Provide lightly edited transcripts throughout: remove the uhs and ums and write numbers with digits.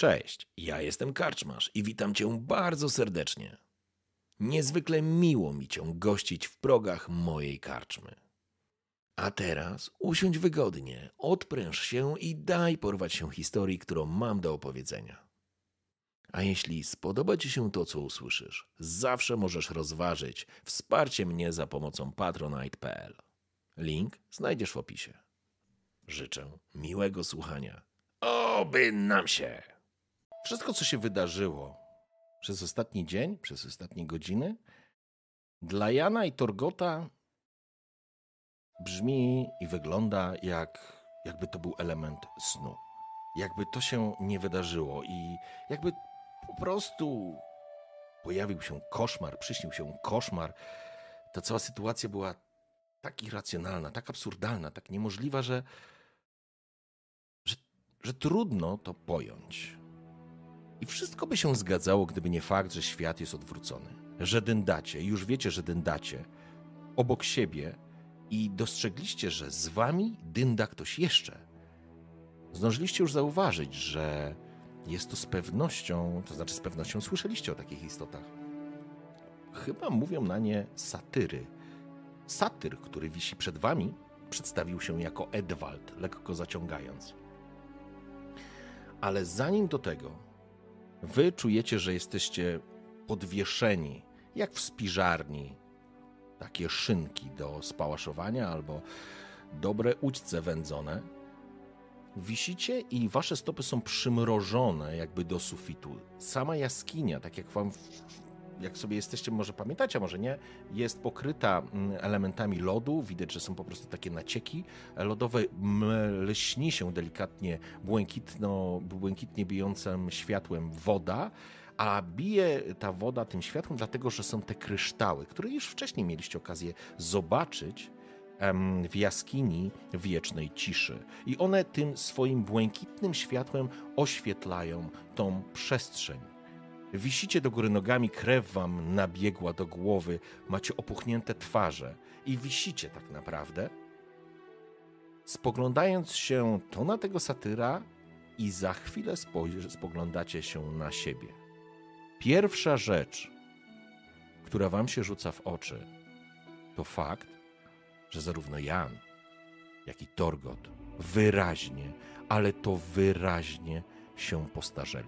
Cześć, ja jestem Karczmarz i witam cię bardzo serdecznie. Niezwykle miło mi cię gościć w progach mojej karczmy. A teraz usiądź wygodnie, odpręż się i daj porwać się historii, którą mam do opowiedzenia. A jeśli spodoba ci się to, co usłyszysz, zawsze możesz rozważyć wsparcie mnie za pomocą patronite.pl. Link znajdziesz w opisie. Życzę miłego słuchania. Oby nam się! Wszystko, co się wydarzyło przez ostatni dzień, przez ostatnie godziny, dla Jana i Torgota brzmi i wygląda jakby to był element snu. Jakby to się nie wydarzyło i jakby po prostu pojawił się koszmar, przyśnił się koszmar. Ta cała sytuacja była tak irracjonalna, tak absurdalna, tak niemożliwa, że trudno to pojąć. I wszystko by się zgadzało, gdyby nie fakt, że świat jest odwrócony. Że dędacie, już wiecie, że dędacie obok siebie i dostrzegliście, że z wami dynda ktoś jeszcze. Zdążyliście już zauważyć, że jest to z pewnością, to znaczy z pewnością słyszeliście o takich istotach. Chyba mówią na nie satyry. Satyr, który wisi przed wami, przedstawił się jako Edwald, lekko zaciągając. Ale zanim do tego, wy czujecie, że jesteście podwieszeni, jak w spiżarni. Takie szynki do spałaszowania albo dobre udźce wędzone. Wisicie i wasze stopy są przymrożone jakby do sufitu. Sama jaskinia, tak jak sobie jesteście, może pamiętacie, a może nie, jest pokryta elementami lodu. Widać, że są po prostu takie nacieki lodowe. Lśni się delikatnie błękitnie bijącym światłem woda, a bije ta woda tym światłem dlatego, że są te kryształy, które już wcześniej mieliście okazję zobaczyć w jaskini wiecznej ciszy. I one tym swoim błękitnym światłem oświetlają tą przestrzeń. Wisicie do góry nogami, krew wam nabiegła do głowy, macie opuchnięte twarze i wisicie tak naprawdę, spoglądając się to na tego satyra i za chwilę spoglądacie się na siebie. Pierwsza rzecz, która wam się rzuca w oczy, to fakt, że zarówno Jan, jak i Torgot wyraźnie, ale to wyraźnie się postarzeli.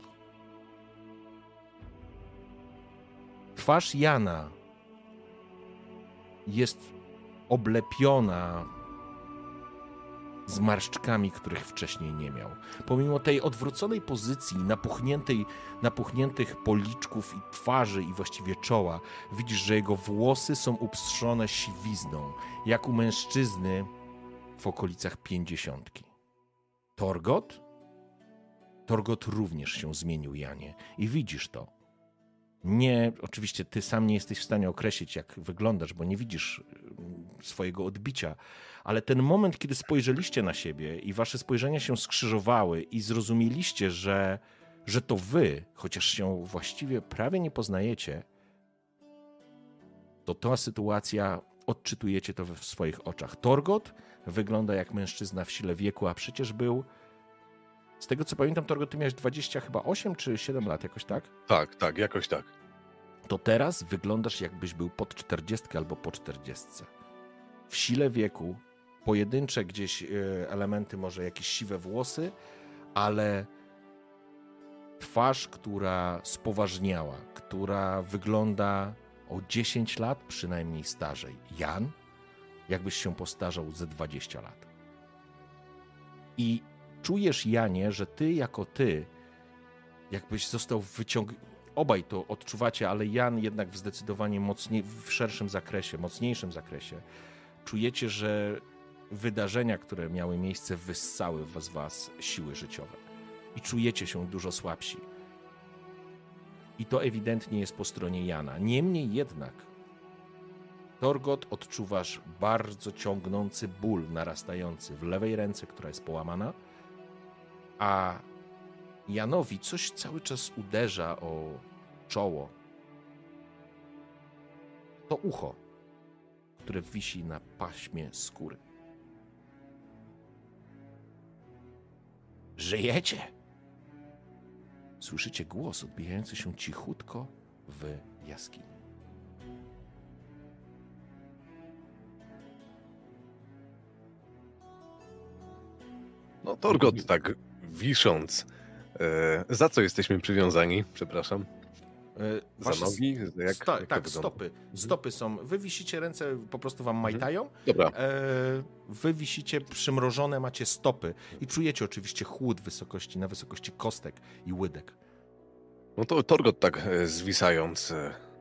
Twarz Jana jest oblepiona zmarszczkami, których wcześniej nie miał. Pomimo tej odwróconej pozycji, napuchniętych policzków i twarzy i właściwie czoła, widzisz, że jego włosy są upstrzone siwizną, jak u mężczyzny w okolicach 50. Torgot również się zmienił, Janie, i widzisz to. Nie, oczywiście ty sam nie jesteś w stanie określić, jak wyglądasz, bo nie widzisz swojego odbicia, ale ten moment, kiedy spojrzeliście na siebie i wasze spojrzenia się skrzyżowały i zrozumieliście, że to wy, chociaż się właściwie prawie nie poznajecie, to ta sytuacja, odczytujecie to w swoich oczach. Torgot wygląda jak mężczyzna w sile wieku, a przecież był... Z tego co pamiętam, Torgot, ty miałeś 28 czy 7 lat, jakoś tak? Tak, jakoś tak. To teraz wyglądasz, jakbyś był pod 40 albo po 40. W sile wieku, pojedyncze gdzieś elementy, może jakieś siwe włosy, ale twarz, która spoważniała, która wygląda o 10 lat przynajmniej starzej. Jan, jakbyś się postarzał ze 20 lat. I czujesz, Janie, że ty jako ty, jakbyś został wyciągnięty. Obaj to odczuwacie, ale Jan jednak w zdecydowanie w szerszym zakresie, mocniejszym zakresie. Czujecie, że wydarzenia, które miały miejsce, wyssały z was siły życiowe. I czujecie się dużo słabsi. I to ewidentnie jest po stronie Jana. Niemniej jednak, Torgot, odczuwasz bardzo ciągnący ból narastający w lewej ręce, która jest połamana, a Janowi coś cały czas uderza o czoło. To ucho, które wisi na paśmie skóry. Żyjecie? słyszycie głos odbijający się cichutko w jaskini. No Torgot, tak wisząc, za co jesteśmy przywiązani? Przepraszam. Za nogi? Tak, stopy. Stopy są. Wy wisicie, ręce po prostu wam majtają. Dobra. Wy wisicie przymrożone, macie stopy i czujecie oczywiście chłód na wysokości kostek i łydek. No to Torgot tak zwisając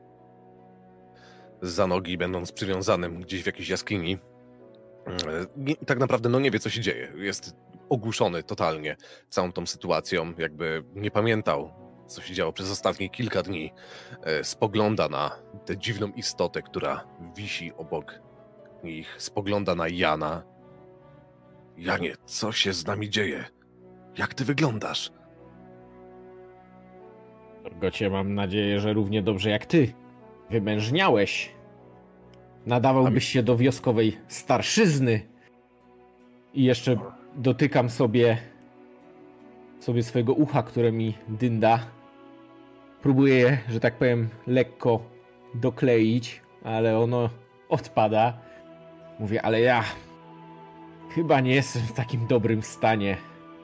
za nogi, będąc przywiązanym gdzieś w jakiejś jaskini, tak naprawdę nie wie, co się dzieje. Jest ogłuszony totalnie całą tą sytuacją, jakby nie pamiętał, co się działo przez ostatnie kilka dni. Spogląda na tę dziwną istotę, która wisi obok nich. Spogląda na Jana. Janie, co się z nami dzieje? Jak ty wyglądasz? Torgocie, mam nadzieję, że równie dobrze jak ty. Wymężniałeś. Nadawałbyś się do wioskowej starszyzny. I jeszcze dotykam sobie swojego ucha, które mi dynda. Próbuję je, że tak powiem, lekko dokleić, ale ono odpada. Mówię, ale ja chyba nie jestem w takim dobrym stanie.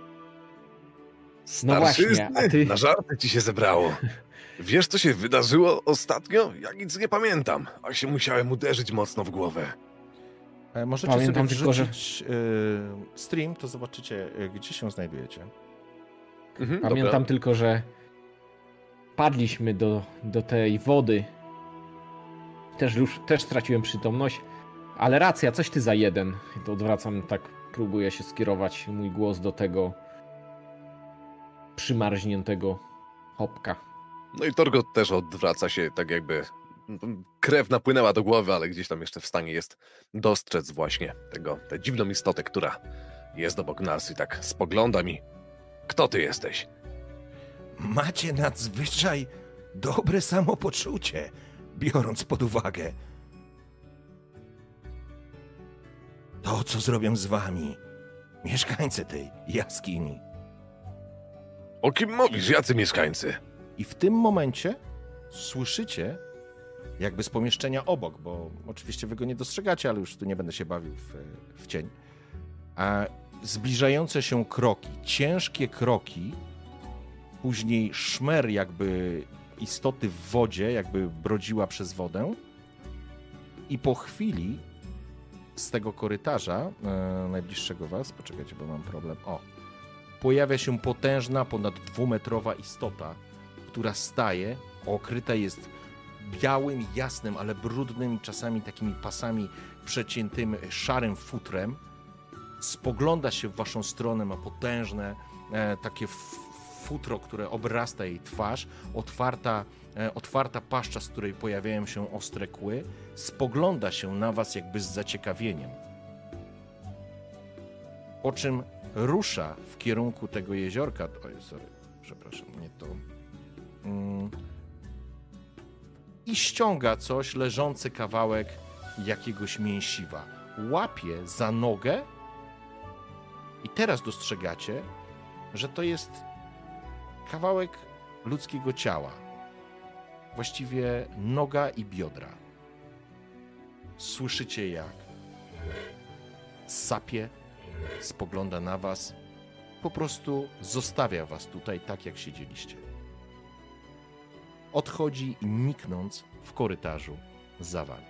No właśnie, a ty... Na żarty ci się zebrało. Wiesz, co się wydarzyło ostatnio? Ja nic nie pamiętam, a się musiałem uderzyć mocno w głowę. Możecie pamiętam sobie wrzucić stream, to zobaczycie, gdzie się znajdujecie. Pamiętam tylko, że padliśmy do tej wody. Też straciłem przytomność, ale racja, coś ty za jeden. I to odwracam, tak próbuję się skierować mój głos do tego przymarzniętego chopka. No i Torgot też odwraca się, tak jakby krew napłynęła do głowy, ale gdzieś tam jeszcze w stanie jest dostrzec właśnie tę dziwną istotę, która jest obok nas i tak spogląda mi. Kto ty jesteś? Macie nadzwyczaj dobre samopoczucie, biorąc pod uwagę to, co zrobią z wami mieszkańcy tej jaskini. O kim mówisz? Jacy mieszkańcy? I w tym momencie słyszycie, jakby z pomieszczenia obok, bo oczywiście wy go nie dostrzegacie, ale już tu nie będę się bawił w cień, a zbliżające się kroki, ciężkie kroki, później szmer jakby istoty w wodzie, jakby brodziła przez wodę i po chwili z tego korytarza najbliższego was, poczekajcie, bo mam problem, pojawia się potężna, ponad 2-metrowa istota, która staje, okryta jest białym, jasnym, ale brudnym, czasami takimi pasami przeciętym szarym futrem. Spogląda się w waszą stronę, ma potężne takie futro, które obrasta jej twarz, otwarta paszcza, z której pojawiają się ostre kły. Spogląda się na was jakby z zaciekawieniem. Po czym rusza w kierunku tego jeziorka. Przepraszam, nie to. I ściąga coś, leżący kawałek jakiegoś mięsiwa. Łapie za nogę i teraz dostrzegacie, że to jest kawałek ludzkiego ciała. Właściwie noga i biodra. Słyszycie, jak sapie, spogląda na was, po prostu zostawia was tutaj tak, jak siedzieliście. Odchodzi, niknąc w korytarzu za wami.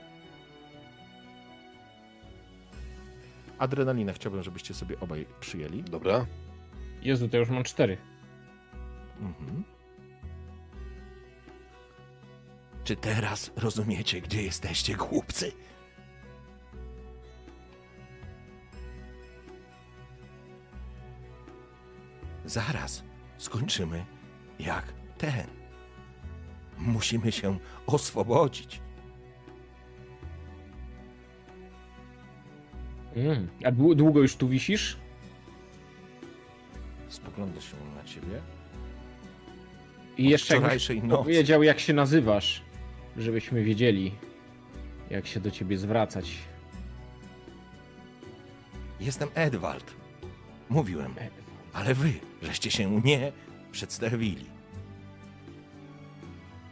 Adrenalinę chciałbym, żebyście sobie obaj przyjęli. Dobra. Jezu, to już mam 4. Mhm. Czy teraz rozumiecie, gdzie jesteście, głupcy? Zaraz skończymy jak ten. Musimy się oswobodzić. A długo już tu wisisz? Spogląda się na ciebie. I jeszcze wczorajszej nocy powiedział, jak się nazywasz, żebyśmy wiedzieli, jak się do ciebie zwracać. Jestem Edwald. Mówiłem, ale wy żeście się nie przedstawili.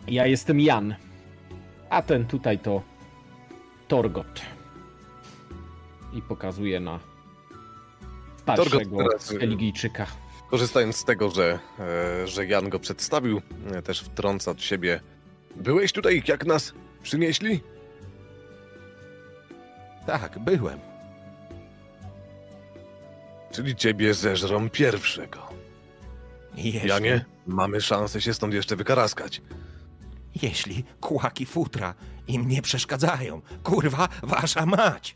Ja jestem Jan, a ten tutaj to Torgot. I pokazuje na starszego Eligijczyka. Korzystając z tego, że Jan go przedstawił, też wtrąca od siebie. Byłeś tutaj, jak nas przynieśli? Tak, byłem. Czyli ciebie zeżrą pierwszego. Jeśli, Janie, mamy szansę się stąd jeszcze wykaraskać. jeśli kłaki futra im nie przeszkadzają. Kurwa, wasza mać!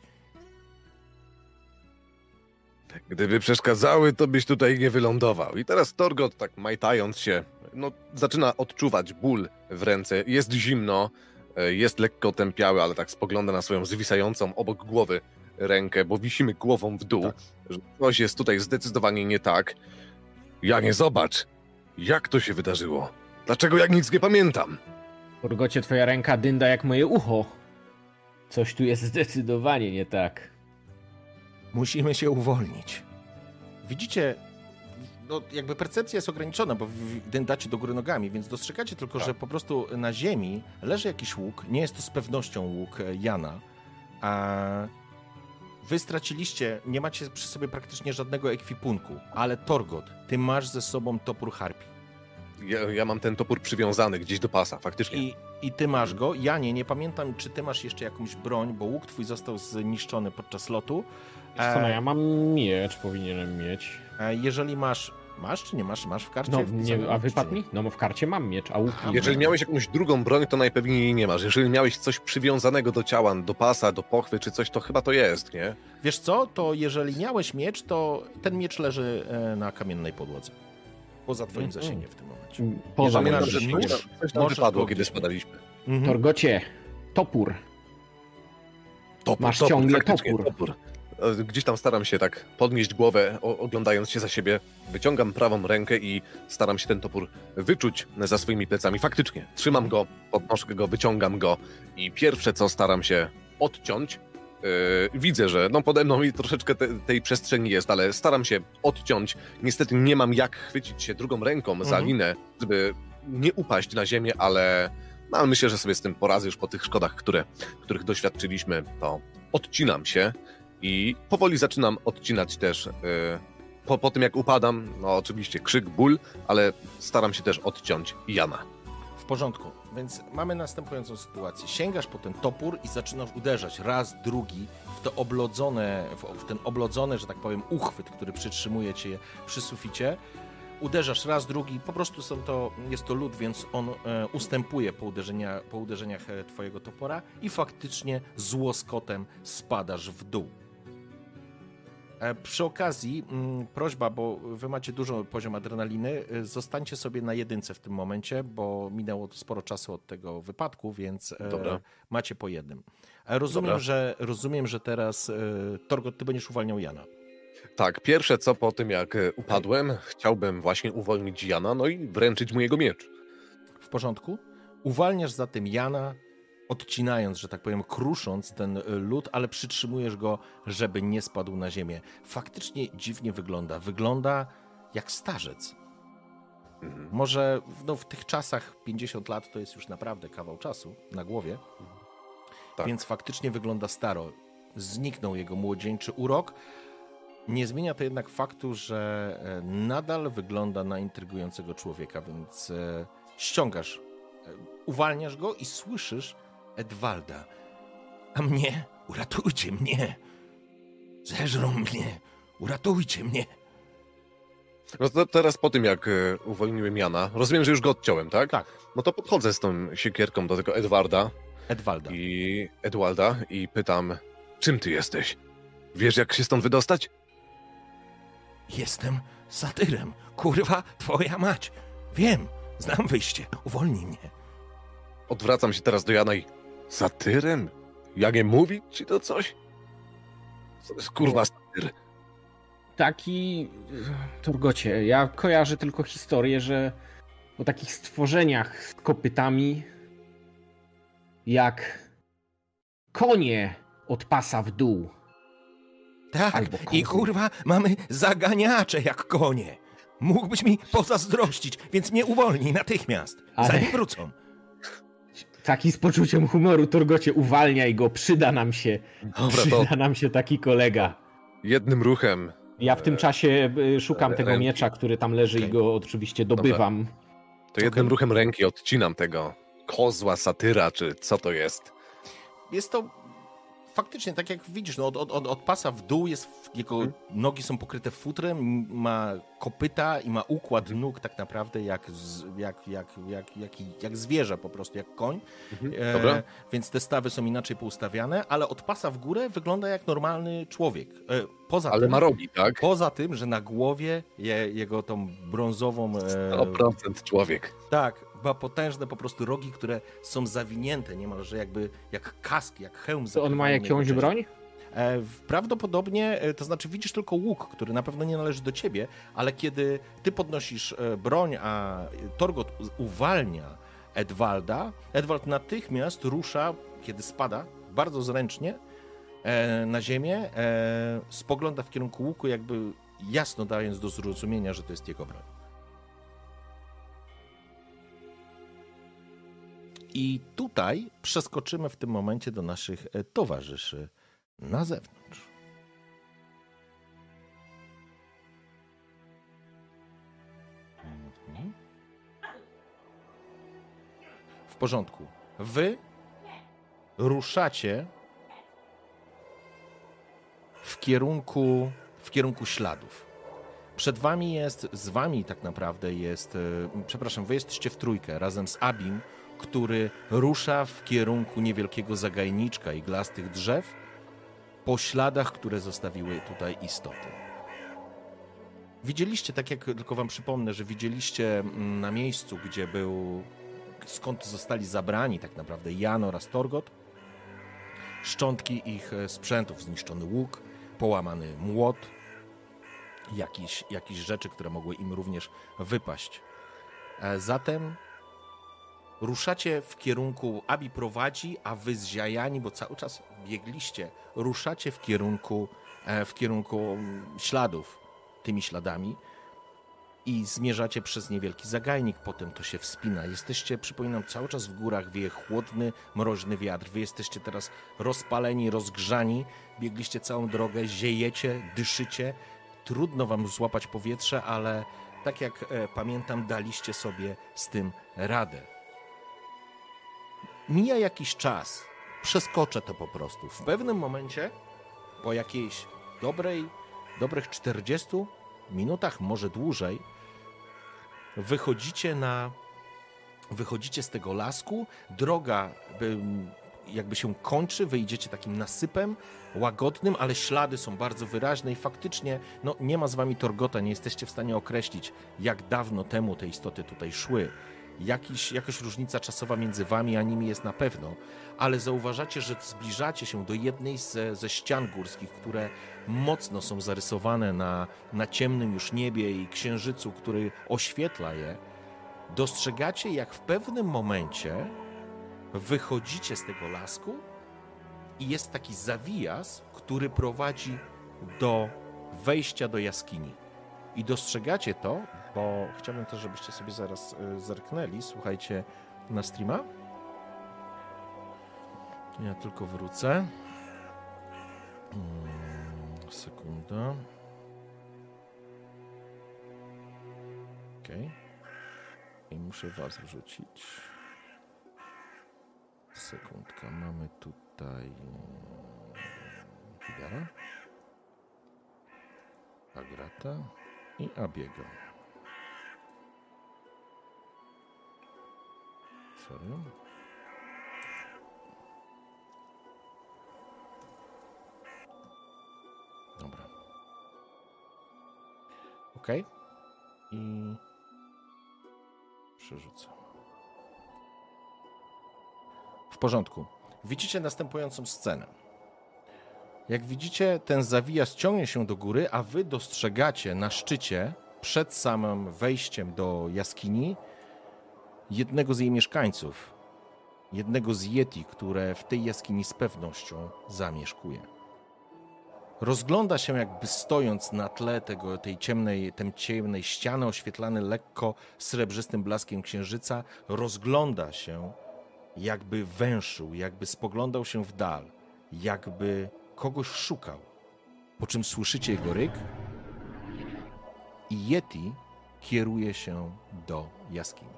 Gdyby przeszkadzały, to byś tutaj nie wylądował. I teraz Torgot, tak majtając się, zaczyna odczuwać ból w ręce. Jest zimno, jest lekko otępiały, ale tak spogląda na swoją zwisającą obok głowy rękę, bo wisimy głową w dół. Tak. Że coś jest tutaj zdecydowanie nie tak. Janie, zobacz, jak to się wydarzyło. Dlaczego ja nic nie pamiętam? Torgocie, twoja ręka dynda jak moje ucho. Coś tu jest zdecydowanie nie tak. Musimy się uwolnić. Widzicie, jakby percepcja jest ograniczona, bo dędacie do góry nogami, więc dostrzegacie tylko, że po prostu na ziemi leży jakiś łuk. Nie jest to z pewnością łuk Jana. A wy straciliście, nie macie przy sobie praktycznie żadnego ekwipunku, ale Torgot, ty masz ze sobą topór harpi. Ja mam ten topór przywiązany gdzieś do pasa, faktycznie. I ty masz go. Janie, nie pamiętam, czy ty masz jeszcze jakąś broń, bo łuk twój został zniszczony podczas lotu. Wiesz co, ja mam miecz, powinienem mieć. Jeżeli masz czy nie masz? Masz w karcie? No, nie, a wypadł mi? No, w karcie mam miecz, a łuk... Jeżeli miałeś jakąś drugą broń, to najpewniej jej nie masz. Jeżeli miałeś coś przywiązanego do ciała, do pasa, do pochwy czy coś, to chyba to jest, nie? Wiesz co, to jeżeli miałeś miecz, to ten miecz leży na kamiennej podłodze. Poza twoim zasięgiem w tym momencie. Poza Pamiętam, moim że zasięgiem. nóż Coś tam możesz wypadło, go kiedy gdzieś- spadaliśmy. Torgocie, topór. Topór, Masz ciągle faktycznie, topór. Gdzieś tam staram się tak podnieść głowę, oglądając się za siebie. Wyciągam prawą rękę i staram się ten topór wyczuć za swoimi plecami. Faktycznie, trzymam go, podnoszę go, wyciągam go i pierwsze co staram się odciąć, widzę, że pode mną i troszeczkę tej przestrzeni jest, ale staram się odciąć. Niestety nie mam jak chwycić się drugą ręką za linę, żeby nie upaść na ziemię, ale myślę, że sobie z tym poradzę już po tych szkodach, których doświadczyliśmy, to odcinam się i powoli zaczynam odcinać też. Po tym jak upadam, oczywiście krzyk, ból, ale staram się też odciąć Jana. W porządku, więc mamy następującą sytuację. Sięgasz po ten topór i zaczynasz uderzać raz, drugi w to oblodzone, w ten oblodzony, że tak powiem, uchwyt, który przytrzymuje cię przy suficie. Uderzasz raz, drugi, po prostu jest to lód, więc on ustępuje po uderzeniach twojego topora i faktycznie z łoskotem spadasz w dół. Przy okazji prośba, bo wy macie dużo poziom adrenaliny, zostańcie sobie na 1 w tym momencie, bo minęło sporo czasu od tego wypadku, więc macie po 1. Rozumiem, że teraz Torgot, ty będziesz uwalniał Jana. Tak, pierwsze co po tym jak upadłem, chciałbym właśnie uwolnić Jana, i wręczyć mu jego miecz. W porządku? Uwalniasz zatem Jana, odcinając, że tak powiem, krusząc ten lód, ale przytrzymujesz go, żeby nie spadł na ziemię. Faktycznie dziwnie wygląda. Wygląda jak starzec. Może w tych czasach 50 lat to jest już naprawdę kawał czasu na głowie, więc faktycznie wygląda staro. Zniknął jego młodzieńczy urok. Nie zmienia to jednak faktu, że nadal wygląda na intrygującego człowieka, więc ściągasz, uwalniasz go i słyszysz Edwalda. A mnie? Uratujcie mnie! Zeżrą mnie! Uratujcie mnie! No to teraz po tym jak uwolniłem Jana, rozumiem, że już go odciąłem, tak? Tak. No to podchodzę z tą siekierką do tego Edwarda. Edwalda i pytam, czym ty jesteś? Wiesz, jak się stąd wydostać? Jestem satyrem. Kurwa, twoja mać. Wiem, znam wyjście. Uwolnij mnie. Odwracam się teraz do Jana i... Satyrem? Ja nie mówić ci to coś? Co jest kurwa satyr? Taki... Torgocie, ja kojarzę tylko historię, że o takich stworzeniach z kopytami jak konie od pasa w dół. Tak, i kurwa, mamy zaganiacze jak konie. Mógłbyś mi pozazdrościć, więc mnie uwolnij natychmiast, zanim wrócą. Taki z poczuciem humoru, Torgocie, uwalniaj go, przyda nam się. Dobra, Przyda nam się taki kolega. jednym ruchem. Ja w tym czasie szukam tego ręki. miecza, który tam leży i go oczywiście dobywam. To jednym ruchem ręki odcinam tego kozła, satyra, czy co to jest. Jest to faktycznie, tak jak widzisz, no, od pasa w dół jego nogi są pokryte futrem, ma kopyta i ma układ nóg tak naprawdę jak zwierzę po prostu, jak koń. Dobra. Więc te stawy są inaczej poustawiane, ale od pasa w górę wygląda jak normalny człowiek. Ale ma rogi, tak? Poza tym, że na głowie jego tą brązową... 100% człowiek. Tak, ma potężne po prostu rogi, które są zawinięte niemalże jakby jak kask, jak hełm. To on ma jakąś broń? Prawdopodobnie, to znaczy widzisz tylko łuk, który na pewno nie należy do ciebie, ale kiedy ty podnosisz broń, a Torgot uwalnia Edwalda, Edwald natychmiast rusza, kiedy spada, bardzo zręcznie na ziemię, spogląda w kierunku łuku, jakby jasno dając do zrozumienia, że to jest jego broń. I tutaj przeskoczymy w tym momencie do naszych towarzyszy na zewnątrz. W porządku. Wy ruszacie w kierunku śladów. Przed wami z wami tak naprawdę jest, przepraszam, wy jesteście w trójkę razem z Abim, który rusza w kierunku niewielkiego zagajniczka iglastych drzew po śladach, które zostawiły tutaj istoty. Widzieliście, tak jak tylko wam przypomnę, że widzieliście na miejscu, skąd zostali zabrani tak naprawdę Jan oraz Torgot, szczątki ich sprzętów, zniszczony łuk, połamany młot, jakieś rzeczy, które mogły im również wypaść. Zatem ruszacie w kierunku, Abi prowadzi, a wy zziajani, bo cały czas biegliście, ruszacie w kierunku śladów, tymi śladami i zmierzacie przez niewielki zagajnik, potem to się wspina. Jesteście, przypominam, cały czas w górach, wieje chłodny, mroźny wiatr. Wy jesteście teraz rozpaleni, rozgrzani, biegliście całą drogę, ziejecie, dyszycie. Trudno wam złapać powietrze, ale tak jak pamiętam, daliście sobie z tym radę. Mija jakiś czas, przeskoczę to po prostu. W pewnym momencie, po jakiejś dobrych 40 minutach, może dłużej, wychodzicie z tego lasku, droga jakby się kończy, wyjdziecie takim nasypem łagodnym, ale ślady są bardzo wyraźne i faktycznie nie ma z wami Torgota, nie jesteście w stanie określić, jak dawno temu te istoty tutaj szły. Jakaś różnica czasowa między wami a nimi jest na pewno, ale zauważacie, że zbliżacie się do jednej ze ścian górskich, które mocno są zarysowane na ciemnym już niebie i księżycu, który oświetla je. Dostrzegacie, jak w pewnym momencie wychodzicie z tego lasku i jest taki zawijas, który prowadzi do wejścia do jaskini. I dostrzegacie to, bo chciałbym też, żebyście sobie zaraz zerknęli, słuchajcie, na streama. Ja tylko wrócę. Sekunda. Okej. I muszę was wrzucić. Sekundka, mamy tutaj Fidara, Agrata i Abiego. Sorry. Dobra. Ok. I przerzucę. W porządku. Widzicie następującą scenę. Jak widzicie, ten zawijas ciągnie się do góry, a wy dostrzegacie na szczycie, przed samym wejściem do jaskini, jednego z jej mieszkańców, jednego z Yeti, które w tej jaskini z pewnością zamieszkuje. Rozgląda się, jakby stojąc na tle tej ciemnej ściany, oświetlany lekko srebrzystym blaskiem księżyca, rozgląda się jakby węszył, jakby spoglądał się w dal, jakby kogoś szukał. Po czym słyszycie jego ryk i Yeti kieruje się do jaskini.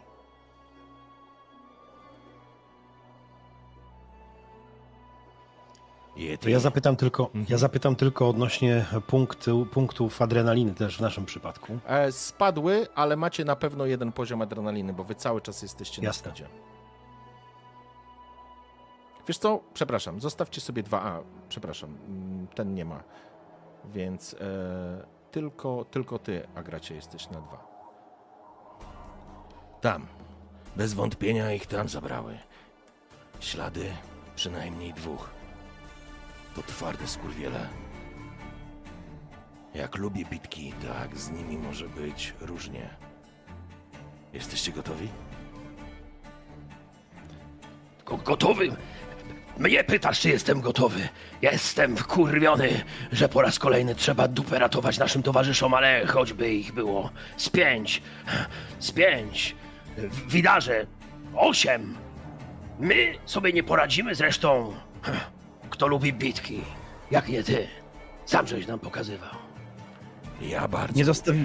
To ja zapytam tylko odnośnie punktów adrenaliny też w naszym przypadku. Spadły, ale macie na pewno jeden poziom adrenaliny, bo wy cały czas jesteście na stadzie. Wiesz co? Przepraszam, zostawcie sobie 2. Przepraszam, ten nie ma. Więc tylko ty, Agracie, jesteś na 2. Tam. Bez wątpienia ich tam zabrały. Ślady przynajmniej 2. To twarde skurwiele. Jak lubię bitki, tak z nimi może być różnie. Jesteście gotowi? Gotowy? Mnie pytasz, czy jestem gotowy? Jestem wkurwiony, że po raz kolejny trzeba dupę ratować naszym towarzyszom, ale choćby ich było z 5. Widarze 8. My sobie nie poradzimy, zresztą kto lubi bitki, jak nie ty. Sam żeś nam pokazywał. Ja bardzo.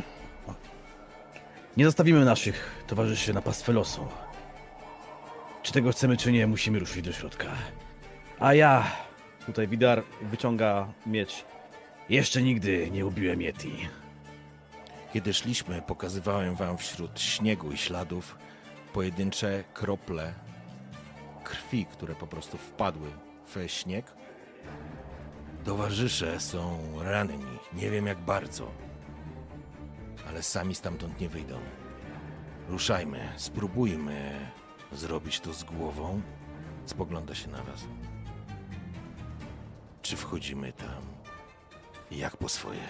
Nie zostawimy naszych towarzyszy na pastwę losu. Czy tego chcemy, czy nie, musimy ruszyć do środka. A ja, tutaj Widar wyciąga miecz. Jeszcze nigdy nie ubiłem Yeti. Kiedy szliśmy, pokazywałem wam wśród śniegu i śladów pojedyncze krople krwi, które po prostu wpadły w śnieg. Towarzysze są ranni, nie wiem jak bardzo, ale sami stamtąd nie wyjdą. Ruszajmy, spróbujmy zrobić to z głową. Spogląda się na was. Czy wchodzimy tam jak po swoje?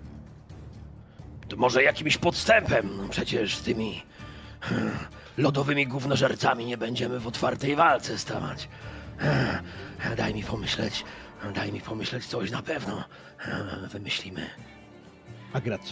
To może jakimś podstępem, przecież z tymi lodowymi gównożercami nie będziemy w otwartej walce stawać. Daj mi pomyśleć, coś na pewno wymyślimy. Agrat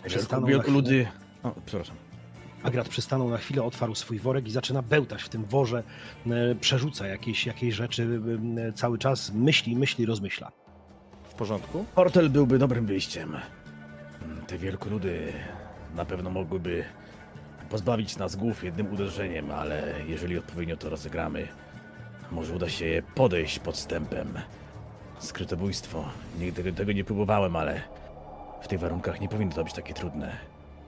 przystanął na chwilę, otwarł swój worek i zaczyna bełtać w tym worze, przerzuca jakieś rzeczy, cały czas myśli, rozmyśla. W porządku? Portal byłby dobrym wyjściem. Te wielkoludy na pewno mogłyby pozbawić nas głów jednym uderzeniem, ale jeżeli odpowiednio to rozegramy, może uda się je podejść podstępem. Skrytobójstwo. Nigdy tego nie próbowałem, ale w tych warunkach nie powinno to być takie trudne.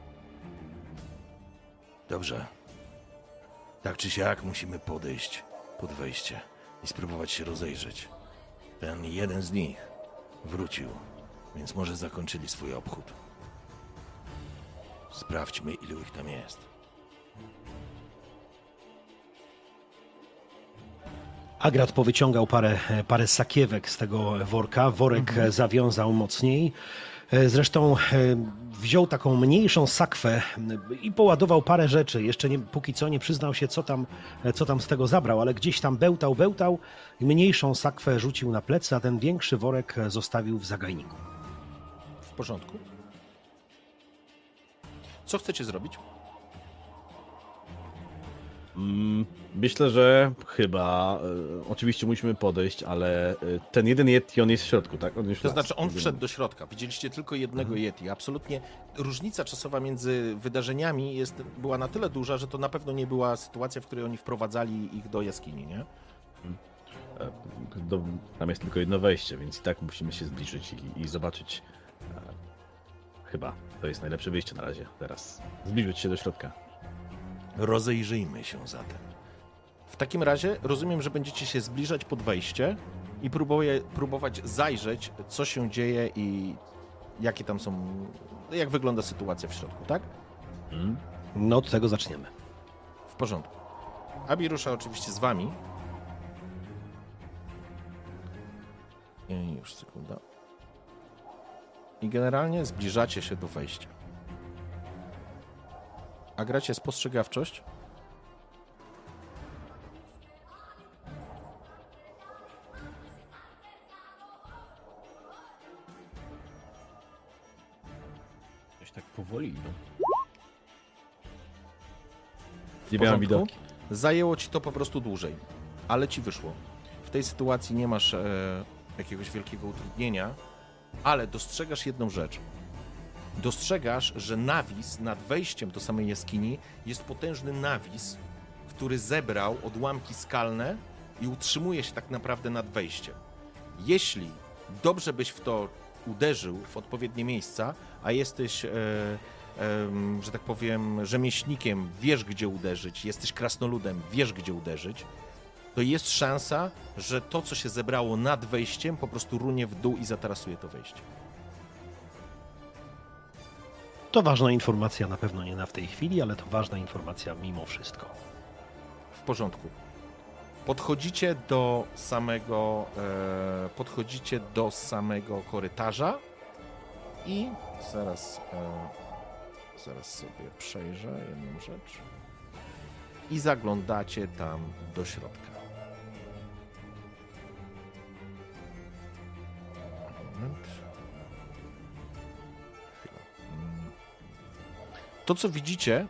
Dobrze. Tak czy siak musimy podejść pod wejście i spróbować się rozejrzeć. Ten jeden z nich wrócił, więc może zakończyli swój obchód. Sprawdźmy, ilu ich tam jest. Agrat powyciągał parę sakiewek z tego worka. Worek zawiązał mocniej. Zresztą wziął taką mniejszą sakwę i poładował parę rzeczy. Jeszcze póki co nie przyznał się, co tam z tego zabrał, ale gdzieś tam bełtał i mniejszą sakwę rzucił na plecy, a ten większy worek zostawił w zagajniku. W porządku. Co chcecie zrobić? Myślę, że chyba oczywiście musimy podejść, ale ten jeden Yeti, on jest w środku, tak? To znaczy on wszedł do środka. Widzieliście tylko jednego Yeti. Absolutnie różnica czasowa między wydarzeniami była na tyle duża, że to na pewno nie była sytuacja, w której oni wprowadzali ich do jaskini, nie? Tam jest tylko jedno wejście, więc i tak musimy się zbliżyć i zobaczyć. Chyba to jest najlepsze wyjście na razie teraz. Zbliżyć się do środka. Rozejrzyjmy się zatem. W takim razie rozumiem, że będziecie się zbliżać pod wejście i próbować zajrzeć, co się dzieje i jakie tam są, jak wygląda sytuacja w środku, tak? No od tego zaczniemy. W porządku. Abi rusza oczywiście z wami. I już sekunda. I generalnie zbliżacie się do wejścia. A gracie spostrzegawczość? Coś tak powoli. Nie miałem widoki. Zajęło ci to po prostu dłużej. ale ci wyszło. W tej sytuacji nie masz jakiegoś wielkiego utrudnienia, ale dostrzegasz jedną rzecz. Dostrzegasz, że nawis nad wejściem do samej jaskini jest potężny nawis, który zebrał odłamki skalne i utrzymuje się tak naprawdę nad wejściem. Jeśli dobrze byś w to uderzył w odpowiednie miejsca, a jesteś, że tak powiem, rzemieślnikiem, wiesz gdzie uderzyć, jesteś krasnoludem, wiesz gdzie uderzyć, to jest szansa, że to, co się zebrało nad wejściem, po prostu runie w dół i zatarasuje to wejście. To ważna informacja, na pewno nie na w tej chwili, ale to ważna informacja mimo wszystko. W porządku. Podchodzicie do samego korytarza i zaraz sobie przejrzę jedną rzecz i zaglądacie tam do środka. Moment. Chwila. To, co widzicie,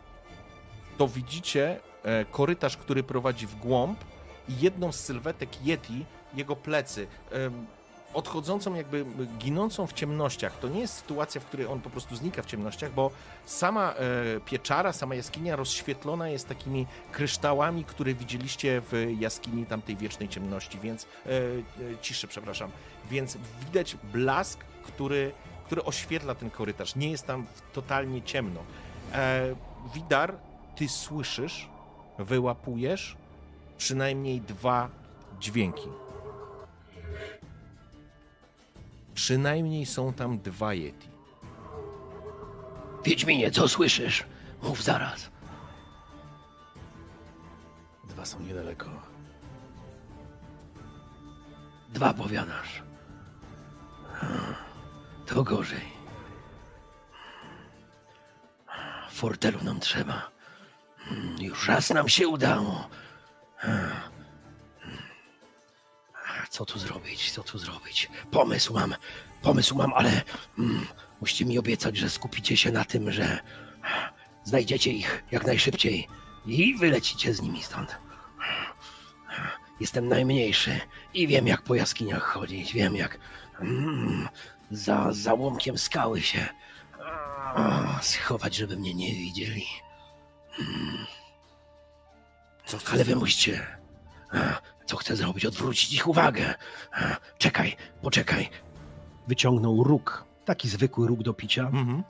korytarz, który prowadzi w głąb i jedną z sylwetek Yeti, jego plecy, odchodzącą jakby, ginącą w ciemnościach. To nie jest sytuacja, w której on po prostu znika w ciemnościach, bo sama pieczara, sama jaskinia rozświetlona jest takimi kryształami, które widzieliście w jaskini tamtej wiecznej ciemności, więc ciszy, przepraszam. Więc widać blask, który oświetla ten korytarz. Nie jest tam totalnie ciemno. Widar, ty słyszysz, wyłapujesz przynajmniej 2 dźwięki. Przynajmniej są tam 2 Yeti. Wiedźminie, co słyszysz? Mów zaraz. 2 są niedaleko. 2 powiadasz. To gorzej. Fortelu nam trzeba. Już raz nam się udało. Co tu zrobić? Pomysł mam, ale musicie mi obiecać, że skupicie się na tym, że znajdziecie ich jak najszybciej i wylecicie z nimi stąd. Jestem najmniejszy i wiem, jak po jaskiniach chodzić, wiem, jak za załomkiem skały się schować, żeby mnie nie widzieli. Ale wy musicie... Co chcę zrobić? Odwrócić ich uwagę. Poczekaj. Wyciągnął róg, taki zwykły róg do picia. Mhm.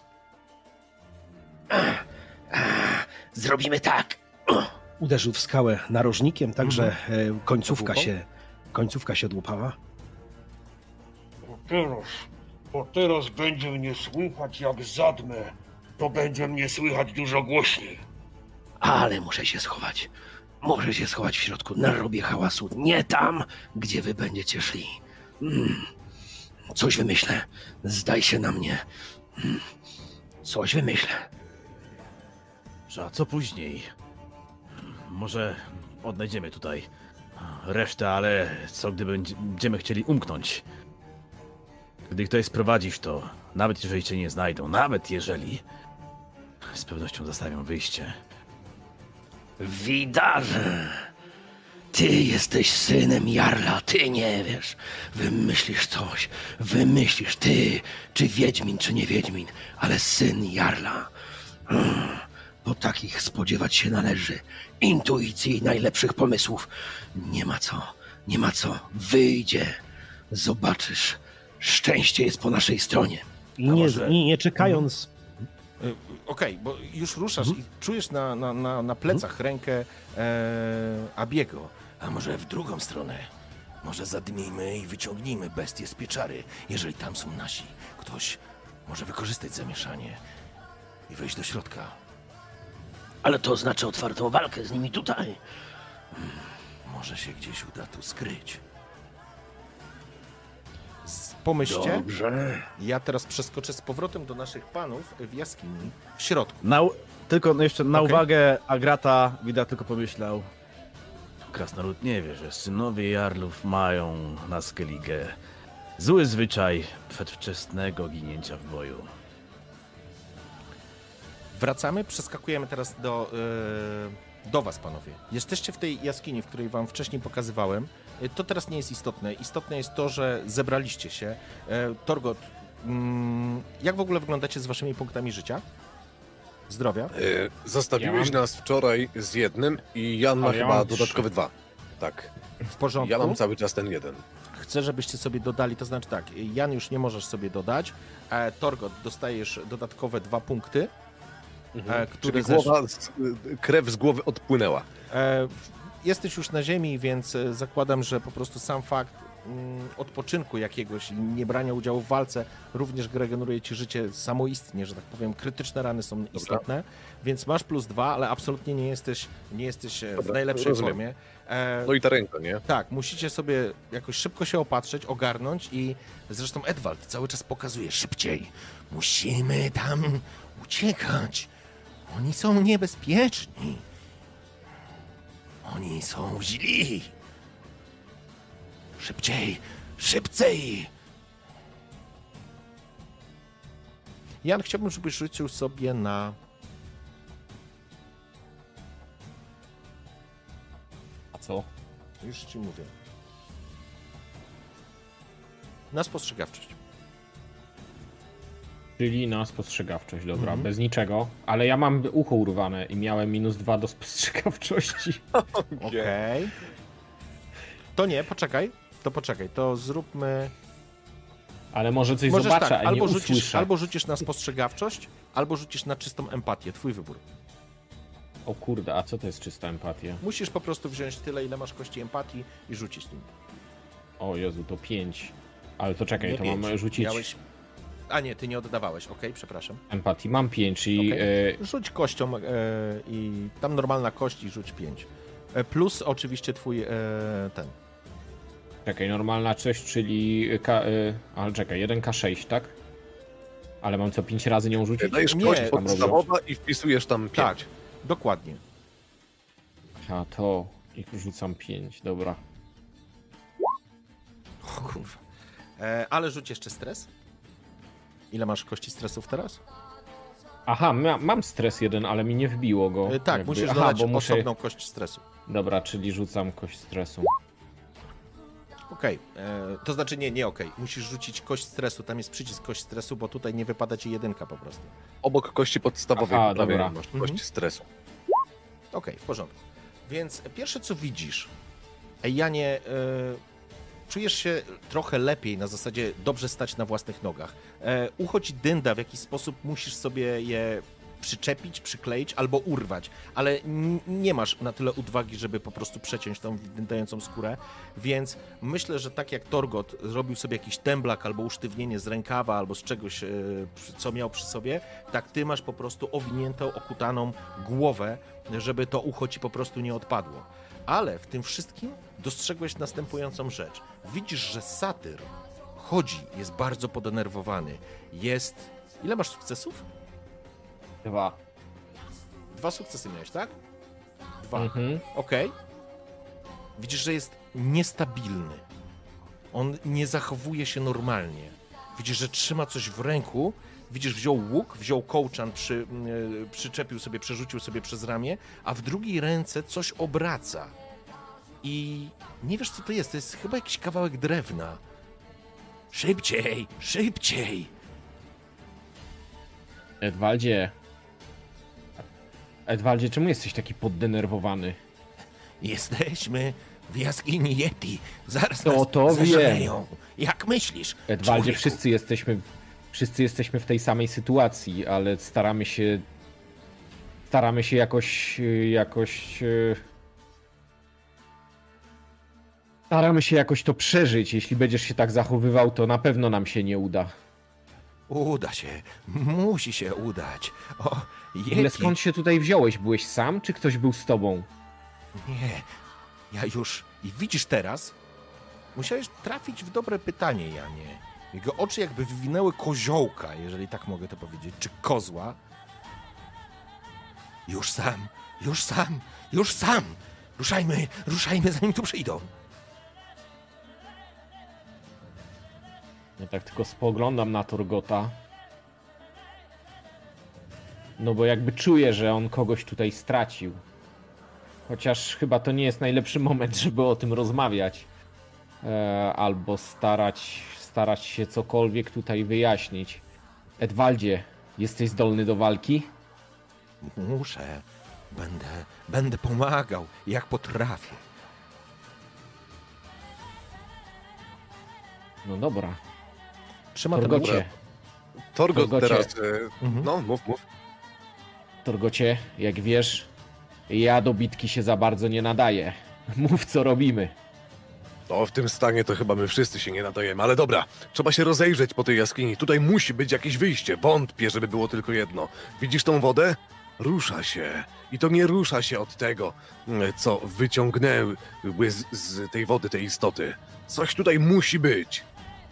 Zrobimy tak. Uderzył w skałę narożnikiem, tak że końcówka się odłupała. Bo teraz będzie mnie słychać jak zadmę. To będzie mnie słychać dużo głośniej. Ale muszę się schować w środku. Narobię hałasu. Nie tam, gdzie wy będziecie szli. Coś wymyślę. Zdaj się na mnie. Coś wymyślę. A co później? Może odnajdziemy tutaj resztę, ale co gdy będziemy chcieli umknąć? Gdy ktoś sprowadzisz to, nawet jeżeli cię nie znajdą, nawet jeżeli, z pewnością zastawią wyjście. Widarze, ty jesteś synem Jarla, ty nie wiesz. Wymyślisz coś, ty, czy wiedźmin, czy nie wiedźmin, ale syn Jarla. Bo takich spodziewać się należy. Intuicji i najlepszych pomysłów. Nie ma co. Wyjdzie, zobaczysz. Szczęście jest po naszej stronie. I nie czekając... Okej, bo już ruszasz i czujesz na plecach rękę Abiego. A może w drugą stronę? Może zadmijmy i wyciągnijmy bestie z pieczary. Jeżeli tam są nasi, ktoś może wykorzystać zamieszanie i wejść do środka. Ale to znaczy otwartą walkę z nimi tutaj. Może się gdzieś uda tu skryć. Pomyślcie, Dobrze. ja teraz przeskoczę z powrotem do naszych panów w jaskini, w środku. Tylko jeszcze na Okej. uwagę Agrata Widar tylko pomyślał. Krasnolud nie wie, że synowie Jarlów mają na Skellige zły zwyczaj przedwczesnego ginięcia w boju. Wracamy, przeskakujemy teraz do was, panowie. Jesteście w tej jaskini, w której wam wcześniej pokazywałem. To teraz nie jest istotne. Istotne jest to, że zebraliście się. Torgot, jak w ogóle wyglądacie z waszymi punktami życia? Zdrowia? Zostawiłeś nas wczoraj z jednym i Jan ma Ale ja chyba mam dodatkowe 2. Tak. W porządku. Ja mam cały czas ten jeden. Chcę, żebyście sobie dodali, to znaczy tak, Jan już nie możesz sobie dodać, Torgot dostajesz dodatkowe 2 punkty, które Czyli krew z głowy odpłynęła. Jesteś już na ziemi, więc zakładam, że po prostu sam fakt odpoczynku jakiegoś i nie brania udziału w walce również regeneruje ci życie samoistnie, że tak powiem. Krytyczne rany są istotne, więc masz +2, ale absolutnie nie jesteś w najlepszej formie. No i ta ręka, nie? Tak, musicie sobie jakoś szybko się opatrzeć, ogarnąć i zresztą Edwald cały czas pokazuje szybciej. Musimy tam uciekać. Oni są niebezpieczni. Oni są źli. Szybciej, szybciej. Jan, chciałbym, żebyś rzucił sobie na... A co? Już ci mówię. Na spostrzegawczość. Czyli na spostrzegawczość, dobra, bez niczego. Ale ja mam ucho urwane i miałem -2 do spostrzegawczości. Okej. To nie, poczekaj. To zróbmy... Ale może coś Możesz zobaczę, tak, a nie usłyszę. albo rzucisz na spostrzegawczość, albo rzucisz na czystą empatię. Twój wybór. O kurde, a co to jest czysta empatia? Musisz po prostu wziąć tyle, ile masz kości empatii i rzucić nim. O Jezu, to 5. Ale to czekaj, Nie to 5. mam rzucić A nie, ty nie oddawałeś, okej, przepraszam. empatii. Mam 5, czyli... Rzuć kością i tam normalna kość i rzuć 5. Plus oczywiście twój ten. Czekaj, normalna cześć, czyli... ale czekaj, 1K6, tak? Ale mam co 5 razy nią rzucić? Dajesz Nie, kość tam podstawowa i wpisujesz tam 5. Tak, dokładnie. A to... I rzucam 5, dobra. O kurwa. Ale rzuć jeszcze stres. Ile masz kości stresów teraz? Aha, mam stres 1, ale mi nie wbiło go. Tak, jakby. musisz Aha, dodać bo muszę... osobną kość stresu. Dobra, czyli rzucam kość stresu. Okej, to znaczy nie okej. Musisz rzucić kość stresu, tam jest przycisk kość stresu, bo tutaj nie wypada ci 1 po prostu. Obok kości podstawowej Aha, prawie dobra. masz kość stresu. Okej, w porządku. Więc pierwsze co widzisz, Janie, czujesz się trochę lepiej, na zasadzie dobrze stać na własnych nogach. Ucho ci dynda, w jakiś sposób musisz sobie je przyczepić, przykleić albo urwać, ale nie masz na tyle odwagi, żeby po prostu przeciąć tą dyndającą skórę, więc myślę, że tak jak Torgot zrobił sobie jakiś temblak albo usztywnienie z rękawa albo z czegoś, co miał przy sobie, tak ty masz po prostu owiniętą, okutaną głowę, żeby to ucho ci po prostu nie odpadło. Ale w tym wszystkim dostrzegłeś następującą rzecz. Widzisz, że satyr chodzi, jest bardzo podenerwowany. Jest... Ile masz sukcesów? 2. 2 sukcesy miałeś, tak? 2. Mhm. Okej. Widzisz, że jest niestabilny. On nie zachowuje się normalnie. Widzisz, że trzyma coś w ręku. Widzisz, wziął łuk, wziął kołczan, przyczepił sobie, przerzucił sobie przez ramię, a w drugiej ręce coś obraca. I nie wiesz, co to jest. To jest chyba jakiś kawałek drewna. Szybciej, szybciej! Edwaldzie, czemu jesteś taki poddenerwowany? Jesteśmy w jaskini Yeti. Zaraz To nas wiem. zeżreją. Jak myślisz? Edwaldzie, człowieku? wszyscy jesteśmy w tej samej sytuacji, ale staramy się jakoś to przeżyć. Jeśli będziesz się tak zachowywał, to na pewno nam się nie uda. Uda się. Musi się udać. O, Yeti. Ale skąd się tutaj wziąłeś? Byłeś sam, czy ktoś był z tobą? Nie. Ja już... I widzisz teraz? Musiałeś trafić w dobre pytanie, Janie. Jego oczy jakby wywinęły koziołka, jeżeli tak mogę to powiedzieć, czy kozła. Już sam, już sam, już sam! Ruszajmy, zanim tu przyjdą. Ja tak tylko spoglądam na Torgota. No bo jakby czuję, że on kogoś tutaj stracił. Chociaż chyba to nie jest najlepszy moment, żeby o tym rozmawiać. Albo starać się cokolwiek tutaj wyjaśnić. Edwaldzie, jesteś zdolny do walki? Muszę. Będę pomagał, jak potrafię. No dobra. Trzyma ten Torgocie, Torgot teraz... Mhm. No, mów. Torgocie, jak wiesz, ja do bitki się za bardzo nie nadaję. Mów, co robimy. No, w tym stanie to chyba my wszyscy się nie nadajemy, ale dobra. Trzeba się rozejrzeć po tej jaskini. Tutaj musi być jakieś wyjście. Wątpię, żeby było tylko jedno. Widzisz tą wodę? Rusza się. I to nie rusza się od tego, co wyciągnęły z tej wody, tej istoty. Coś tutaj musi być.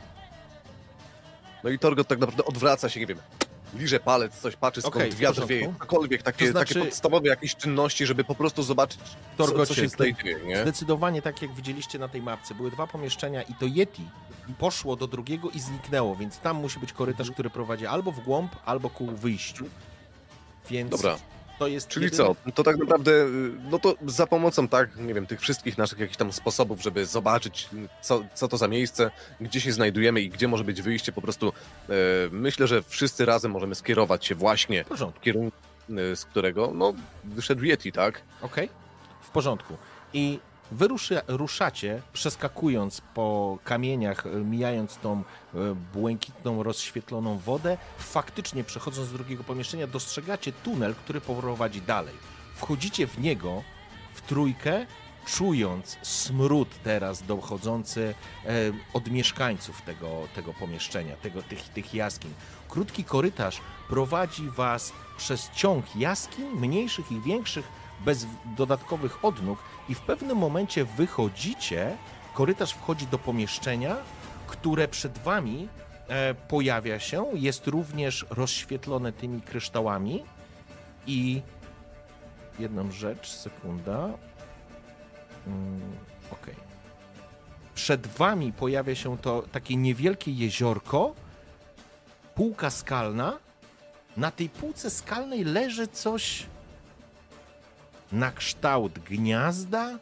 No i Torgot tak naprawdę odwraca się, nie wiem, liże palec, coś patrzy, skąd Okej, w wiatr porządku. wieje, cokolwiek, takie znaczy- podstawowe jakieś czynności, żeby po prostu zobaczyć, co Torgocie, się tutaj dzieje, nie? Zdecydowanie tak jak widzieliście na tej mapce. Były 2 pomieszczenia i to Yeti poszło do drugiego i zniknęło, więc tam musi być korytarz, który prowadzi albo w głąb, albo ku wyjściu. Więc Dobra. to jest Czyli jedyne- co? To tak naprawdę, no to za pomocą, tak, nie wiem, tych wszystkich naszych jakichś tam sposobów, żeby zobaczyć, co to za miejsce, gdzie się znajdujemy i gdzie może być wyjście, po prostu myślę, że wszyscy razem możemy skierować się właśnie W porządku. w kierunku, z którego, no, wyszedł Yeti, tak? Okej? W porządku. I wy ruszacie, przeskakując po kamieniach, mijając tą błękitną, rozświetloną wodę, faktycznie przechodząc z drugiego pomieszczenia, dostrzegacie tunel, który prowadzi dalej. Wchodzicie w niego w trójkę, czując smród teraz dochodzący od mieszkańców tego pomieszczenia, tych jaskiń. Krótki korytarz prowadzi was przez ciąg jaskiń, mniejszych i większych, bez dodatkowych odnóg i w pewnym momencie wychodzicie, korytarz wchodzi do pomieszczenia, które przed wami pojawia się, jest również rozświetlone tymi kryształami i jedną rzecz, sekunda. Okej. Przed wami pojawia się to takie niewielkie jeziorko, półka skalna. Na tej półce skalnej leży coś na kształt gniazda,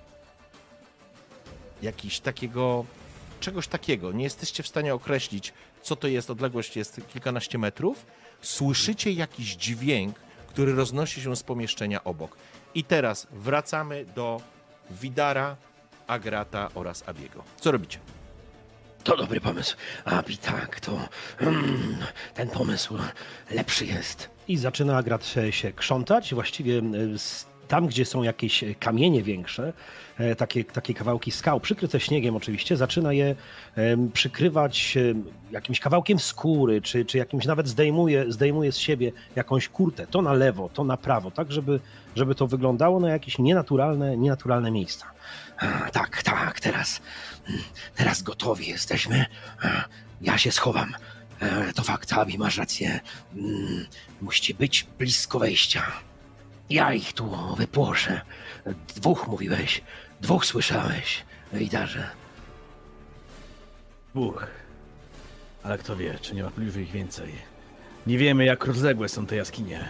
czegoś takiego. Nie jesteście w stanie określić, co to jest, odległość jest kilkanaście metrów. Słyszycie jakiś dźwięk, który roznosi się z pomieszczenia obok. I teraz wracamy do Widara, Agrata oraz Abiego. Co robicie? To dobry pomysł. Abi, tak, to ten pomysł lepszy jest. I zaczyna Agrat się krzątać. Właściwie tam, gdzie są jakieś kamienie większe, takie kawałki skał, przykryte śniegiem oczywiście, zaczyna je przykrywać jakimś kawałkiem skóry, czy jakimś nawet zdejmuje z siebie jakąś kurtę, to na lewo, to na prawo, tak żeby to wyglądało na jakieś nienaturalne miejsca. Tak, teraz gotowi jesteśmy. Ja się schowam. To fakt, Abi, masz rację. Musicie być blisko wejścia. Ja ich tu wypłoszę. 2 mówiłeś, 2 słyszałeś, Widarze. 2. Ale kto wie, czy nie ma bliżej ich więcej. Nie wiemy, jak rozległe są te jaskinie.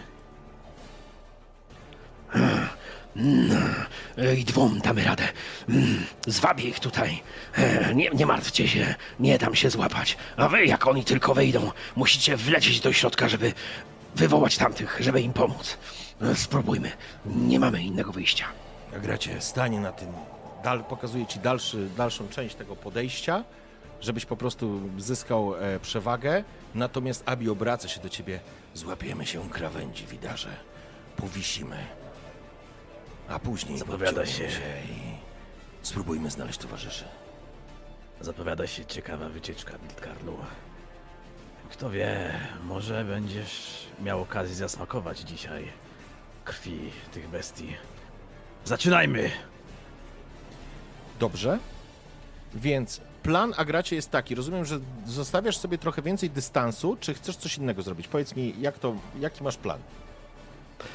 I 2 damy radę. Zwabię ich tutaj. Nie martwcie się, nie dam się złapać. A wy, jak oni tylko wejdą, musicie wlecieć do środka, żeby wywołać tamtych, żeby im pomóc. Spróbujmy. Nie mamy innego wyjścia. Agracie, stań na tym. Pokazuję ci dalszą część tego podejścia, żebyś po prostu zyskał przewagę. Natomiast Abi obraca się do ciebie. Złapiemy się krawędzi, Widarze. Powisimy. A później Zapowiada się. I spróbujmy znaleźć towarzyszy. Zapowiada się ciekawa wycieczka, Wildkarlu. Kto wie, może będziesz miał okazję zasmakować dzisiaj krwi tych bestii. Zaczynajmy! Dobrze. Więc plan, Agracie, jest taki. Rozumiem, że zostawiasz sobie trochę więcej dystansu, czy chcesz coś innego zrobić? Powiedz mi, jaki masz plan?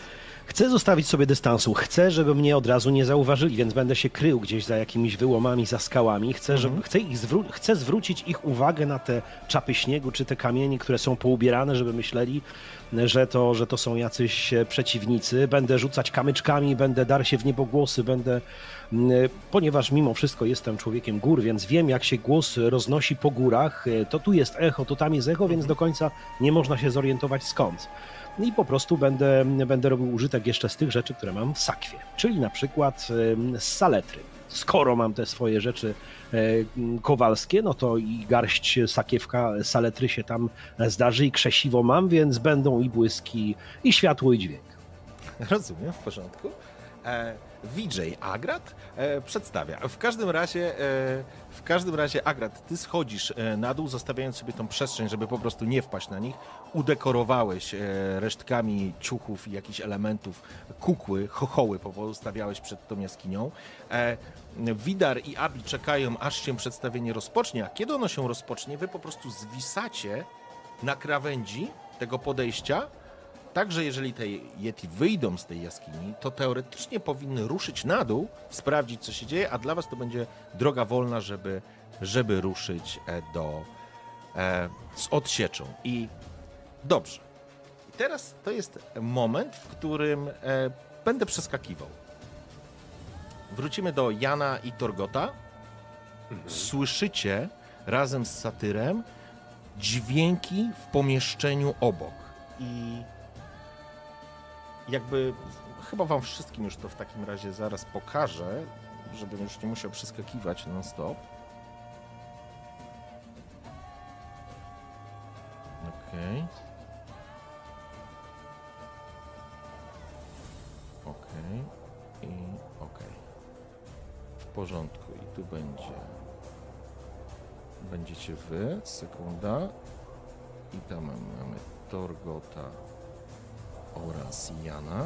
Chcę zostawić sobie dystansu, chcę, żeby mnie od razu nie zauważyli, więc będę się krył gdzieś za jakimiś wyłomami, za skałami. Chcę zwrócić ich uwagę na te czapy śniegu, czy te kamienie, które są poubierane, żeby myśleli, że to są jacyś przeciwnicy. Będę rzucać kamyczkami, będę dar się w niebogłosy, ponieważ mimo wszystko jestem człowiekiem gór, więc wiem, jak się głos roznosi po górach, to tu jest echo, to tam jest echo, więc do końca nie można się zorientować skąd. I po prostu będę robił użytek jeszcze z tych rzeczy, które mam w sakwie, czyli na przykład z saletry. Skoro mam te swoje rzeczy kowalskie, no to i garść sakiewka saletry się tam zdarzy i krzesiwo mam, więc będą i błyski, i światło, i dźwięk. Rozumiem, w porządku. VJ Agrat przedstawia. W każdym razie Agrat, ty schodzisz na dół, zostawiając sobie tą przestrzeń, żeby po prostu nie wpaść na nich. Udekorowałeś resztkami ciuchów i jakichś elementów kukły, chochoły stawiałeś przed tą jaskinią. Widar i Abi czekają, aż się przedstawienie rozpocznie, a kiedy ono się rozpocznie, wy po prostu zwisacie na krawędzi tego podejścia. Także jeżeli te Yeti wyjdą z tej jaskini, to teoretycznie powinny ruszyć na dół, sprawdzić, co się dzieje, a dla was to będzie droga wolna, żeby ruszyć z odsieczą. I dobrze. I teraz to jest moment, w którym będę przeskakiwał. Wrócimy do Jana i Torgota. Słyszycie razem z Satyrem dźwięki w pomieszczeniu obok. I jakby chyba wam wszystkim już to w takim razie zaraz pokażę, żebym już nie musiał przeskakiwać non-stop. Okej. Okej. W porządku. I tu będziecie wy. Sekunda. I tam mamy Torgota oraz Jana.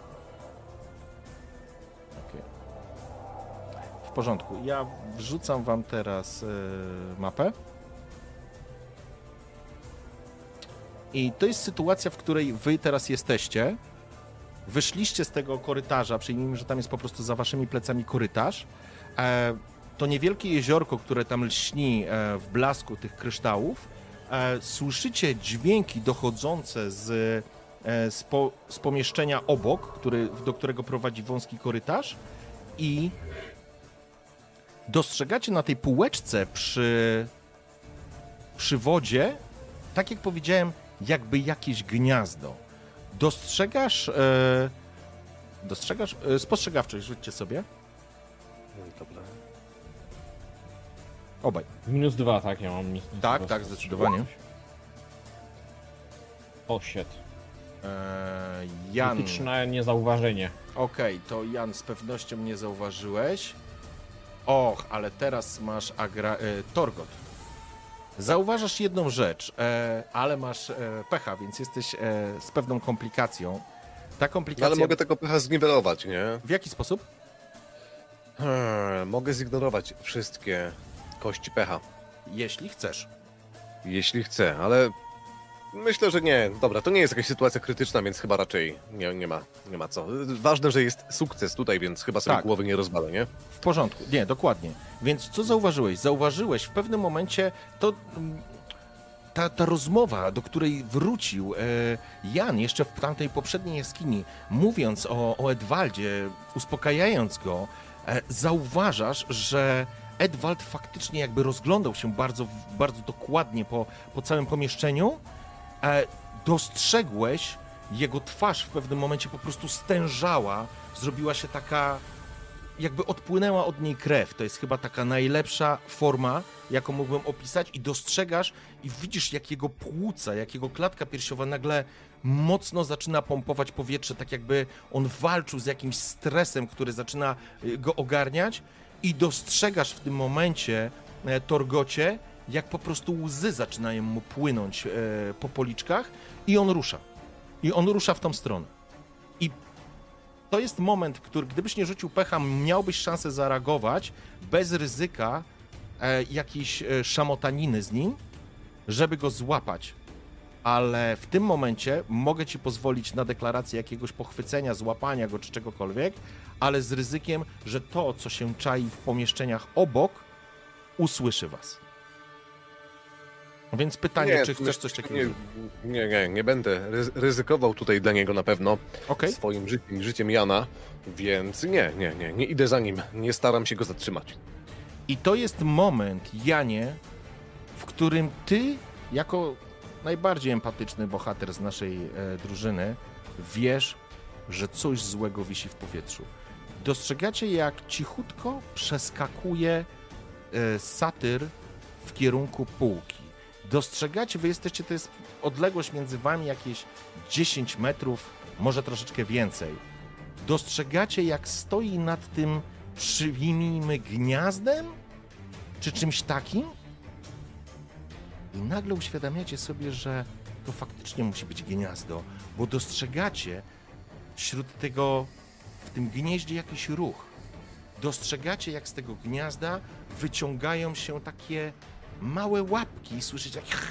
Okay. W porządku. Ja wrzucam wam teraz mapę. I to jest sytuacja, w której wy teraz jesteście. Wyszliście z tego korytarza, przyjmijmy, że tam jest po prostu za waszymi plecami korytarz. To niewielkie jeziorko, które tam lśni w blasku tych kryształów. Słyszycie dźwięki dochodzące z pomieszczenia obok, do którego prowadzi wąski korytarz, i dostrzegacie na tej półeczce przy wodzie, tak jak powiedziałem, jakby jakieś gniazdo. Dostrzegasz spostrzegawczość, rzućcie sobie. Dobra. Obaj. -2, tak, ja mam. Tak, zdecydowanie. O, shit. Jan. Krytyczne niezauważenie. Okej, to Jan, z pewnością nie zauważyłeś. Ale teraz masz Torgot. Zauważasz jedną rzecz, ale masz pecha, więc jesteś z pewną komplikacją. Ta komplikacja... Ale mogę tego pecha zniwelować, nie? W jaki sposób? Mogę zignorować wszystkie kości pecha. Jeśli chcesz. Jeśli chcę, ale myślę, że nie. Dobra, to nie jest jakaś sytuacja krytyczna, więc chyba raczej nie ma co. Ważne, że jest sukces tutaj, więc chyba sobie głowy nie rozwalę, nie? W porządku, nie, dokładnie. Więc co zauważyłeś? Zauważyłeś w pewnym momencie ta rozmowa, do której wrócił Jan jeszcze w tamtej poprzedniej jaskini, mówiąc o Edwaldzie, uspokajając go, zauważasz, że Edwald faktycznie jakby rozglądał się bardzo, bardzo dokładnie po całym pomieszczeniu. Dostrzegłeś, jego twarz w pewnym momencie po prostu stężała, zrobiła się taka, jakby odpłynęła od niej krew. To jest chyba taka najlepsza forma, jaką mógłbym opisać, i dostrzegasz i widzisz, jak jego płuca, jak jego klatka piersiowa nagle mocno zaczyna pompować powietrze, tak jakby on walczył z jakimś stresem, który zaczyna go ogarniać, i dostrzegasz w tym momencie, Torgocie, jak po prostu łzy zaczynają mu płynąć po policzkach, i on rusza. I on rusza w tą stronę. I to jest moment, w którym, gdybyś nie rzucił pecha, miałbyś szansę zareagować bez ryzyka jakiejś szamotaniny z nim, żeby go złapać. ale w tym momencie mogę ci pozwolić na deklarację jakiegoś pochwycenia, złapania go czy czegokolwiek, ale z ryzykiem, że to, co się czai w pomieszczeniach obok, usłyszy was. Więc pytanie, czy chcesz coś takiego? Nie będę ryzykował tutaj dla niego na pewno Okay. swoim życiem Jana, więc nie idę za nim, nie staram się go zatrzymać. I to jest moment, Janie, w którym ty, jako najbardziej empatyczny bohater z naszej drużyny, wiesz, że coś złego wisi w powietrzu. Dostrzegacie, jak cichutko przeskakuje satyr w kierunku półki. Dostrzegacie, wy jesteście, to jest odległość między wami jakieś 10 metrów, może troszeczkę więcej. Dostrzegacie, jak stoi nad tym, przyjmijmy, gniazdem? Czy czymś takim? I nagle uświadamiacie sobie, że to faktycznie musi być gniazdo, bo dostrzegacie wśród tego, w tym gnieździe jakiś ruch. Dostrzegacie, jak z tego gniazda wyciągają się takie małe łapki i słyszycie jak...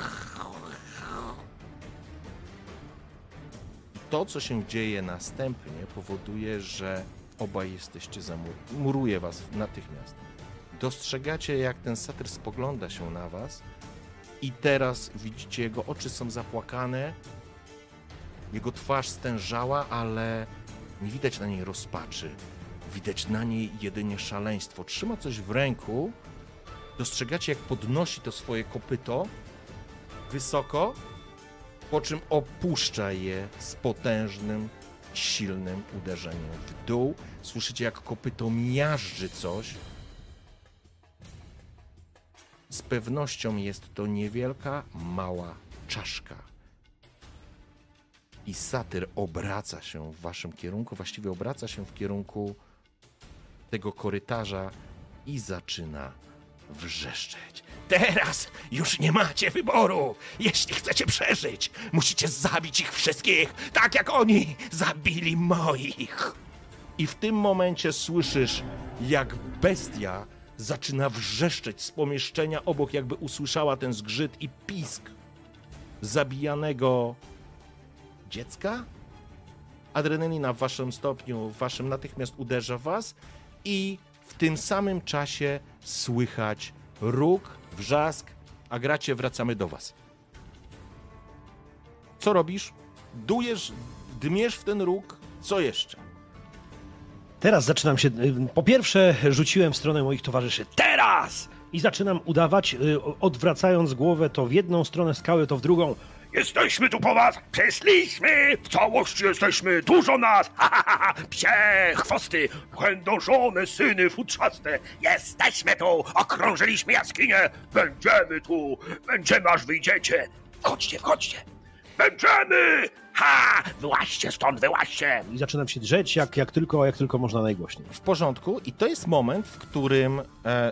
To, co się dzieje następnie, powoduje, że obaj jesteście muruje was natychmiast. Dostrzegacie, jak ten satyr spogląda się na was i teraz widzicie, jego oczy są zapłakane, jego twarz stężała, ale nie widać na niej rozpaczy. Widać na niej jedynie szaleństwo. Trzyma coś w ręku. Dostrzegacie, jak podnosi to swoje kopyto wysoko, po czym opuszcza je z potężnym, silnym uderzeniem w dół. Słyszycie, jak kopyto miażdży coś. Z pewnością jest to niewielka, mała czaszka. I satyr obraca się w waszym kierunku, właściwie obraca się w kierunku tego korytarza i zaczyna wrzeszczeć. Teraz już nie macie wyboru. Jeśli chcecie przeżyć, musicie zabić ich wszystkich, tak jak oni zabili moich. I w tym momencie słyszysz, jak bestia zaczyna wrzeszczeć z pomieszczenia obok, jakby usłyszała ten zgrzyt i pisk zabijanego dziecka. Adrenalina w waszym stopniu, w waszym natychmiast uderza w was i w tym samym czasie słychać róg, wrzask. Agracie, wracamy do was. Co robisz? Dujesz, dmiesz w ten róg. Co jeszcze? Teraz zaczynam się... Po pierwsze rzuciłem w stronę moich towarzyszy. Teraz! I zaczynam udawać, odwracając głowę to w jedną stronę skały, to w drugą. Jesteśmy tu po was! Przyszliśmy! W całości jesteśmy! Dużo nas! Ha, ha, ha! Psie chwosty! Chędożone syny futrzaste! Jesteśmy tu! Okrążyliśmy jaskinię! Będziemy tu! Będziemy, aż wyjdziecie! Wchodźcie, wchodźcie! Będziemy! Ha! Wyłaźcie stąd, wyłaźcie! I zaczynam się drzeć, jak tylko można najgłośniej. W porządku. I to jest moment, w którym...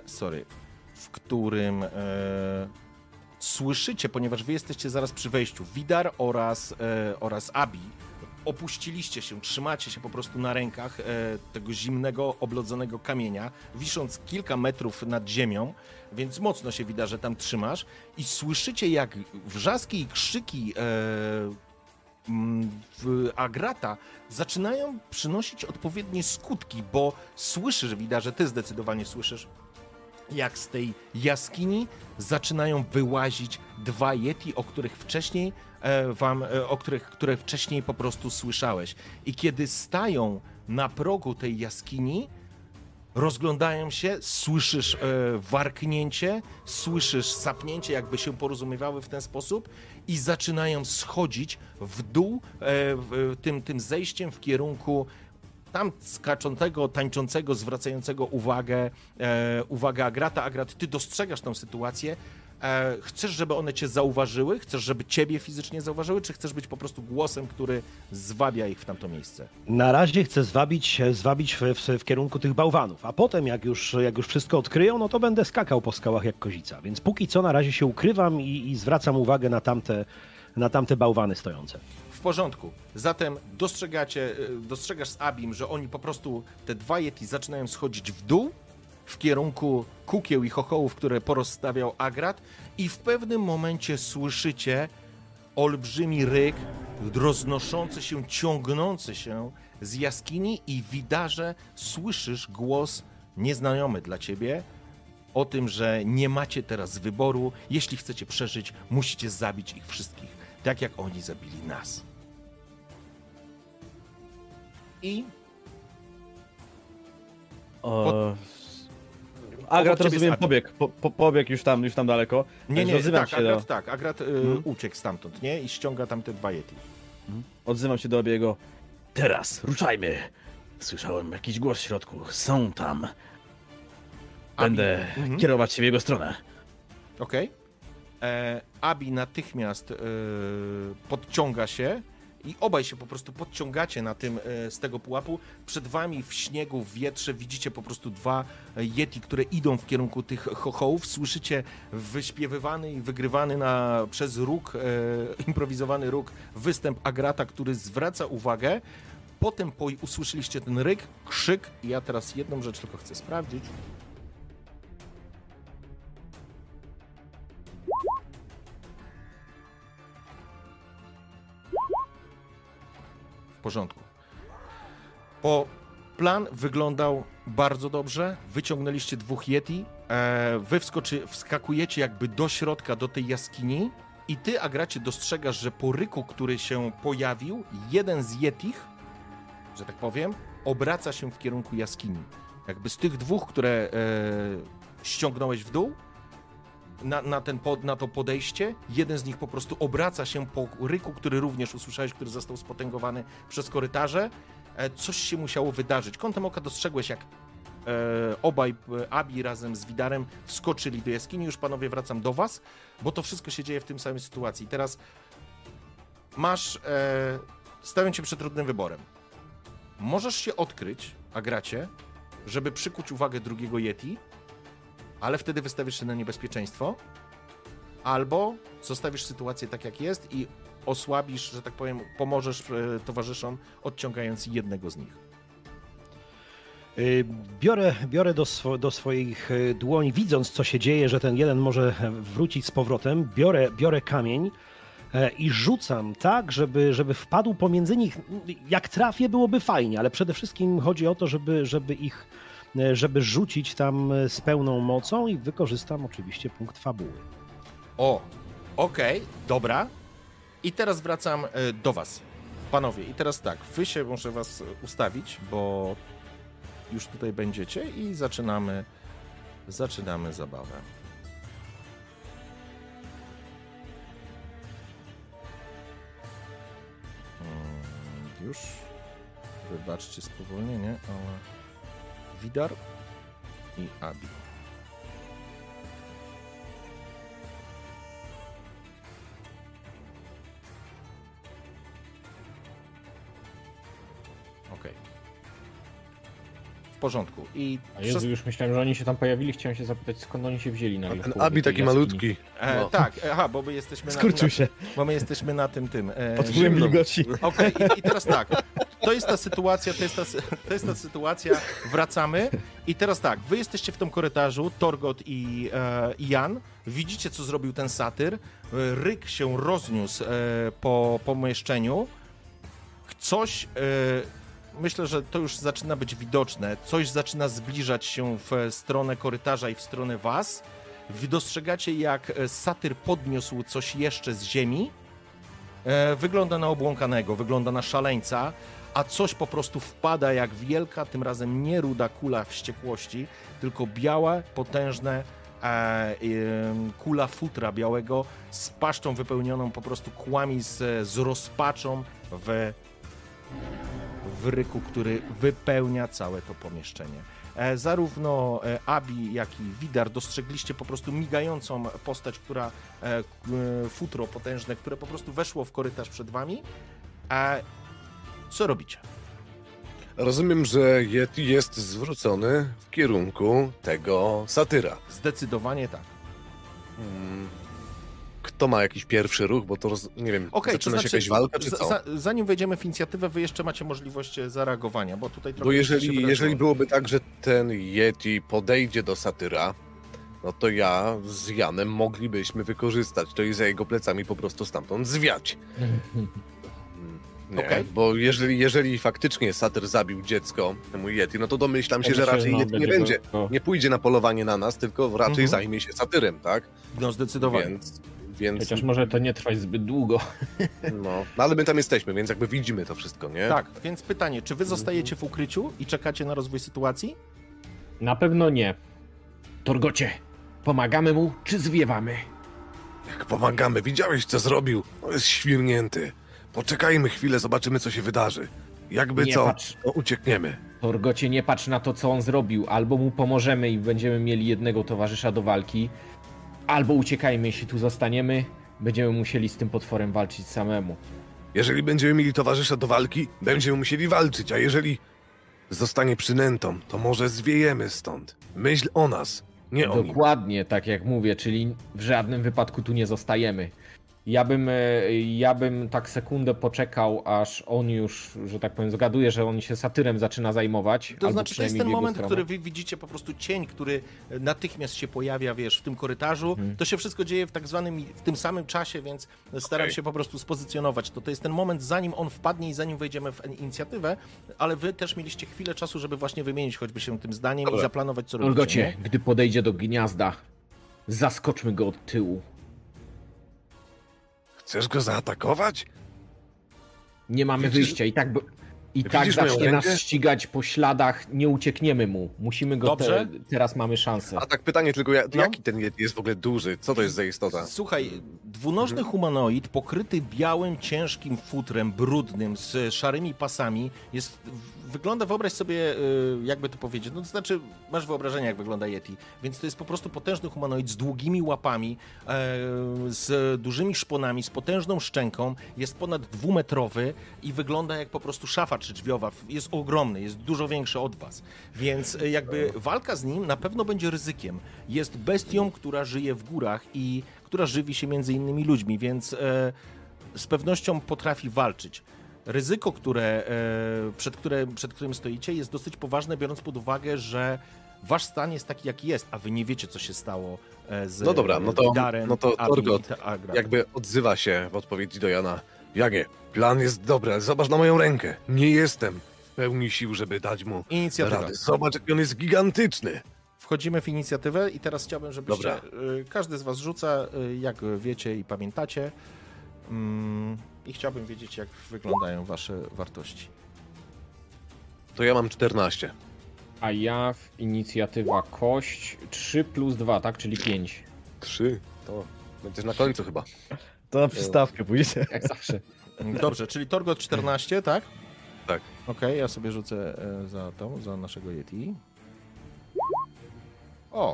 słyszycie, ponieważ wy jesteście zaraz przy wejściu, Widar oraz Abi, opuściliście się, trzymacie się po prostu na rękach tego zimnego, oblodzonego kamienia, wisząc kilka metrów nad ziemią, więc mocno się widać, że tam trzymasz i słyszycie, jak wrzaski i krzyki Agrata zaczynają przynosić odpowiednie skutki, bo słyszysz, Widar, że ty zdecydowanie słyszysz, jak z tej jaskini zaczynają wyłazić dwa Yeti, o których wcześniej które wcześniej po prostu słyszałeś. I kiedy stają na progu tej jaskini, rozglądają się, słyszysz warknięcie, słyszysz sapnięcie, jakby się porozumiewały w ten sposób i zaczynają schodzić w dół tym zejściem w kierunku tam skaczącego, tańczącego, zwracającego uwagę Agrata. Agrat, ty dostrzegasz tę sytuację. Chcesz, żeby one cię zauważyły? Chcesz, żeby ciebie fizycznie zauważyły? Czy chcesz być po prostu głosem, który zwabia ich w tamto miejsce? Na razie chcę zwabić w kierunku tych bałwanów, a potem jak już wszystko odkryją, no to będę skakał po skałach jak kozica. Więc póki co na razie się ukrywam i zwracam uwagę na tamte bałwany stojące. W porządku. Zatem dostrzegasz z Abim, że oni po prostu, te dwa Yeti zaczynają schodzić w dół, w kierunku kukieł i chochołów, które porozstawiał Agrat i w pewnym momencie słyszycie olbrzymi ryk, roznoszący się, ciągnący się z jaskini i widarze słyszysz głos nieznajomy dla ciebie o tym, że nie macie teraz wyboru. Jeśli chcecie przeżyć, musicie zabić ich wszystkich, tak jak oni zabili nas. I Agrat, ciebie rozumiem, jest pobiegł. Pobiegł już tam daleko. nie, Odzywam tak, się Agrat, do... tak, Agrat uciekł stamtąd, nie? I ściąga tam te 2 Yeti. Odzywam się do Abiego. Teraz, ruszajmy. Słyszałem jakiś głos w środku. Są tam. Będę kierować się w jego stronę. Okej. Abi natychmiast podciąga się i obaj się po prostu podciągacie na tym, z tego pułapu. Przed wami w śniegu, w wietrze widzicie po prostu 2 Yeti, które idą w kierunku tych chochołów. Słyszycie wyśpiewywany i wygrywany przez róg, improwizowany róg występ Agrata, który zwraca uwagę. Potem usłyszeliście ten ryk, krzyk i ja teraz jedną rzecz tylko chcę sprawdzić. W porządku. Plan wyglądał bardzo dobrze. Wyciągnęliście 2 Yeti. Wy wskakujecie jakby do środka, do tej jaskini i ty, Agracie, dostrzegasz, że po ryku, który się pojawił, jeden z Yetich, że tak powiem, obraca się w kierunku jaskini. Jakby z tych 2, które ściągnąłeś w dół, na to podejście, jeden z nich po prostu obraca się po ryku, który również usłyszałeś, który został spotęgowany przez korytarze. Coś się musiało wydarzyć. Kątem oka dostrzegłeś, jak obaj, Abi razem z Widarem, wskoczyli do jaskini. Już, panowie, wracam do was, bo to wszystko się dzieje w tym samej sytuacji. Teraz stawiam cię przed trudnym wyborem. Możesz się odkryć, Agracie, żeby przykuć uwagę drugiego Yeti, ale wtedy wystawisz się na niebezpieczeństwo, albo zostawisz sytuację tak, jak jest i osłabisz, że tak powiem, pomożesz towarzyszom, odciągając jednego z nich. Biorę do swoich dłoni, widząc, co się dzieje, że ten jeden może wrócić z powrotem, biorę kamień i rzucam tak, żeby wpadł pomiędzy nich. Jak trafię, byłoby fajnie, ale przede wszystkim chodzi o to, żeby rzucić tam z pełną mocą i wykorzystam oczywiście punkt fabuły. Okej, dobra. I teraz wracam do was, panowie. I teraz tak, muszę was ustawić, bo już tutaj będziecie i zaczynamy zabawę. Już. Wybaczcie spowolnienie, ale Widar i Abi. Okej. W porządku. A Jezu, już myślałem, że oni się tam pojawili. Chciałem się zapytać, skąd oni się wzięli nagle. Ten Abi taki malutki. No. Tak, bo my jesteśmy Skurczył się. Bo my jesteśmy na tym. Pod wpływem wilgoci. Okej, i teraz tak. To jest ta sytuacja, wracamy i teraz tak, wy jesteście w tym korytarzu, Torgot i Jan, widzicie, co zrobił ten satyr, ryk się rozniósł po pomieszczeniu, coś, myślę, że to już zaczyna być widoczne, coś zaczyna zbliżać się w stronę korytarza i w stronę was, wy dostrzegacie, jak satyr podniósł coś jeszcze z ziemi, wygląda na obłąkanego, wygląda na szaleńca, a coś po prostu wpada jak wielka, tym razem nie ruda kula wściekłości, tylko biała, potężna kula futra białego z paszczą wypełnioną po prostu kłami z rozpaczą w ryku, który wypełnia całe to pomieszczenie. Zarówno Abi, jak i Widar dostrzegliście po prostu migającą postać, futro potężne, które po prostu weszło w korytarz przed wami. Co robicie? Rozumiem, że Yeti jest zwrócony w kierunku tego satyra. Zdecydowanie tak. Kto ma jakiś pierwszy ruch, bo to nie wiem, zaczyna się jakaś walka, czy co? Zanim wejdziemy w inicjatywę, wy jeszcze macie możliwość zareagowania, bo tutaj trochę... Bo jeżeli byłoby tak, że ten Yeti podejdzie do satyra, no to ja z Janem moglibyśmy wykorzystać to i za jego plecami po prostu stamtąd zwiać. Nie, Okej. bo jeżeli faktycznie Satyr zabił dziecko, temu Yeti, no to domyślam się, Ja że myślę, raczej no, Yeti nie będzie będzie, to- nie pójdzie na polowanie na nas, tylko raczej zajmie się Satyrem, tak? No zdecydowanie. Więc Chociaż może to nie trwać zbyt długo. no ale my tam jesteśmy, więc jakby widzimy to wszystko, nie? Tak, więc pytanie, czy wy zostajecie w ukryciu i czekacie na rozwój sytuacji? Na pewno nie. Torgocie, pomagamy mu czy zwiewamy? Jak pomagamy, widziałeś co zrobił? No jest świrnięty. Poczekajmy chwilę, zobaczymy co się wydarzy. Jakby Nie co, patrz. to uciekniemy. Torgocie, nie patrz na to, co on zrobił. Albo mu pomożemy i będziemy mieli jednego towarzysza do walki, albo uciekajmy, jeśli tu zostaniemy, będziemy musieli z tym potworem walczyć samemu. Jeżeli będziemy mieli towarzysza do walki, będziemy musieli walczyć, a jeżeli zostanie przynętą, to może zwiejemy stąd. Myśl o nas, nie o nim. Dokładnie, tak jak mówię, czyli w żadnym wypadku tu nie zostajemy. Ja bym tak sekundę poczekał, aż on już, że tak powiem, zgaduje, że on się Satyrem zaczyna zajmować. To albo znaczy, to jest przynajmniej ten w jego moment, stronę. który wy widzicie po prostu cień, który natychmiast się pojawia, wiesz, w tym korytarzu. To się wszystko dzieje w tak zwanym, w tym samym czasie, więc staram Okej. się po prostu spozycjonować. To jest ten moment, zanim on wpadnie i zanim wejdziemy w inicjatywę, ale wy też mieliście chwilę czasu, żeby właśnie wymienić choćby się tym zdaniem Dobra. i zaplanować, co robicie. Torgocie, nie? gdy podejdzie do gniazda, zaskoczmy go od tyłu. Chcesz go zaatakować? Nie mamy Widzisz- wyjścia i tak Widzisz moją zacznie nas rękę? ścigać po śladach, nie uciekniemy mu. Musimy go, Dobrze. teraz mamy szansę. A tak pytanie tylko, No. jaki ten Yeti jest w ogóle duży? Co to jest za istota? Słuchaj, dwunożny humanoid pokryty białym, ciężkim futrem, brudnym, z szarymi pasami, wygląda, wyobraź sobie, jakby to powiedzieć, no to znaczy, masz wyobrażenie, jak wygląda Yeti, więc to jest po prostu potężny humanoid z długimi łapami, z dużymi szponami, z potężną szczęką, jest ponad 2-metrowy i wygląda jak po prostu szafa trzydrzwiowa, jest ogromny, jest dużo większy od was, więc jakby walka z nim na pewno będzie ryzykiem. Jest bestią, która żyje w górach i która żywi się między innymi ludźmi, więc z pewnością potrafi walczyć. Ryzyko, przed którym stoicie, jest dosyć poważne, biorąc pod uwagę, że wasz stan jest taki, jaki jest, a wy nie wiecie, co się stało z No dobra, no Darem, to Abi Torgot i Agra. jakby odzywa się w odpowiedzi do Jana. Janie, plan jest dobry, ale zobacz na moją rękę. Nie jestem w pełni sił, żeby dać mu Inicjatywa. radę. Zobacz, jak on jest gigantyczny. Wchodzimy w inicjatywę i teraz chciałbym, żebyście... Dobra. Każdy z was rzuca, jak wiecie i pamiętacie. I chciałbym wiedzieć, jak wyglądają wasze wartości. To ja mam 14. A ja w inicjatywa kość 3 plus 2, tak? Czyli 5. 3? To będziesz na końcu chyba. To na przystawkę pójdzie. Jak zawsze. Dobrze, czyli Torgot 14, tak? Tak. Okej, ja sobie rzucę za naszego Yeti. O!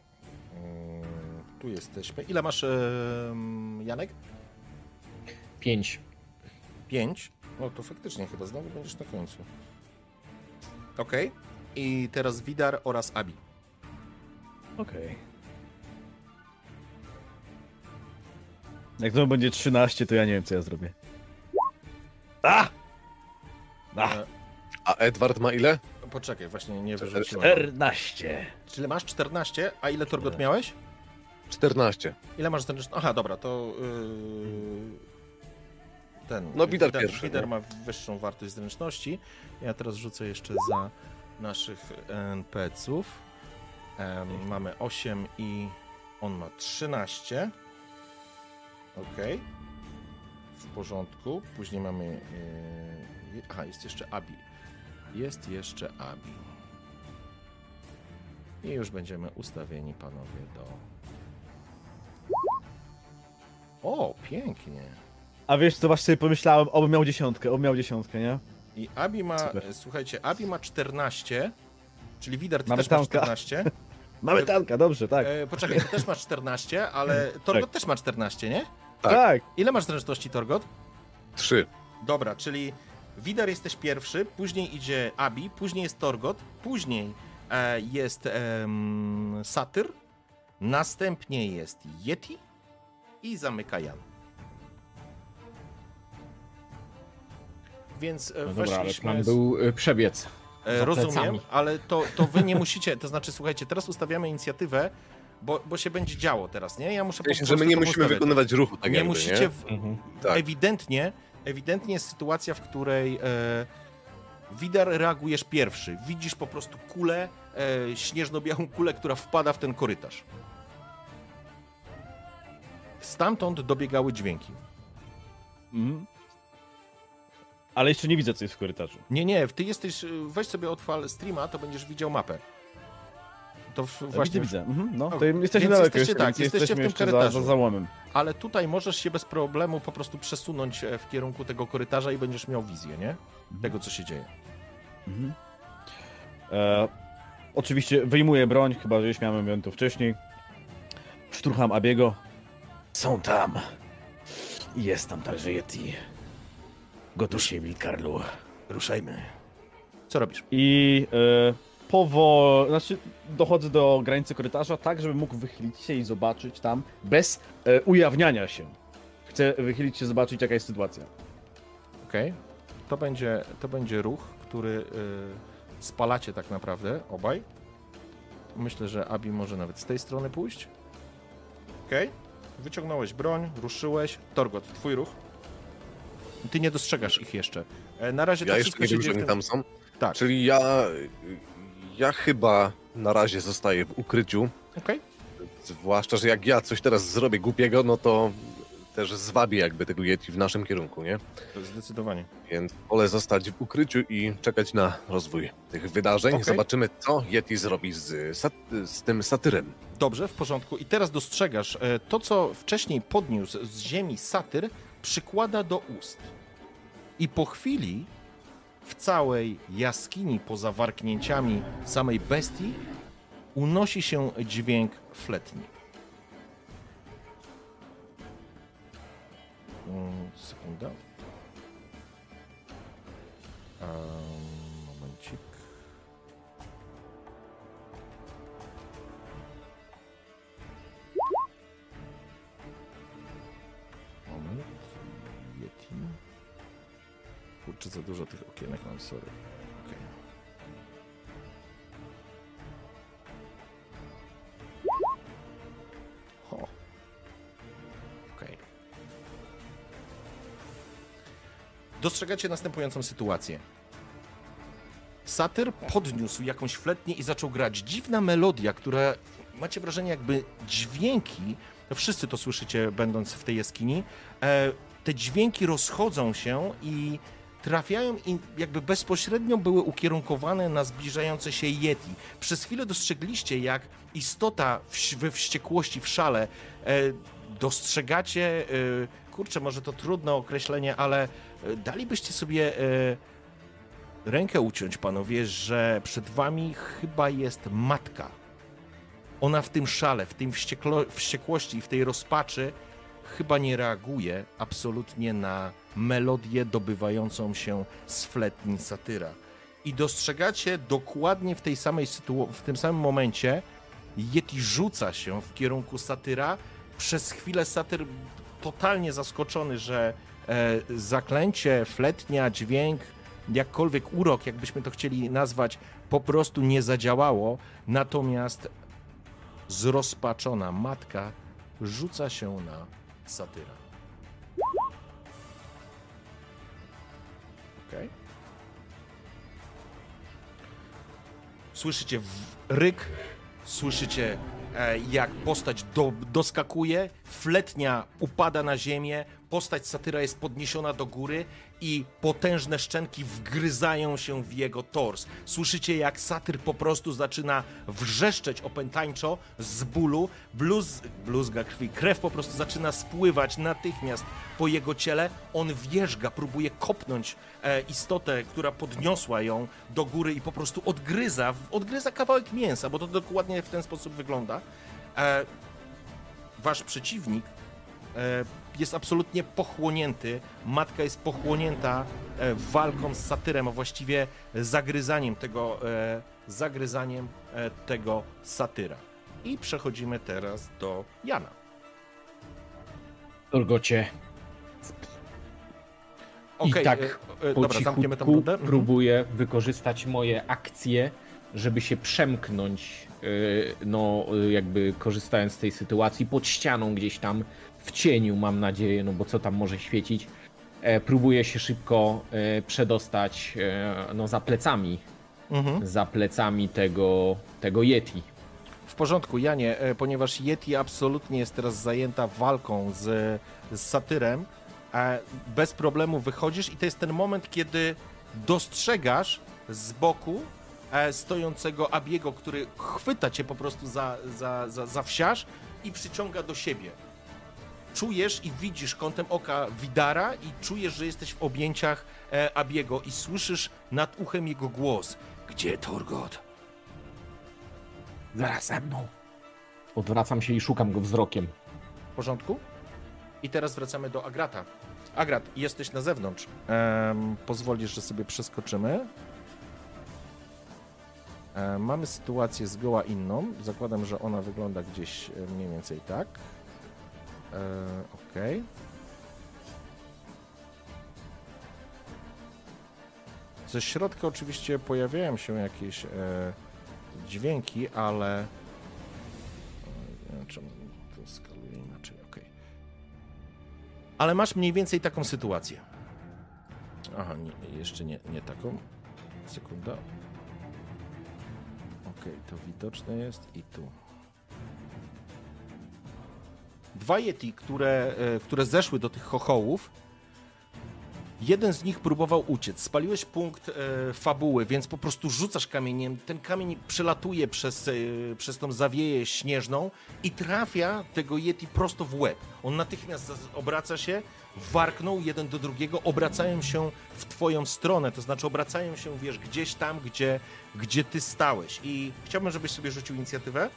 Tu jesteśmy. Ile masz, Janek? 5. 5. No to faktycznie chyba znowu będziesz na końcu. Okej. I teraz Widar oraz Abi. Okej. Jak to będzie 13, to ja nie wiem, co ja zrobię. A! A Edward ma ile? Poczekaj, właśnie nie wyrzuciłem. 14. Czyli masz 14, a ile Torgot miałeś? 14. Ile masz zręczności? Aha, dobra, to ten. No, Widar pierwszy, Widar no. ma wyższą wartość zręczności. Ja teraz rzucę jeszcze za naszych NPC-ów. Mamy 8 i on ma 13. Okej. W porządku. Później mamy... Aha, jest jeszcze Abi. Jest jeszcze Abi. I już będziemy ustawieni, panowie, do... O, pięknie. A wiesz co, właśnie sobie pomyślałem, obym miał 10, nie? I Abi ma, Super. słuchajcie, Abi ma 14, czyli Widar, ty Mamy też masz tanka. 14. Mamy tanka, dobrze, tak. Poczekaj, ty też masz 14, ale Torgot też ma 14, nie? Tak. Ile masz zręczności, Torgot? 3. Dobra, czyli Widar jesteś pierwszy, później idzie Abi, później jest Torgot, później jest Satyr, następnie jest Yeti i zamyka Jan. Więc No dobra, ale weszliśmy... plan był przebiec. za Rozumiem, plecami. ale to wy nie musicie, to znaczy słuchajcie, teraz ustawiamy inicjatywę bo się będzie działo teraz, nie? Ja muszę Myślę, że my nie musimy wykonywać ruchu, tak nie jakby, musicie. nie? Tak. Ewidentnie jest sytuacja, w której Widar reagujesz pierwszy. Widzisz po prostu kulę, śnieżno-białą kulę, która wpada w ten korytarz. Stamtąd dobiegały dźwięki. Ale jeszcze nie widzę, co jest w korytarzu. Nie, ty jesteś... Weź sobie odpal streama, to będziesz widział mapę. To właśnie... Widzę. No, O, to jesteśmy więc daleko jesteście, jeszcze, tak, więc jesteście w tym jeszcze korytarzu. za załomem. Ale tutaj możesz się bez problemu po prostu przesunąć w kierunku tego korytarza i będziesz miał wizję, nie? Tego, co się dzieje. Oczywiście wyjmuję broń, chyba że już miałem to wcześniej. Szturcham Abiego. Są tam. I jest tam także Yeti. Gotów się, Wilkarlu. Ruszajmy. Co robisz? I znaczy dochodzę do granicy korytarza tak, żeby mógł wychylić się i zobaczyć tam bez ujawniania się. Chcę wychylić się, zobaczyć jaka jest sytuacja. Okej. To będzie ruch, który spalacie tak naprawdę obaj. Myślę, że Abi może nawet z tej strony pójść. Okej. Wyciągnąłeś broń, ruszyłeś. Torgot, twój ruch. Ty nie dostrzegasz ich jeszcze. Na razie Ja to jeszcze wszystko nie się wiem, że dzieje oni tam są. Tak. Czyli ja chyba na razie zostaję w ukryciu. Okej. Zwłaszcza, że jak ja coś teraz zrobię głupiego, no to też zwabię jakby tego Yeti w naszym kierunku, nie? Zdecydowanie. Więc wolę zostać w ukryciu i czekać na rozwój tych wydarzeń. Okej. Zobaczymy, co Yeti zrobi z tym satyrem. Dobrze, w porządku. I teraz dostrzegasz to, co wcześniej podniósł z ziemi satyr, przykłada do ust. I po chwili w całej jaskini, poza warknięciami samej bestii, unosi się dźwięk fletni. Sekunda. Momencik. Moment. Yeti. Kurczę, za dużo tych okienek mam, sorry. Okay. Okej. Dostrzegacie następującą sytuację. Satyr podniósł jakąś fletnię i zaczął grać. Dziwna melodia, która macie wrażenie, jakby dźwięki, no wszyscy to słyszycie, będąc w tej jaskini, te dźwięki rozchodzą się i trafiają i jakby bezpośrednio były ukierunkowane na zbliżające się Yeti. Przez chwilę dostrzegliście, jak istota we wściekłości, w szale, dostrzegacie, kurczę, może to trudne określenie, ale dalibyście sobie rękę uciąć, panowie, że przed wami chyba jest matka. Ona w tym szale, w tej wściekłości i w tej rozpaczy chyba nie reaguje absolutnie na melodię dobywającą się z fletni satyra. I dostrzegacie dokładnie w tej samej w tym samym momencie Yeti rzuca się w kierunku satyra. Przez chwilę satyr totalnie zaskoczony, że zaklęcie, fletnia, dźwięk, jakkolwiek urok, jakbyśmy to chcieli nazwać, po prostu nie zadziałało. Natomiast zrozpaczona matka rzuca się na satyra. Okej. Słyszycie ryk, słyszycie jak postać doskakuje, fletnia upada na ziemię, postać satyra jest podniesiona do góry i potężne szczęki wgryzają się w jego tors. Słyszycie, jak satyr po prostu zaczyna wrzeszczeć opętańczo z bólu, bluzga krwi, krew po prostu zaczyna spływać natychmiast po jego ciele. On wierzga, próbuje kopnąć istotę, która podniosła ją do góry i po prostu odgryza kawałek mięsa, bo to dokładnie w ten sposób wygląda. Wasz przeciwnik jest absolutnie pochłonięty, matka jest pochłonięta walką z satyrem, a właściwie zagryzaniem tego satyra. I przechodzimy teraz do Jana. Torgocie. Okay, I tak po dobra, zamkniemy tę cichutku rundę. próbuję wykorzystać moje akcje, żeby się przemknąć no jakby korzystając z tej sytuacji, pod ścianą gdzieś tam w cieniu, mam nadzieję, no bo co tam może świecić, próbuje się szybko przedostać no za plecami tego Yeti. W porządku, Janie, ponieważ Yeti absolutnie jest teraz zajęta walką z satyrem, bez problemu wychodzisz i to jest ten moment, kiedy dostrzegasz z boku stojącego Abiego, który chwyta cię po prostu za wsiarz i przyciąga do siebie. Czujesz i widzisz kątem oka Widara i czujesz, że jesteś w objęciach Abiego i słyszysz nad uchem jego głos. Gdzie Torgot? Zaraz ze mną. Odwracam się i szukam go wzrokiem. W porządku? I teraz wracamy do Agrata. Agrat, jesteś na zewnątrz. Pozwolisz, że sobie przeskoczymy. Mamy sytuację zgoła inną. Zakładam, że ona wygląda gdzieś mniej więcej tak. Okej. Ze środka oczywiście pojawiają się jakieś dźwięki, ale... Czemu to skaluję inaczej? Okej. Ale masz mniej więcej taką sytuację. Aha, nie, jeszcze nie taką. Sekunda. Okej, to widoczne jest i tu. Dwa Yeti, które zeszły do tych chochołów, jeden z nich próbował uciec. Spaliłeś punkt fabuły, więc po prostu rzucasz kamieniem. Ten kamień przelatuje przez tą zawieję śnieżną i trafia tego Yeti prosto w łeb. On natychmiast obraca się, warknął jeden do drugiego, obracają się w twoją stronę, to znaczy obracają się, wiesz, gdzieś tam, gdzie ty stałeś. I chciałbym, żebyś sobie rzucił inicjatywę.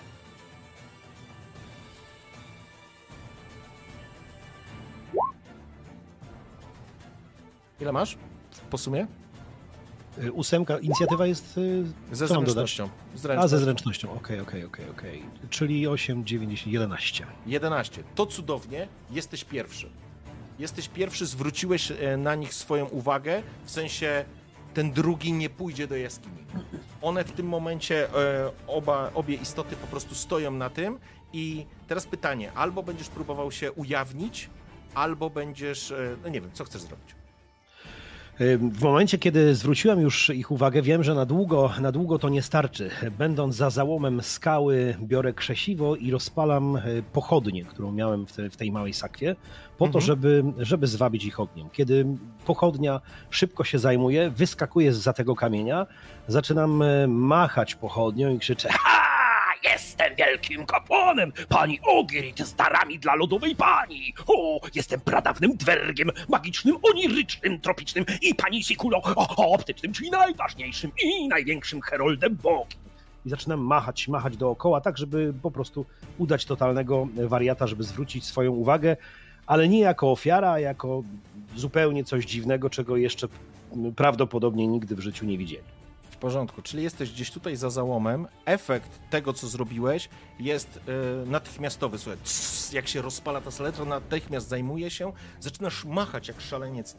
Ile masz po sumie? 8, inicjatywa jest... Ze zręcznością. Ze zręcznością, okej. Czyli 8, 9, 10, 11. 11. To cudownie, jesteś pierwszy. Jesteś pierwszy, zwróciłeś na nich swoją uwagę, w sensie ten drugi nie pójdzie do jaskini. One w tym momencie, obie istoty po prostu stoją na tym i teraz pytanie, albo będziesz próbował się ujawnić, albo będziesz, no nie wiem, co chcesz zrobić? W momencie, kiedy zwróciłem już ich uwagę, wiem, że na długo to nie starczy. Będąc za załomem skały, biorę krzesiwo i rozpalam pochodnię, którą miałem w tej małej sakwie, po to, żeby zwabić ich ogniem. Kiedy pochodnia szybko się zajmuje, wyskakuję zza tego kamienia, zaczynam machać pochodnią i krzyczę: Jestem wielkim kapłanem pani Ogirit z darami dla lodowej pani. O, jestem pradawnym dwergiem, magicznym, onirycznym, tropicznym i pani Sikulo optycznym, czyli najważniejszym i największym heroldem bogi. I zaczynam machać dookoła, tak żeby po prostu udać totalnego wariata, żeby zwrócić swoją uwagę, ale nie jako ofiara, a jako zupełnie coś dziwnego, czego jeszcze prawdopodobnie nigdy w życiu nie widzieli. W porządku, czyli jesteś gdzieś tutaj za załomem. Efekt tego, co zrobiłeś, jest natychmiastowy. Słuchaj, jak się rozpala ta saletra, natychmiast zajmuje się. Zaczynasz machać jak szaleniec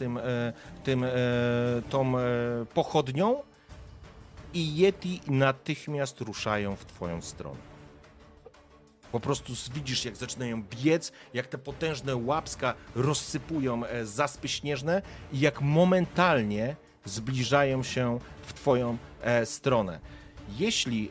tą pochodnią i Yeti natychmiast ruszają w twoją stronę. Po prostu widzisz, jak zaczynają biec, jak te potężne łapska rozsypują zaspy śnieżne i jak momentalnie zbliżają się w twoją stronę. Jeśli,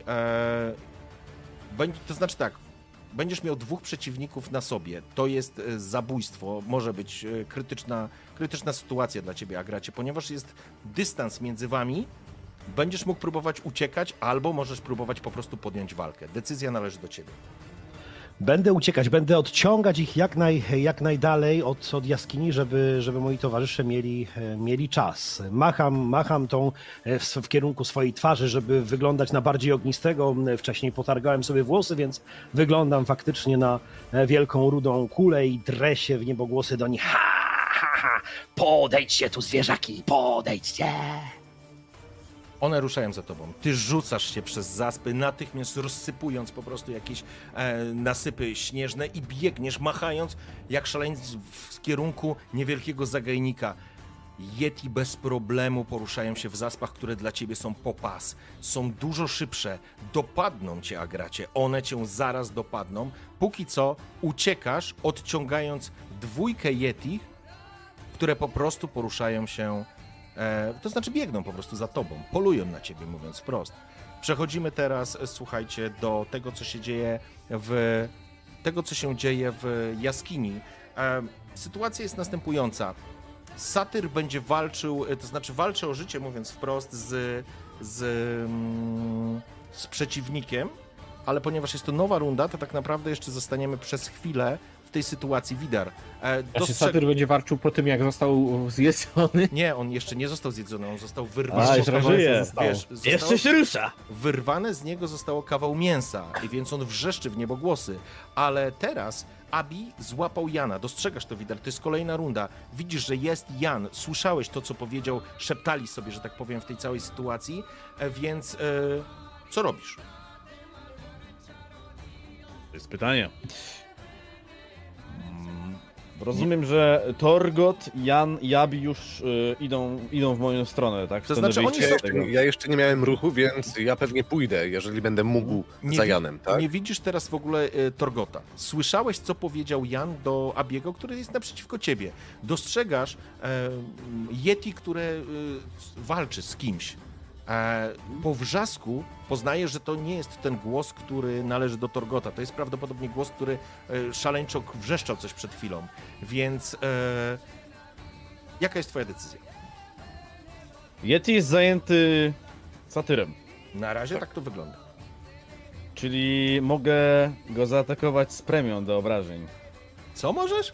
to znaczy tak, będziesz miał 2 przeciwników na sobie, to jest zabójstwo, może być krytyczna sytuacja dla ciebie, Agracie, ponieważ jest dystans między wami, będziesz mógł próbować uciekać, albo możesz próbować po prostu podjąć walkę. Decyzja należy do ciebie. Będę uciekać, będę odciągać ich jak najdalej od jaskini, żeby moi towarzysze mieli czas. Macham tą w kierunku swojej twarzy, żeby wyglądać na bardziej ognistego. Wcześniej potargałem sobie włosy, więc wyglądam faktycznie na wielką rudą kulę i drę się w niebogłosy do nich. Ha! Podejdźcie tu, zwierzaki, podejdźcie! One ruszają za tobą. Ty rzucasz się przez zaspy, natychmiast rozsypując po prostu jakieś nasypy śnieżne i biegniesz, machając jak szaleniec w kierunku niewielkiego zagajnika. Yeti bez problemu poruszają się w zaspach, które dla ciebie są po pas. Są dużo szybsze. Dopadną cię, Agracie. One cię zaraz dopadną. Póki co uciekasz, odciągając 2 Yeti, które po prostu poruszają się, to znaczy biegną po prostu za tobą. Polują na ciebie, mówiąc wprost. Przechodzimy teraz, słuchajcie, do tego, co się dzieje w jaskini. Sytuacja jest następująca. Satyr będzie walczył, to znaczy walczy o życie, mówiąc wprost, z przeciwnikiem, ale ponieważ jest to nowa runda, to tak naprawdę jeszcze zostaniemy przez chwilę w tej sytuacji. Widar. Satyr będzie walczył po tym, jak został zjedzony? Nie, on jeszcze nie został zjedzony, on został wyrwany. jeszcze żyje. Jeszcze się rusza! Wyrwane z niego zostało kawał mięsa, i więc on wrzeszczy w niebogłosy. Ale teraz Abi złapał Jana. Dostrzegasz to, Widar, to jest kolejna runda. Widzisz, że jest Jan. Słyszałeś to, co powiedział, szeptali sobie, że tak powiem, w tej całej sytuacji, więc co robisz? To jest pytanie. Rozumiem, że Torgot, Jan i Abi już idą w moją stronę, tak? To znaczy oni są... Ja jeszcze nie miałem ruchu, więc ja pewnie pójdę, jeżeli będę mógł za Janem, tak? Nie widzisz teraz w ogóle Torgota. Słyszałeś, co powiedział Jan do Abiego, który jest naprzeciwko ciebie. Dostrzegasz Yeti, które walczy z kimś. Po wrzasku poznajesz, że to nie jest ten głos, który należy do Torgota. To jest prawdopodobnie głos, który szaleńczo wrzeszczał coś przed chwilą. Więc jaka jest twoja decyzja? Yeti jest zajęty satyrem. Na razie tak to wygląda. Czyli mogę go zaatakować z premią do obrażeń. Co możesz?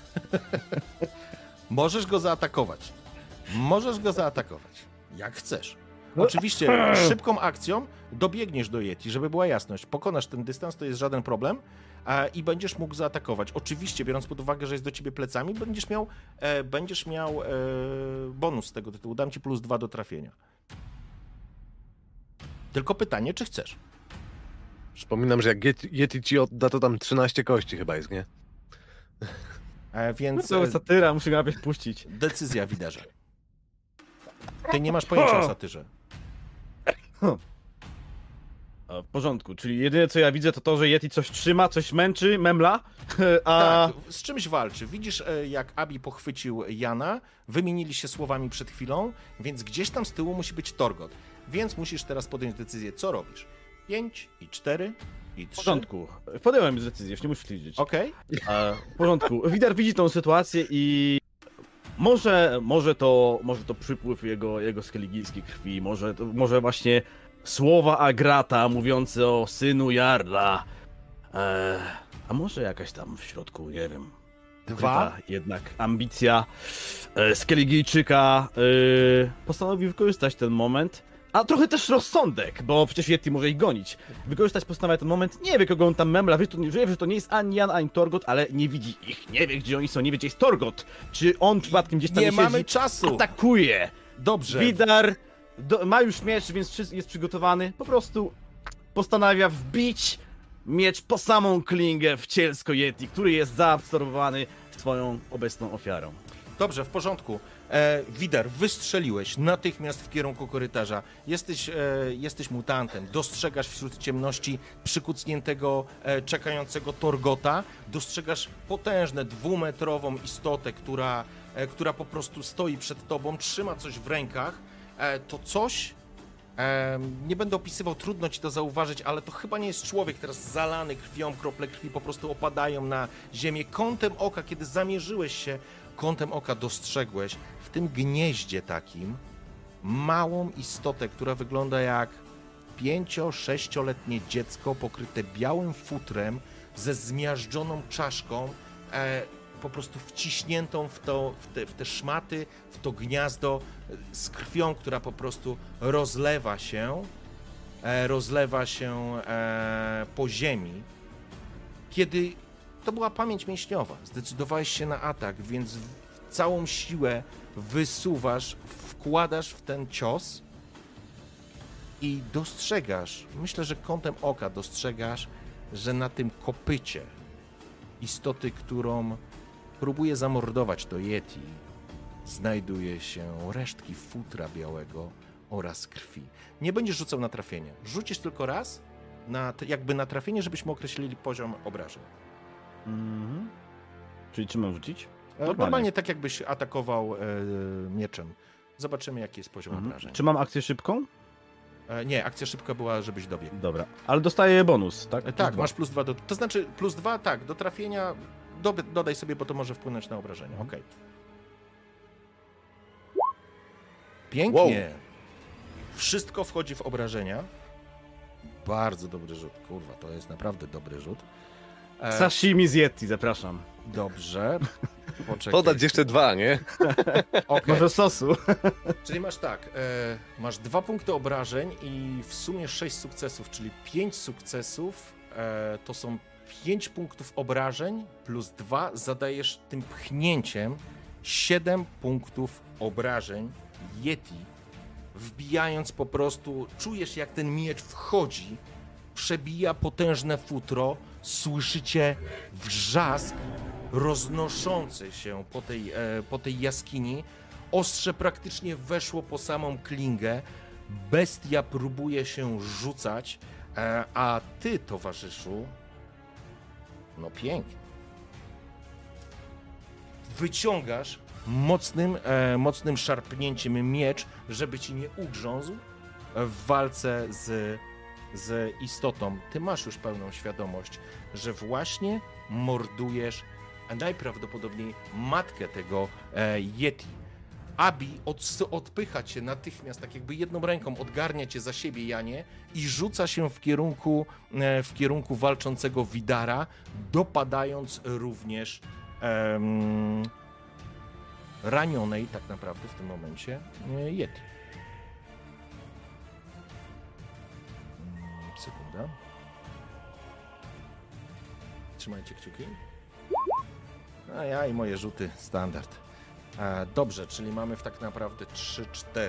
Możesz go zaatakować. Możesz go zaatakować. Jak chcesz. Oczywiście szybką akcją dobiegniesz do Yeti, żeby była jasność. Pokonasz ten dystans, to jest żaden problem i będziesz mógł zaatakować. Oczywiście, biorąc pod uwagę, że jest do ciebie plecami, będziesz miał bonus z tego tytułu. Dam ci +2 do trafienia. Tylko pytanie, czy chcesz? Przypominam, że jak Yeti ci odda, to tam 13 kości chyba jest, nie? Więc To satyra, muszę go najpierw puścić. decyzja, Widarze. Ty nie masz pojęcia o satyrze. W porządku, czyli jedyne co ja widzę to, że Yeti coś trzyma, coś męczy, memla, a... Tak, z czymś walczy. Widzisz, jak Abi pochwycił Jana, wymienili się słowami przed chwilą, więc gdzieś tam z tyłu musi być Torgot. Więc musisz teraz podjąć decyzję, co robisz. 5 i 4 i 3. W porządku, podjąłem już decyzję, już nie musisz liczyć. Okej. W porządku, Widar widzi tą sytuację i... Może to przypływ jego skeligijskiej krwi, może właśnie słowa Agrata mówiące o synu Jarla, a może jakaś tam w środku, nie wiem, 2. Jednak ambicja Skeligijczyka postanowił wykorzystać ten moment, a trochę też rozsądek, bo przecież Yeti może ich gonić. Postanawia ten moment, nie wie kogo on tam memla, wie, że to nie jest ani Jan, ani Torgot, ale nie widzi ich, nie wie gdzie oni są, nie wie gdzie jest Torgot. Czy on przypadkiem gdzieś tam Nie mamy siedzi, czasu. atakuje. Dobrze. Widar ma już miecz, więc jest przygotowany, po prostu postanawia wbić miecz po samą klingę w cielsko Yeti, który jest zaabsorbowany swoją obecną ofiarą. Dobrze, w porządku. Widar, wystrzeliłeś natychmiast w kierunku korytarza. Jesteś mutantem. Dostrzegasz wśród ciemności przykucniętego, czekającego Torgota. Dostrzegasz potężną, 2-metrową istotę, która po prostu stoi przed tobą, trzyma coś w rękach. To coś... nie będę opisywał, trudno ci to zauważyć, ale to chyba nie jest człowiek teraz zalany krwią, krople krwi po prostu opadają na ziemię. Kątem oka, kiedy zamierzyłeś się, kątem oka dostrzegłeś w tym gnieździe takim małą istotę, która wygląda jak 5-6-letnie dziecko pokryte białym futrem ze zmiażdżoną czaszką, po prostu wciśniętą w te szmaty, w to gniazdo, z krwią, która po prostu rozlewa się po ziemi. Kiedy to była pamięć mięśniowa, zdecydowałeś się na atak, więc całą siłę wysuwasz, wkładasz w ten cios i dostrzegasz, myślę, że kątem oka dostrzegasz, że na tym kopycie istoty, którą próbuje zamordować to Yeti, znajduje się resztki futra białego oraz krwi. Nie będziesz rzucał na trafienie. Rzucisz tylko raz, jakby na trafienie, żebyśmy określili poziom obrażeń. Czyli czy mam rzucić? Normalnie tak, jakbyś atakował mieczem. Zobaczymy, jaki jest poziom obrażeń. Czy mam akcję szybką? Nie, akcja szybka była, żebyś dobiegł. Dobra, ale dostaję bonus, tak? Tak, masz +2 to znaczy +2, tak, do trafienia dodaj sobie, bo to może wpłynąć na obrażenia. Okej. Pięknie. Wow. Wszystko wchodzi w obrażenia. Bardzo dobry rzut. Kurwa, to jest naprawdę dobry rzut. Sashimi z Yeti, zapraszam. Dobrze. Poczekaj. Podać jeszcze 2, nie? Okay. Może sosu. Czyli masz tak, masz 2 punkty obrażeń i w sumie 6 sukcesów, czyli 5 sukcesów to są 5 punktów obrażeń plus 2 zadajesz tym pchnięciem 7 punktów obrażeń Yeti. Wbijając po prostu, czujesz jak ten miecz wchodzi, przebija potężne futro, słyszycie wrzask roznoszący się po tej jaskini. Ostrze praktycznie weszło po samą klingę. Bestia próbuje się rzucać, a ty, towarzyszu, no pięknie. Wyciągasz mocnym szarpnięciem miecz, żeby ci nie ugrzązł w walce z istotą. Ty masz już pełną świadomość, że właśnie mordujesz najprawdopodobniej matkę tego Yeti. Abi odpycha cię natychmiast, tak jakby jedną ręką odgarnia cię za siebie, Janie, i rzuca się w kierunku walczącego Widara, dopadając również ranionej tak naprawdę w tym momencie Yeti. Sekunda. Trzymajcie kciuki. A ja i moje rzuty standard. Dobrze, czyli mamy tak naprawdę 3-4.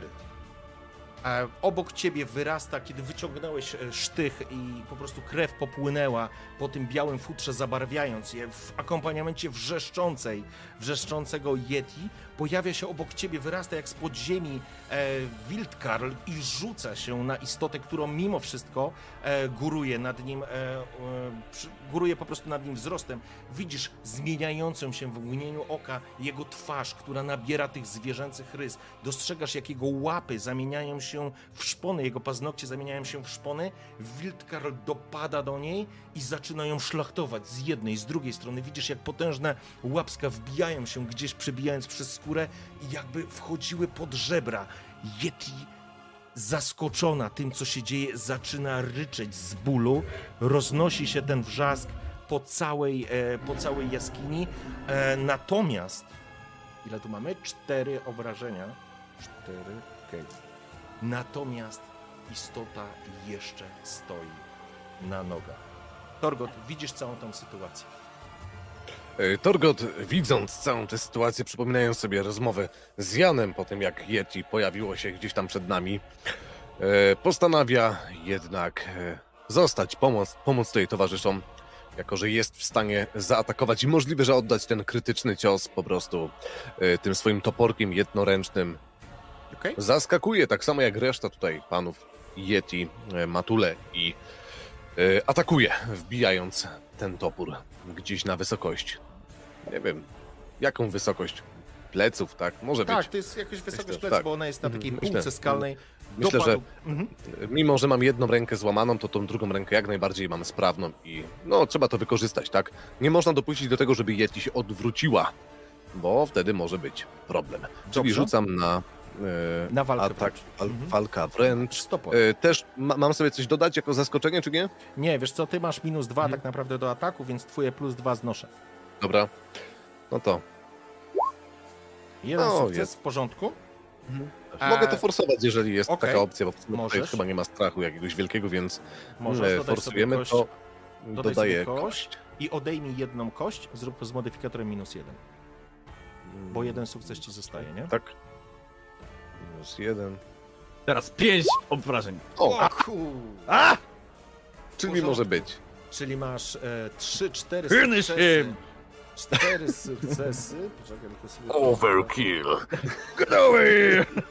Obok ciebie wyrasta, kiedy wyciągnąłeś sztych i po prostu krew popłynęła po tym białym futrze, zabarwiając je w akompaniamencie wrzeszczącego Yeti. Pojawia się obok ciebie, wyrasta jak z podziemi Wildkarl i rzuca się na istotę, którą mimo wszystko góruje nad nim, góruje po prostu nad nim wzrostem. Widzisz zmieniającą się w mgnieniu oka jego twarz, która nabiera tych zwierzęcych rys. Dostrzegasz, jak jego łapy zamieniają się w szpony, jego paznokcie zamieniają się w szpony. Wildkarl dopada do niej i zaczyna ją szlachtować z jednej, z drugiej strony. Widzisz, jak potężne łapska wbijają się gdzieś, przebijając przez skórę i jakby wchodziły pod żebra. Yeti, zaskoczona tym, co się dzieje, zaczyna ryczeć z bólu. Roznosi się ten wrzask po całej jaskini. Natomiast, ile tu mamy? 4 obrażenia. 4, okej. Natomiast istota jeszcze stoi na nogach. Torgot, widzisz całą tą sytuację. Torgot, widząc całą tę sytuację, przypominając sobie rozmowę z Janem po tym, jak Yeti pojawiło się gdzieś tam przed nami, postanawia jednak zostać, pomóc tutaj towarzyszom, jako że jest w stanie zaatakować i możliwe, że oddać ten krytyczny cios po prostu tym swoim toporkiem jednoręcznym. Okay. Zaskakuje, tak samo jak reszta tutaj panów Yeti, Matule i atakuje, wbijając ten topór gdzieś na wysokość. Nie wiem, jaką wysokość pleców, tak? Może być. Tak, to jest jakaś wysokość pleców, tak. Bo ona jest na takiej półce skalnej. Myślę, że mimo, że mam jedną rękę złamaną, to tą drugą rękę jak najbardziej mam sprawną i no, trzeba to wykorzystać, tak? Nie można dopuścić do tego, żeby Yeti się odwróciła, bo wtedy może być problem. Czyli rzucam na walkę atak, walka wręcz. Też mam sobie coś dodać jako zaskoczenie, czy nie? Nie, wiesz co, ty masz -2 tak naprawdę do ataku, więc twoje +2 znoszę. Dobra, no to. Jeden sukces, jest w porządku. Mogę to forsować, jeżeli jest taka opcja, bo tutaj chyba nie ma strachu jakiegoś wielkiego, więc forsujemy to. Dodaję kość. I odejmij jedną kość, zrób z modyfikatorem -1. Bo jeden sukces ci zostaje, nie? Tak. -1. Teraz 5 obrażeń. O! Czyli może być. Czyli masz 3-4 sukcesy 4 sukcesy. Poczekaj, tylko sobie... Overkill. Gotowy! 3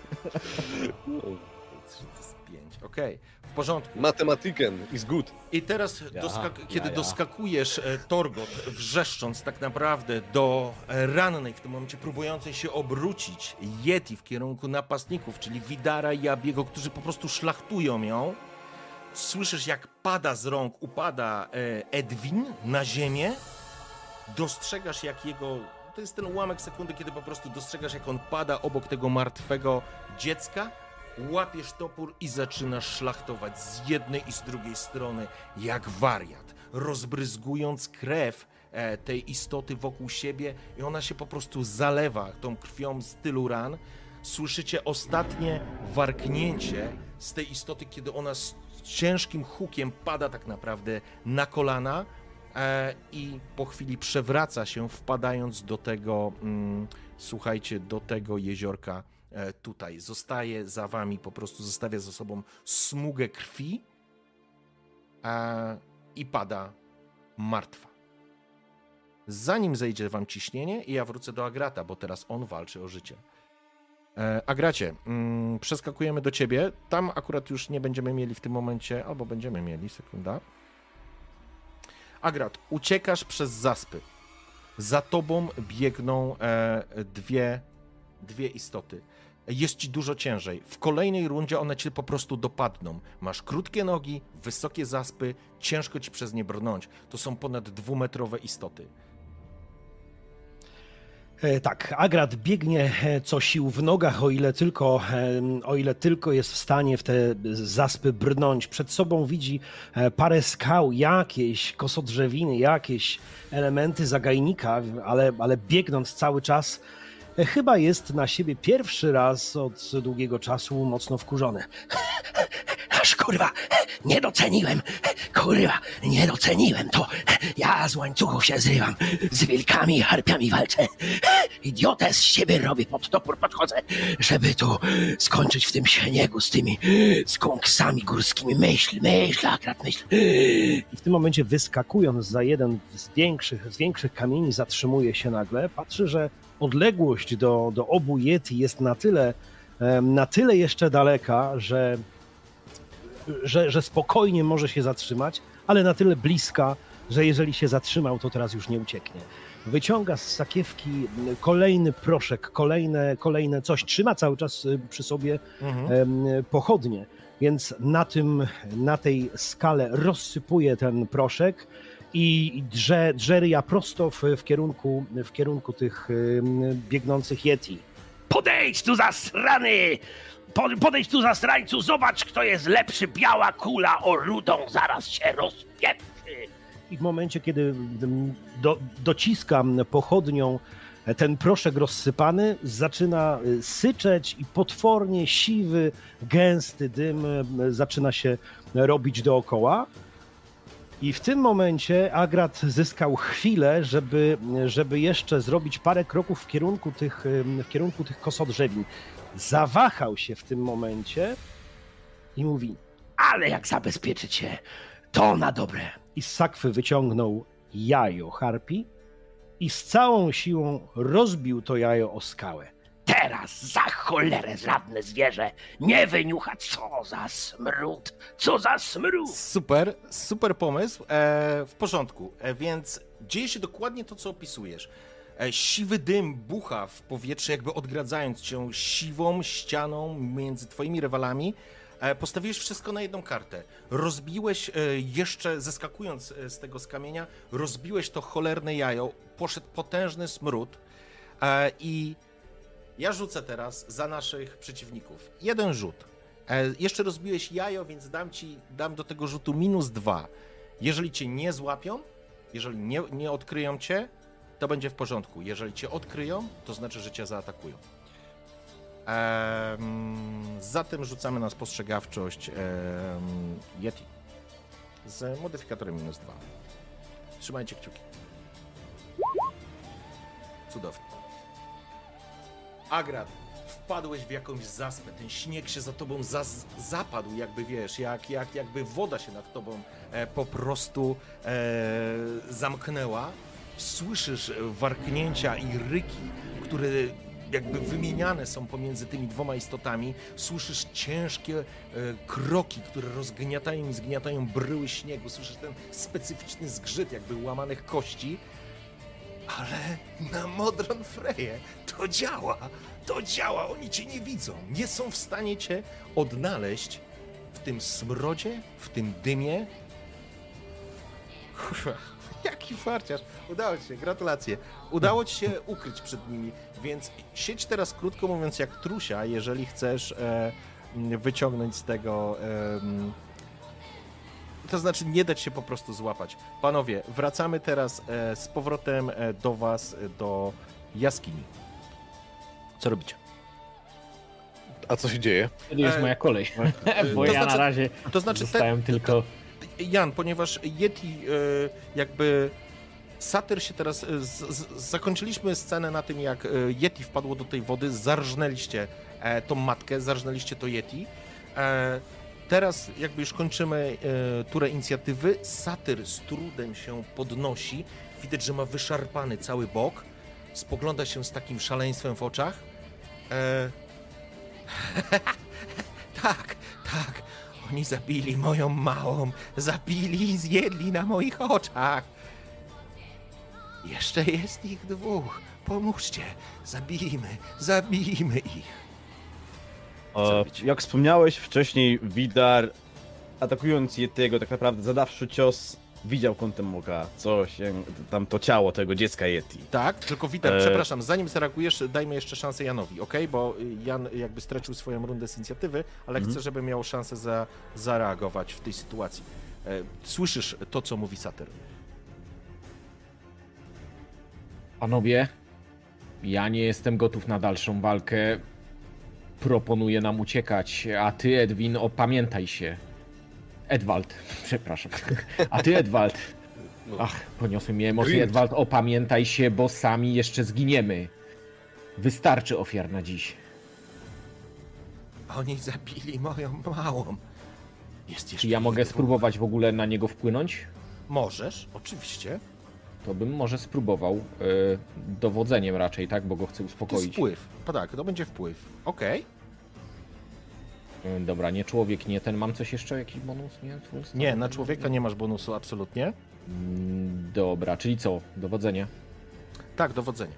to jest 5. Okej, w porządku. Mathematiken is good. I teraz, kiedy doskakujesz, Torgot, wrzeszcząc tak naprawdę do rannej, w tym momencie próbującej się obrócić Yeti w kierunku napastników, czyli Widara i Abiego, którzy po prostu szlachtują ją, słyszysz, jak upada Edwin na ziemię, dostrzegasz, jak jego... To jest ten ułamek sekundy, kiedy po prostu dostrzegasz, jak on pada obok tego martwego dziecka, łapiesz topór i zaczynasz szlachtować z jednej i z drugiej strony jak wariat, rozbryzgując krew tej istoty wokół siebie i ona się po prostu zalewa tą krwią z tylu ran. Słyszycie ostatnie warknięcie z tej istoty, kiedy ona z ciężkim hukiem pada tak naprawdę na kolana i po chwili przewraca się, wpadając do tego, słuchajcie, do tego jeziorka tutaj. Zostaje za wami, po prostu zostawia za sobą smugę krwi i pada martwa. Zanim zejdzie wam ciśnienie, i ja wrócę do Agrata, bo teraz on walczy o życie. Agracie, przeskakujemy do ciebie. Tam akurat już nie będziemy mieli w tym momencie, albo będziemy mieli, sekunda. Agrat, uciekasz przez zaspy. Za tobą biegną dwie istoty. Jest ci dużo ciężej. W kolejnej rundzie one cię po prostu dopadną. Masz krótkie nogi, wysokie zaspy, ciężko ci przez nie brnąć. To są ponad 2-metrowe istoty. Tak, Agrat biegnie co sił w nogach, o ile tylko jest w stanie w te zaspy brnąć. Przed sobą widzi parę skał, jakieś kosodrzewiny, jakieś elementy zagajnika, ale biegnąc cały czas chyba jest na siebie pierwszy raz od długiego czasu mocno wkurzony. Aż kurwa, nie doceniłem to. Ja z łańcuchów się zrywam, z wilkami i harpiami walczę. Idiotę z siebie robię, pod topór podchodzę, żeby tu skończyć w tym śniegu z tymi skunksami górskimi. Myśl. I w tym momencie, wyskakując za jeden z większych kamieni, zatrzymuje się nagle. Patrzy, że odległość do obu Yeti jest na tyle jeszcze daleka, że spokojnie może się zatrzymać, ale na tyle bliska, że jeżeli się zatrzymał, to teraz już nie ucieknie. Wyciąga z sakiewki kolejny proszek, kolejne coś, trzyma cały czas przy sobie pochodnie, więc na tej skale rozsypuje ten proszek i drze ryja prosto w kierunku tych biegnących Yeti. Podejdź tu zasrany! Podejdź tu zasrańcu, zobacz, kto jest lepszy, biała kula o rudą zaraz się rozpieprzy. I w momencie, kiedy dociskam pochodnią ten proszek rozsypany, zaczyna syczeć i potwornie siwy, gęsty dym zaczyna się robić dookoła. I w tym momencie Agrat zyskał chwilę, żeby jeszcze zrobić parę kroków w kierunku tych kosodrzewin. Zawahał się w tym momencie i mówi: ale jak zabezpieczyć się, to na dobre. I z sakwy wyciągnął jajo harpi i z całą siłą rozbił to jajo o skałę. Teraz za cholerę żadne zwierzę nie wyniucha. Co za smród. Super pomysł. W porządku, więc dzieje się dokładnie to, co opisujesz. Siwy dym bucha w powietrze, jakby odgradzając cię siwą ścianą między twoimi rywalami. Postawiłeś wszystko na jedną kartę. Rozbiłeś, jeszcze zeskakując z tego skamienia, rozbiłeś to cholerne jajo, poszedł potężny smród i ja rzucę teraz za naszych przeciwników. Jeden rzut. Jeszcze rozbiłeś jajo, więc dam do tego rzutu -2. Jeżeli cię nie złapią, jeżeli nie odkryją cię, to będzie w porządku. Jeżeli cię odkryją, to znaczy, że cię zaatakują. Zatem rzucamy na spostrzegawczość Yeti z modyfikatorem -2. Trzymajcie kciuki. Cudownie. Agrat, wpadłeś w jakąś zaspę, ten śnieg się za tobą zapadł, jakby wiesz, jakby woda się nad tobą po prostu zamknęła. Słyszysz warknięcia i ryki, które jakby wymieniane są pomiędzy tymi dwoma istotami. Słyszysz ciężkie kroki, które rozgniatają i zgniatają bryły śniegu. Słyszysz ten specyficzny zgrzyt jakby łamanych kości. Ale na Modron Freję to działa! To działa! Oni cię nie widzą. Nie są w stanie cię odnaleźć w tym smrodzie, w tym dymie. Kurwa, jaki farciarz. Udało ci się, gratulacje. Udało ci się ukryć przed nimi, więc siedź teraz, krótko mówiąc, jak trusia, jeżeli chcesz wyciągnąć z tego... To znaczy nie dać się po prostu złapać. Panowie, wracamy teraz z powrotem do was, do jaskini. Co robicie? A co się dzieje? To jest moja kolej, bo ja na razie zostałem tylko... Jan, ponieważ Yeti jakby... Satyr się teraz... Zakończyliśmy scenę na tym, jak Yeti wpadło do tej wody, zarżnęliście tą matkę, zarżnęliście to Yeti. Teraz jakby już kończymy turę inicjatywy. Satyr z trudem się podnosi. Widać, że ma wyszarpany cały bok. Spogląda się z takim szaleństwem w oczach. Tak. Oni zabili moją małą. Zabili i zjedli na moich oczach. Jeszcze jest ich dwóch. Pomóżcie. Zabijmy ich. Jak wspomniałeś wcześniej, Widar, atakując Yetiego, tak naprawdę zadawszy cios, widział kątem oka, co się, tam to ciało tego dziecka Yeti. Tak, tylko Widar, przepraszam, zanim zareagujesz, dajmy jeszcze szansę Janowi, ok? Bo Jan jakby stracił swoją rundę z inicjatywy, ale chcę, żeby miał szansę zareagować w tej sytuacji. Słyszysz to, co mówi Satyr. Panowie, ja nie jestem gotów na dalszą walkę. Proponuję nam uciekać, a ty, Edwin, opamiętaj się. Edwald, przepraszam. A ty, Edwald. Ach, poniosły mnie emocje. Edwald, opamiętaj się, bo sami jeszcze zginiemy. Wystarczy ofiar na dziś. Oni zabili moją małą. Jest jeszcze Czy ja mogę spróbować w ogóle na niego wpłynąć? Możesz, oczywiście. To bym może spróbował dowodzeniem raczej, tak? Bo go chcę To uspokoić. jest wpływ. Tak, to będzie wpływ. Okej. Dobra, nie człowiek, nie ten. Mam coś jeszcze? Jakiś bonus? Nie, Nie, na człowieka nie masz bonusu, absolutnie. Dobra, czyli co? Dowodzenie? Tak, dowodzenie.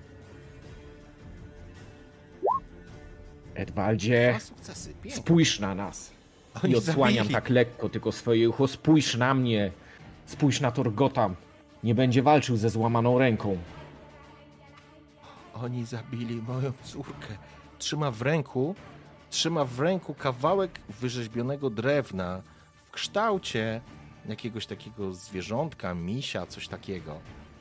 Edwaldzie, 2 sukcesy, pięknie. spójrz na nas. Oni Nie odsłaniam zabili. tak lekko tylko swoje ucho. Spójrz na mnie. Spójrz na Torgota. Nie będzie walczył ze złamaną ręką. Oni zabili moją córkę. Trzyma w ręku kawałek wyrzeźbionego drewna w kształcie jakiegoś takiego zwierzątka, misia, coś takiego.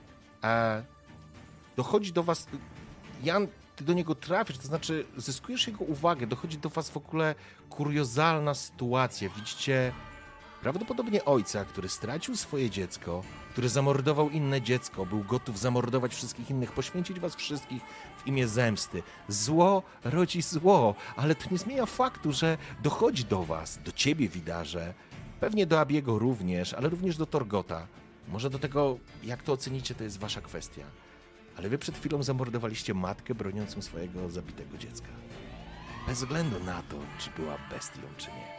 Dochodzi do was, Jan, ty do niego trafisz, to znaczy zyskujesz jego uwagę, dochodzi do was w ogóle kuriozalna sytuacja. Widzicie prawdopodobnie ojca, który stracił swoje dziecko, który zamordował inne dziecko, był gotów zamordować wszystkich innych, poświęcić was wszystkich w imię zemsty. Zło rodzi zło, ale to nie zmienia faktu, że dochodzi do was, do ciebie, Widarze, pewnie do Abiego również, ale również do Torgota. Może do tego, jak to ocenicie, to jest wasza kwestia. Ale wy przed chwilą zamordowaliście matkę broniącą swojego zabitego dziecka. Bez względu na to, czy była bestią, czy nie.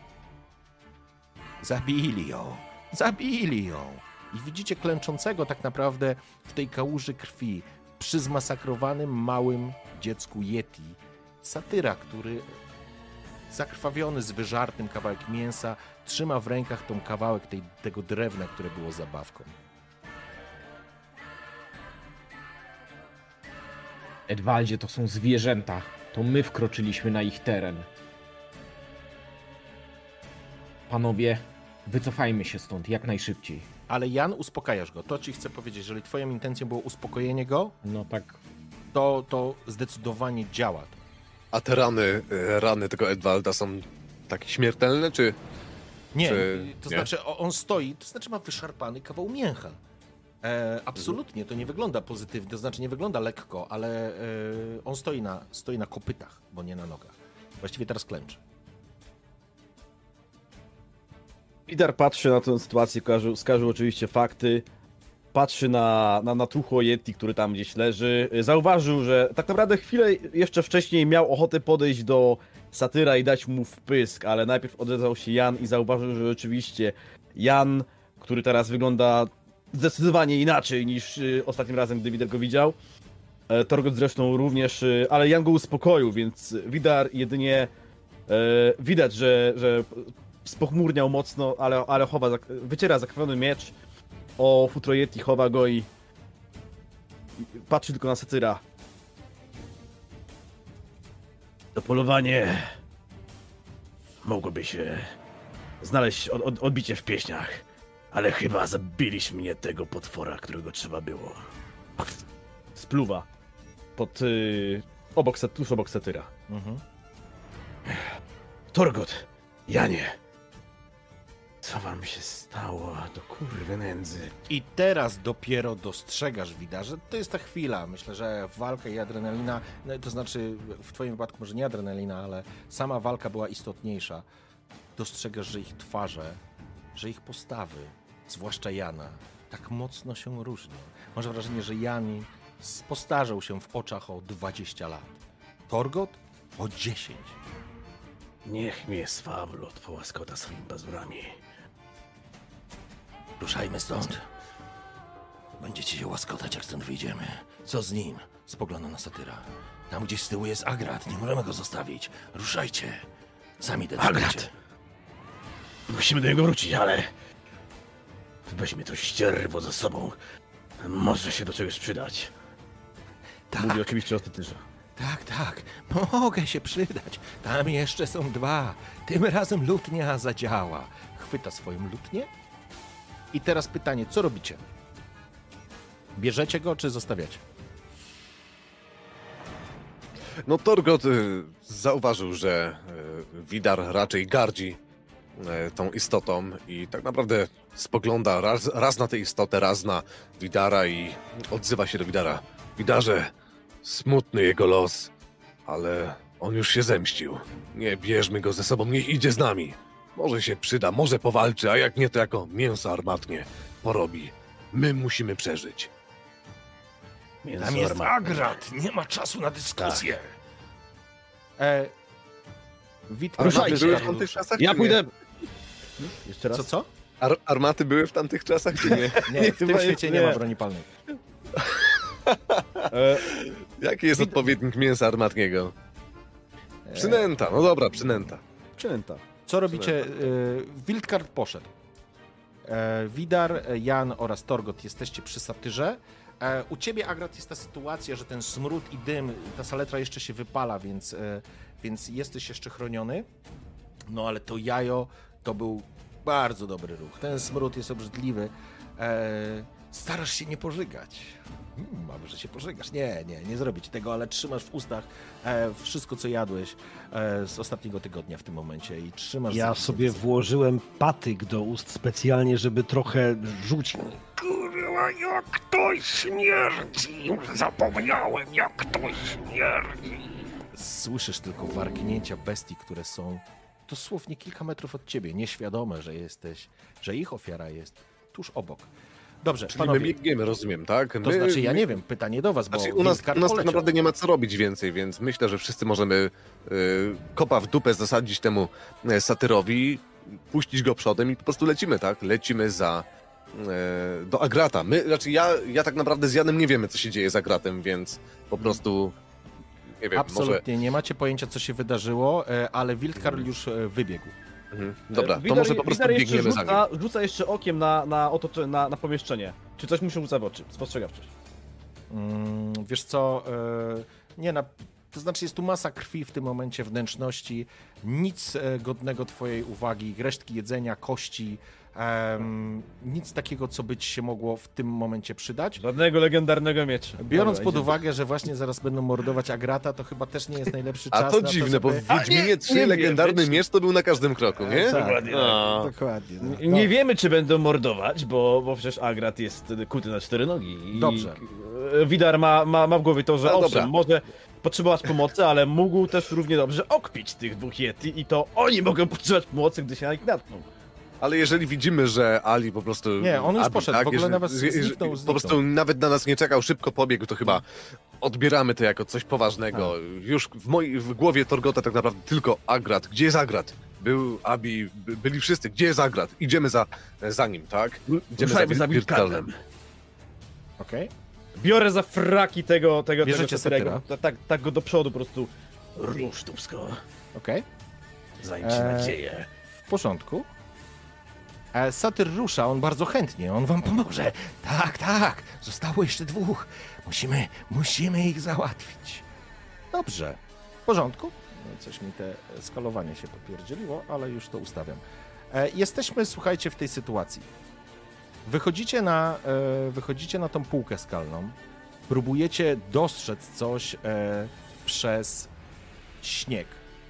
Zabili ją. I widzicie klęczącego tak naprawdę w tej kałuży krwi, przy zmasakrowanym małym dziecku Yeti, Satyra, który zakrwawiony z wyżartym kawałek mięsa trzyma w rękach tą kawałek tego drewna, które było zabawką. Edwaldzie, to są zwierzęta. To my wkroczyliśmy na ich teren. Panowie, wycofajmy się stąd jak najszybciej. Ale Jan, uspokajasz go. To ci chcę powiedzieć, jeżeli twoją intencją było uspokojenie go, No tak. to zdecydowanie działa to. A te rany tego Edwalda są takie śmiertelne, czy... Nie, Czy to nie? znaczy on stoi, to znaczy ma wyszarpany kawał mięcha. Absolutnie, to nie wygląda pozytywnie, to znaczy nie wygląda lekko, ale on stoi na kopytach, bo nie na nogach. Właściwie teraz klęczy. Widar patrzy na tę sytuację, skaże oczywiście fakty. patrzy na truchło Yeti, który tam gdzieś leży. Zauważył, że tak naprawdę chwilę jeszcze wcześniej miał ochotę podejść do satyra i dać mu wpysk, ale najpierw odezwał się Jan i zauważył, że rzeczywiście Jan, który teraz wygląda zdecydowanie inaczej niż ostatnim razem, gdy Widar go widział. Torgot zresztą również, ale Jan go uspokoił, więc Widar jedynie widać, że spochmurniał mocno, ale wyciera zakrwawiony miecz o futro Yeti, chowa go i patrzy tylko na satyra. To polowanie mogłoby się znaleźć odbicie w pieśniach, ale chyba zabiliśmy mnie tego potwora, którego trzeba było. Spluwa tuż obok satyra. Torgot, Janie, co wam się stało do kurwy nędzy? I teraz dopiero dostrzegasz, Widar, że to jest ta chwila. Myślę, że walka i adrenalina, no, to znaczy w twoim wypadku może nie adrenalina, ale sama walka była istotniejsza. Dostrzegasz, że ich twarze, że ich postawy, zwłaszcza Jana, tak mocno się różnią. Masz wrażenie, że Jan postarzał się w oczach o 20 lat. Torgot o 10. Niech mnie Swawlot połaskota swoimi pazurami. Ruszajmy stąd. Będziecie się łaskotać, jak stąd wyjdziemy. Co z nim? Spogląda na satyra. Tam gdzieś z tyłu jest Agrat, nie możemy go zostawić. Ruszajcie. Sami decydujcie. Agrat! Musimy do niego wrócić, ale... weźmy to ścierwo ze sobą. Może się do czegoś przydać. Tak, Mówi oczywiście o satyrze. tak. Mogę się przydać. Tam jeszcze są 2. Tym razem lutnia zadziała. Chwyta swoją lutnię. I teraz pytanie, co robicie? Bierzecie go, czy zostawiacie? No Torgot zauważył, że Widar raczej gardzi tą istotą i tak naprawdę spogląda raz na tę istotę, raz na Widara i odzywa się do Widara. Widarze, smutny jego los, ale on już się zemścił. Nie bierzmy go ze sobą, niech idzie z nami. Może się przyda, może powalczy, a jak nie, to jako mięso armatnie porobi. My musimy przeżyć. Tam jest Agrat, nie ma czasu na dyskusję. Armaty były w tamtych czasach, Ja czy pójdę... nie? Jeszcze raz? Co? Armaty były w tamtych czasach, czy nie? Nie, w tym Chyba świecie nie nie. ma broni palnej. Jaki jest odpowiednik mięsa armatniego? Przynęta, no dobra, przynęta. Przynęta. Co robicie? Wildcard poszedł. Widar, Jan oraz Torgot jesteście przy satyrze. U ciebie, Agrat, jest ta sytuacja, że ten smród i dym, ta saletra jeszcze się wypala, więc jesteś jeszcze chroniony. No ale to jajo to był bardzo dobry ruch. Ten smród jest obrzydliwy. Starasz się nie pożygać. Mamy, że się pożygasz. Nie zrobić tego, ale trzymasz w ustach wszystko, co jadłeś z ostatniego tygodnia w tym momencie i trzymasz... Ja sobie włożyłem patyk do ust specjalnie, żeby trochę rzucić. Kurwa, jak to śmierdzi! Już zapomniałem, jak to śmierdzi! Słyszysz tylko warknięcia bestii, które są dosłownie kilka metrów od ciebie, nieświadome, że ich ofiara jest tuż obok. Dobrze, Czyli panowie, my biegniemy, rozumiem, tak? to znaczy ja nie wiem, pytanie do was, bo Znaczy, u nas tak poleciał. naprawdę nie ma co robić więcej, więc myślę, że wszyscy możemy kopa w dupę zasadzić temu satyrowi, puścić go przodem i po prostu lecimy, tak? Lecimy do Agrata. Ja tak naprawdę z Janem nie wiemy, co się dzieje z Agratem, więc po prostu nie wiem, Absolutnie, nie macie pojęcia, co się wydarzyło, ale Wildkarl już wybiegł. Dobra, to może po prostu biegniemy za nim. Rzuca jeszcze okiem na pomieszczenie. Czy coś muszę rzucać w oczy? Spostrzegawczość. Wiesz co, to znaczy jest tu masa krwi w tym momencie, wnętrzności, nic godnego twojej uwagi, resztki jedzenia, kości, nic takiego, co by ci się mogło w tym momencie przydać. Żadnego legendarnego miecza. Biorąc pod uwagę, że właśnie zaraz będą mordować Agrata, to chyba też nie jest najlepszy czas. A to na dziwne, bo żeby... w Wiedźminie 3 legendarny miecz to był na każdym kroku, nie? Dokładnie. No. Dokładnie. Nie wiemy, czy będą mordować, bo przecież Agrat jest kuty na 4 nogi. I Dobrze. Widar ma w głowie to, że No owszem, dobra. może potrzebować pomocy, ale mógł też równie dobrze okpić tych 2 Yeti i to oni mogą potrzebować pomocy, gdy się na nich natkną. Ale jeżeli widzimy, że Ali po prostu... Nie, on już Abi, poszedł, w ogóle nawet zniknął. Po prostu nawet na nas nie czekał, szybko pobiegł, to chyba odbieramy to jako coś poważnego. Już w głowie Torgota tak naprawdę tylko Agrat. Gdzie jest Agrat? Był Abi, byli wszyscy. Gdzie jest Agrat? Idziemy za nim, tak? Idziemy za Wilkarlem. Okej. Biorę za fraki tego Bierzecie satyrego. Tak go do przodu po prostu. Rusz, Tupsko. Okej. Zanim się nadzieję. W porządku. Satyr rusza, on bardzo chętnie, on wam pomoże. Tak, zostało jeszcze 2. Musimy ich załatwić. Dobrze, w porządku. No, coś mi te skalowanie się popierdzieliło, ale już to ustawiam. Jesteśmy, słuchajcie, w tej sytuacji. Wychodzicie na tą półkę skalną, próbujecie dostrzec coś przez śnieg.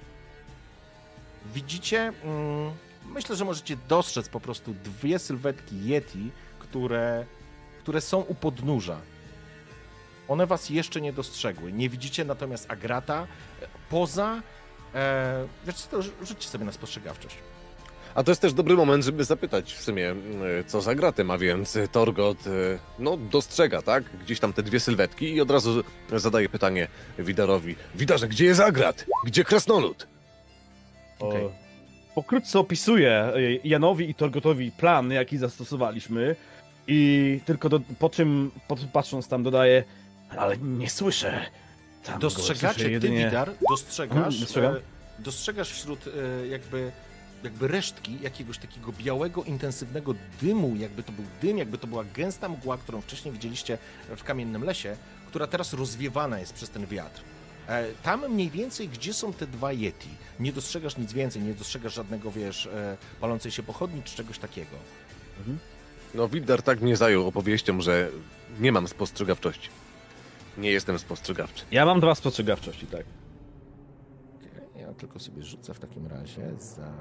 Widzicie, myślę, że możecie dostrzec po prostu 2 sylwetki Yeti, które są u podnóża. One was jeszcze nie dostrzegły. Nie widzicie natomiast Agrata poza... wiesz co, rzućcie sobie na spostrzegawczość. A to jest też dobry moment, żeby zapytać w sumie, co za Agratem, a więc Torgot, dostrzega, tak? Gdzieś tam te 2 sylwetki i od razu zadaje pytanie Widarowi. Widarze, gdzie jest Agrat? Gdzie krasnolud? Okay. Pokrótce opisuję Janowi i Torgotowi plan, jaki zastosowaliśmy i tylko po czym, patrząc tam, dodaję, ale nie słyszę. Tam dostrzegacie, jedynie... ty, Widar, dostrzegasz wśród jakby resztki jakiegoś takiego białego, intensywnego dymu, jakby to był dym, jakby to była gęsta mgła, którą wcześniej widzieliście w kamiennym lesie, która teraz rozwiewana jest przez ten wiatr. Tam mniej więcej, gdzie są te 2 Yeti, nie dostrzegasz nic więcej, nie dostrzegasz żadnego, palącej się pochodni czy czegoś takiego. Mhm. No, Widar tak mnie zajął opowieścią, że nie mam spostrzegawczości. Nie jestem spostrzegawczy. Ja mam 2 spostrzegawczości, tak. Okay, ja tylko sobie rzucę w takim razie za...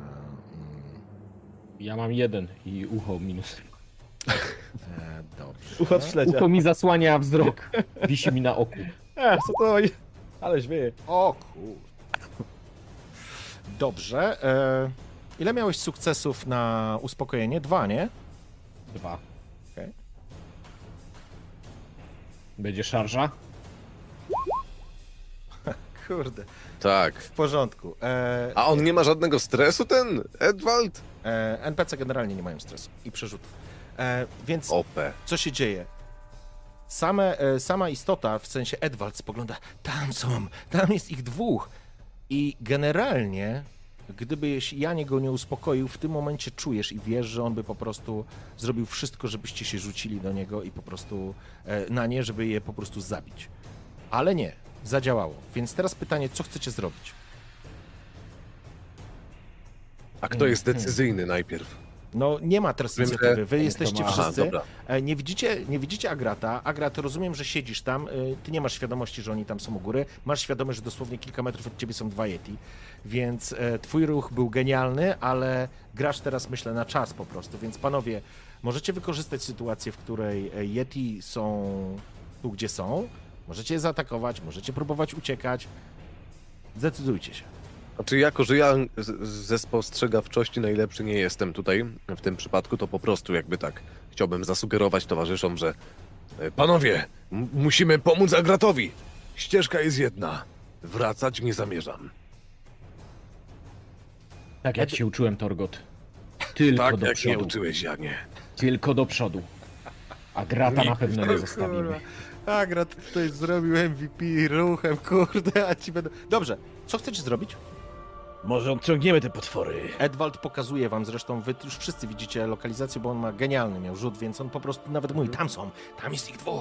Ja mam 1 i ucho minus. Dobrze. Ucho śledzia. Ucho mi zasłania wzrok. Wisi mi na oku. Co to? Aleś wieje. O Dobrze. Ile miałeś sukcesów na uspokojenie? 2, nie? 2. Okay. Będzie szarża? Kurde. Tak. W porządku. A on nie ma żadnego stresu, ten Edwald? NPC generalnie nie mają stresu i przerzutów. Więc OP. Co się dzieje? Sama istota, w sensie Edward, spogląda, tam jest ich 2. I generalnie, gdybyś Janie go nie uspokoił, w tym momencie czujesz i wiesz, że on by po prostu zrobił wszystko, żebyście się rzucili do niego i po prostu na nie, żeby je po prostu zabić. Ale nie, zadziałało. Więc teraz pytanie, co chcecie zrobić? A kto jest decyzyjny najpierw? No nie ma teraz inicjatywy, wy jesteście wszyscy, dobra. Nie widzicie Agrata. Agrat, rozumiem, że siedzisz tam, ty nie masz świadomości, że oni tam są u góry, masz świadomość, że dosłownie kilka metrów od ciebie są 2 Yeti, więc twój ruch był genialny, ale grasz teraz, myślę, na czas po prostu, więc panowie, możecie wykorzystać sytuację, w której Yeti są tu, gdzie są, możecie je zaatakować, możecie próbować uciekać, zdecydujcie się. Znaczy, jako że ja ze spostrzegawczości najlepszy nie jestem tutaj, w tym przypadku, to po prostu jakby tak chciałbym zasugerować towarzyszom, że panowie, musimy pomóc Agratowi. Ścieżka jest jedna. Wracać nie zamierzam. Tak jak się uczyłem, Torgot. Tylko tak do jak przodu. nie uczyłeś, Janie. Tylko do przodu. A Grata na pewno nie zostawimy. Agrat tutaj zrobił MVP ruchem, kurde, a ci będą... Dobrze, co chcecie zrobić? Może odciągniemy te potwory. Edwald pokazuje wam, zresztą wy już wszyscy widzicie lokalizację, bo on ma genialny miał rzut, więc on po prostu nawet mówi, tam jest ich 2,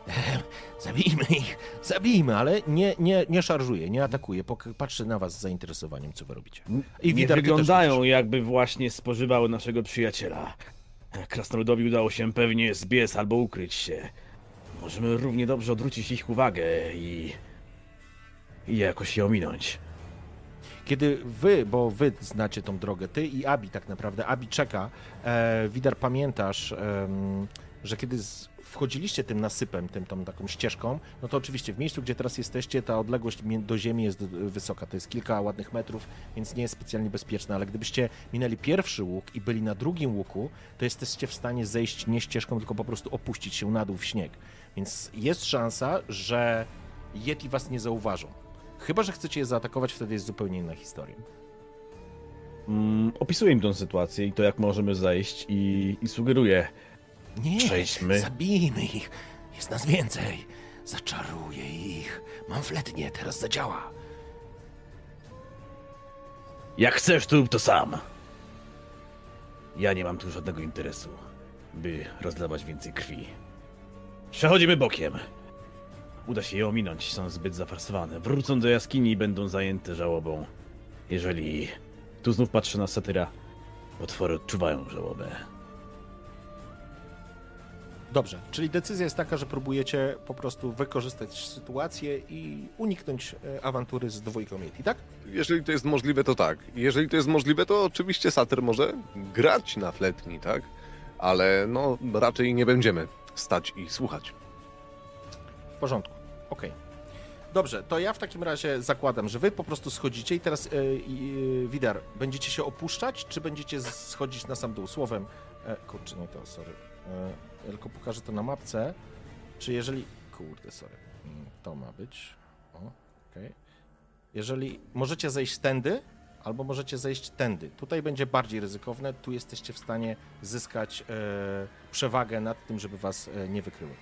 zabijmy, ale nie szarżuje, nie atakuje, patrzy na was z zainteresowaniem, co wy robicie. I nie wyglądają, jakby właśnie spożywały naszego przyjaciela. Krasnoludowi udało się pewnie zbiec albo ukryć się. Możemy równie dobrze odwrócić ich uwagę i jakoś je ominąć. Kiedy bo wy znacie tą drogę, ty i Abi tak naprawdę, Abi czeka, Widar, pamiętasz, że kiedy wchodziliście tym nasypem, tą taką ścieżką, no to oczywiście w miejscu, gdzie teraz jesteście, ta odległość do ziemi jest wysoka. To jest kilka ładnych metrów, więc nie jest specjalnie bezpieczna, ale gdybyście minęli pierwszy łuk i byli na drugim łuku, to jesteście w stanie zejść nie ścieżką, tylko po prostu opuścić się na dół w śnieg. Więc jest szansa, że Yeti was nie zauważą. Chyba że chcecie je zaatakować, wtedy jest zupełnie inna historia. Opisuję im tą sytuację i to, jak możemy zejść i sugeruję. Nie, Przejdźmy. Zabijmy ich. Jest nas więcej. Zaczaruję ich. Mam fletnie, teraz zadziała. Jak chcesz, to rób to sam. Ja nie mam tu żadnego interesu, by rozlewać więcej krwi. Przechodzimy bokiem. Uda się je ominąć, są zbyt zafarsowane. Wrócą do jaskini i będą zajęte żałobą. Jeżeli... Tu znów patrzę na satyra. Potwory odczuwają żałobę. Dobrze, czyli decyzja jest taka, że próbujecie po prostu wykorzystać sytuację i uniknąć awantury z dwójką Yeti, tak? Jeżeli to jest możliwe, to tak. Jeżeli to jest możliwe, to oczywiście satyr może grać na fletni, tak? Ale no raczej nie będziemy stać i słuchać. W porządku, okej. Dobrze, to ja w takim razie zakładam, że wy po prostu schodzicie i teraz, Widar, będziecie się opuszczać, czy będziecie schodzić na sam dół? Słowem, kurczę, nie to, sorry. Ja tylko pokażę to na mapce, czy jeżeli... Kurde, sorry. To ma być. O, okej. Jeżeli możecie zejść tędy, albo możecie zejść tędy. Tutaj będzie bardziej ryzykowne, tu jesteście w stanie zyskać przewagę nad tym, żeby was nie wykryły.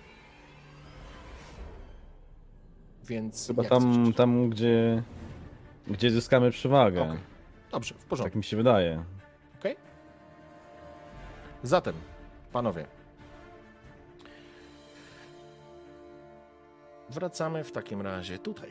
Więc Chyba jak chcecie? tam gdzie zyskamy przewagę. Okej. Dobrze, w porządku. Tak mi się wydaje. Okej? Zatem, panowie, wracamy w takim razie tutaj.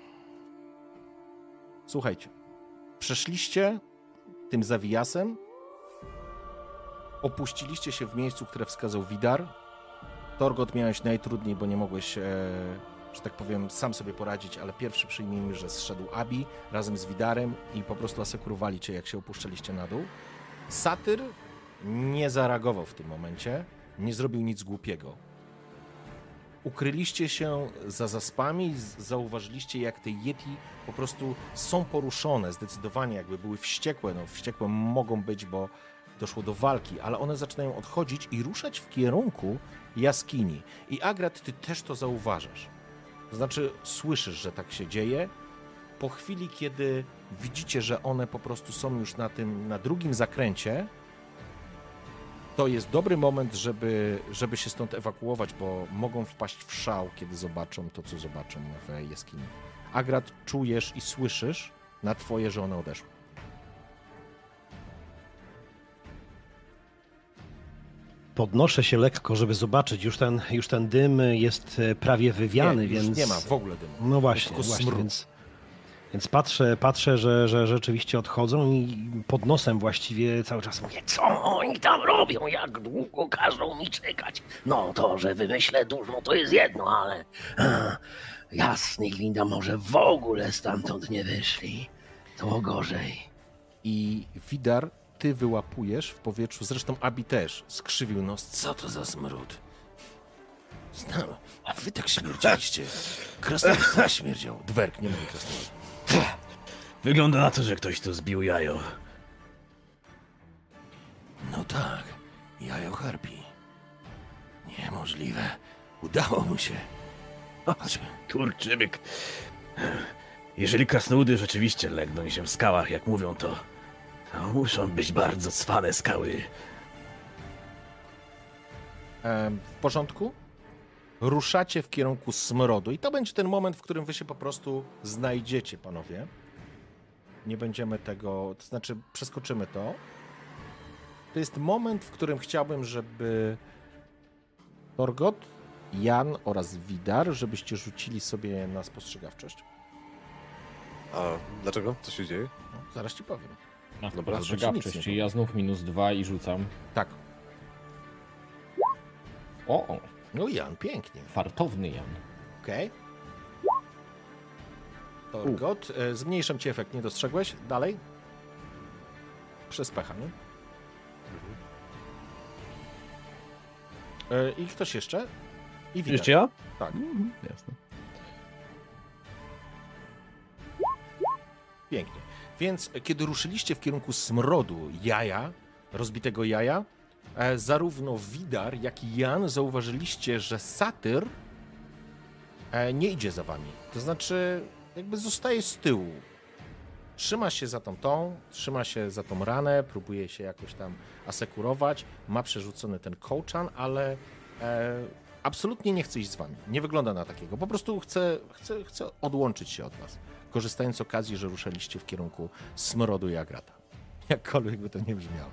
Słuchajcie, przeszliście tym zawijasem, opuściliście się w miejscu, które wskazał Widar. Torgot, miałeś najtrudniej, bo nie mogłeś, że tak powiem, sam sobie poradzić, ale pierwszy przyjmijmy, że zszedł Abi razem z Widarem i po prostu asekurowali cię, jak się opuszczaliście na dół. Satyr nie zareagował w tym momencie, nie zrobił nic głupiego. Ukryliście się za zaspami, zauważyliście, jak te Yeti po prostu są poruszone, zdecydowanie jakby były wściekłe. No, wściekłe mogą być, bo doszło do walki, ale one zaczynają odchodzić i ruszać w kierunku jaskini. I Agrat, ty też to zauważasz. To znaczy, słyszysz, że tak się dzieje. Po chwili, kiedy widzicie, że one po prostu są już na drugim zakręcie, to jest dobry moment, żeby się stąd ewakuować, bo mogą wpaść w szał, kiedy zobaczą to, co zobaczą w jaskini. Agrat, czujesz i słyszysz na twoje, że one odeszły. Podnoszę się lekko, żeby zobaczyć. Już ten dym jest prawie wywiany, Nie, więc... już nie ma w ogóle dymu. No właśnie, Tylko smród. więc patrzę, że rzeczywiście odchodzą i pod nosem właściwie cały czas mówię, Co oni tam robią? Jak długo każą mi czekać? No to, że wymyślę dużo, to jest jedno, ale... jasny gwinda, może w ogóle stamtąd nie wyszli. To gorzej. I Widar, ty wyłapujesz w powietrzu, zresztą Abi też skrzywił nos. Co to za smród? A wy tak śmierdziliście. Krasnolud tak śmierdział. Dwerg, nie mówię krasnolud. Wygląda na to, że ktoś tu zbił jajo. No tak, jajo harpii. Niemożliwe. Udało mu się. Chodźmy. Kurczybyk. Jeżeli krasnoludy rzeczywiście legną się w skałach, jak mówią, to muszą być bardzo cwane skały. W porządku? Ruszacie w kierunku smrodu i to będzie ten moment, w którym wy się po prostu znajdziecie, panowie. Nie będziemy tego, to znaczy przeskoczymy to. To jest moment, w którym chciałbym, żeby Torgot, Jan oraz Widar, żebyście rzucili sobie na spostrzegawczość. A dlaczego? Co się dzieje? No, zaraz ci powiem. Dobra, nic spostrzegawczość, nie czyli ja znów -2 i rzucam. Tak. O, No Jan, pięknie. fartowny Jan. Okej. Torgot, zmniejszam ci efekt, nie dostrzegłeś? Dalej. Przez pecha, nie? I ktoś jeszcze? I Widar. Jeszcze ja? Tak. Jasne. Pięknie. Więc kiedy ruszyliście w kierunku smrodu jaja, rozbitego jaja, zarówno Widar, jak i Jan zauważyliście, że Satyr nie idzie za wami. To znaczy, jakby zostaje z tyłu. Trzyma się za trzyma się za tą ranę, próbuje się jakoś tam asekurować, ma przerzucony ten kołczan, ale absolutnie nie chce iść z wami. Nie wygląda na takiego. Po prostu chce odłączyć się od was, korzystając z okazji, że ruszaliście w kierunku smrodu i agrata. Jakkolwiek by to nie brzmiało.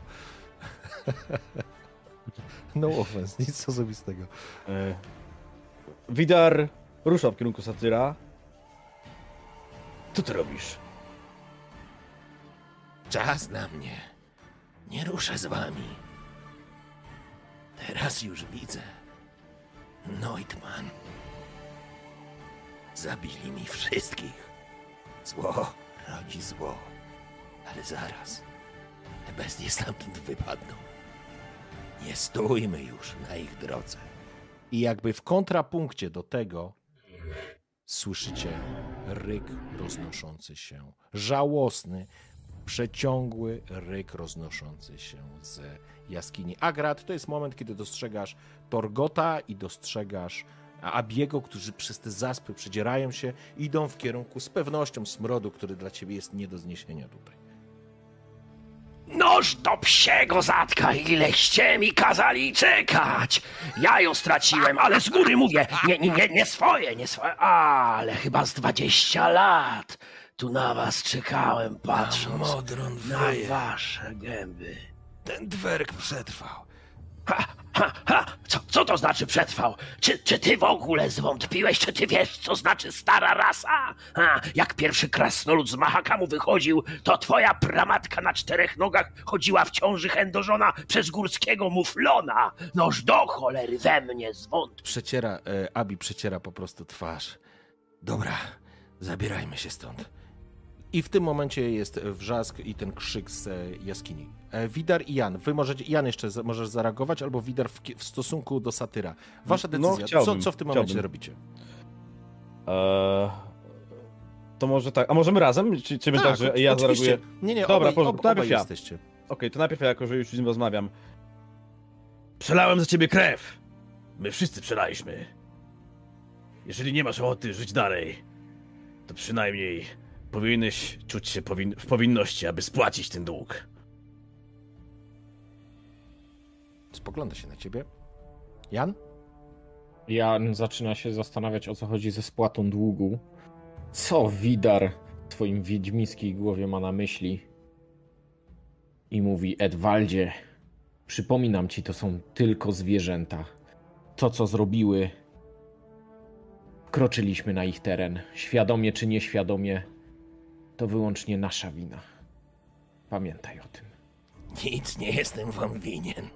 No offense, nic osobistego. Widar rusza w kierunku Satyra. Co ty robisz? Czas na mnie. Nie ruszę z wami. Teraz już widzę. Neutman. Zabili mi wszystkich. Zło rodzi zło. Ale zaraz. Te bestie stamtąd wypadną. Nie stójmy już na ich drodze. I jakby w kontrapunkcie do tego słyszycie ryk roznoszący się. Żałosny, przeciągły ryk roznoszący się z jaskini. Agrat, to jest moment, kiedy dostrzegasz Torgota i dostrzegasz Abiego, którzy przez te zaspy przedzierają się, idą w kierunku z pewnością smrodu, który dla ciebie jest nie do zniesienia tutaj. Noż do psiego zatka, ileście mi kazali czekać. Ja ją straciłem, ale z góry mówię, nie swoje, ale chyba z 20 lat. Tu na was czekałem, patrząc Modron na wyje. wasze gęby. Ten dwerg przetrwał. Co to znaczy przetrwał? Czy ty w ogóle zwątpiłeś? Czy ty wiesz, co znaczy stara rasa? Jak pierwszy krasnolud z Mahakamu wychodził, to twoja pramatka na 4 nogach chodziła w ciąży chędożona przez górskiego muflona. Noż do cholery we mnie zwątp. Abi przeciera po prostu twarz. Dobra, zabierajmy się stąd. I w tym momencie jest wrzask i ten krzyk z jaskini. Widar i Jan. Wy możecie, Jan jeszcze możesz zareagować, albo Widar w stosunku do Satyra. Wasza decyzja. Co w tym momencie robicie? To może tak. A możemy razem? Czy będzie tak, że ja zareaguję? Nie, dobra, obaj jesteście. Okej, to najpierw ja, jako że już z nim rozmawiam. Przelałem za ciebie krew. My wszyscy przelaliśmy. Jeżeli nie masz ochoty żyć dalej, to przynajmniej powinieneś czuć się w powinności, aby spłacić ten dług. Spogląda się na ciebie. Jan? Jan zaczyna się zastanawiać, o co chodzi ze spłatą długu. Co Widar w twoim wiedźmińskiej głowie ma na myśli? I mówi: Edwaldzie, przypominam ci, to są tylko zwierzęta. To, co zrobiły, wkroczyliśmy na ich teren. Świadomie czy nieświadomie, to wyłącznie nasza wina. Pamiętaj o tym. Nic nie jestem wam winien.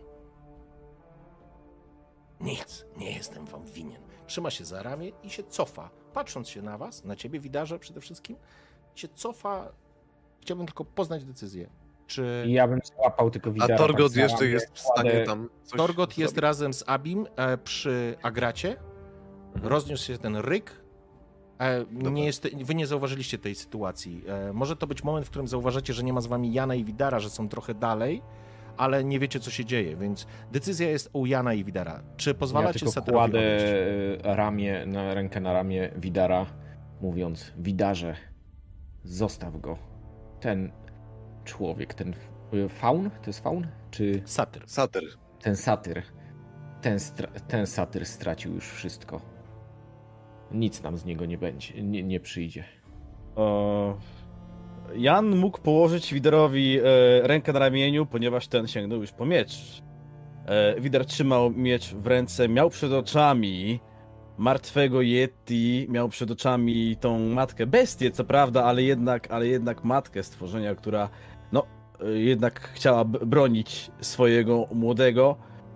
Nic nie jestem wam winien. Trzyma się za ramię i się cofa. Patrząc się na was, na ciebie, Widarze przede wszystkim, się cofa. Chciałbym tylko poznać decyzję. Czy... Ja bym złapał tylko Widara. A Torgot tak jeszcze jest w stanie tam coś Torgot jest zrobić? razem z Abim przy Agracie. Rozniósł się ten ryk. Wy nie zauważyliście tej sytuacji. Może to być moment, w którym zauważacie, że nie ma z wami Jana i Widara, że są trochę dalej, ale nie wiecie, co się dzieje, więc decyzja jest u Jana i Widara. Czy pozwalacie ja Satyrowi kładę odejść? rękę na ramię Widara, mówiąc: Widarze, zostaw go. Ten człowiek, ten faun? To jest faun? Czy... Satyr. Satyr. Ten satyr. Ten satyr stracił już wszystko. Nic nam z niego nie będzie, nie przyjdzie. Jan mógł położyć Widarowi rękę na ramieniu, ponieważ ten sięgnął już po miecz. Widar trzymał miecz w ręce, miał przed oczami martwego Yeti, miał przed oczami tą matkę, bestię co prawda, ale jednak matkę stworzenia, która jednak chciała bronić swojego młodego.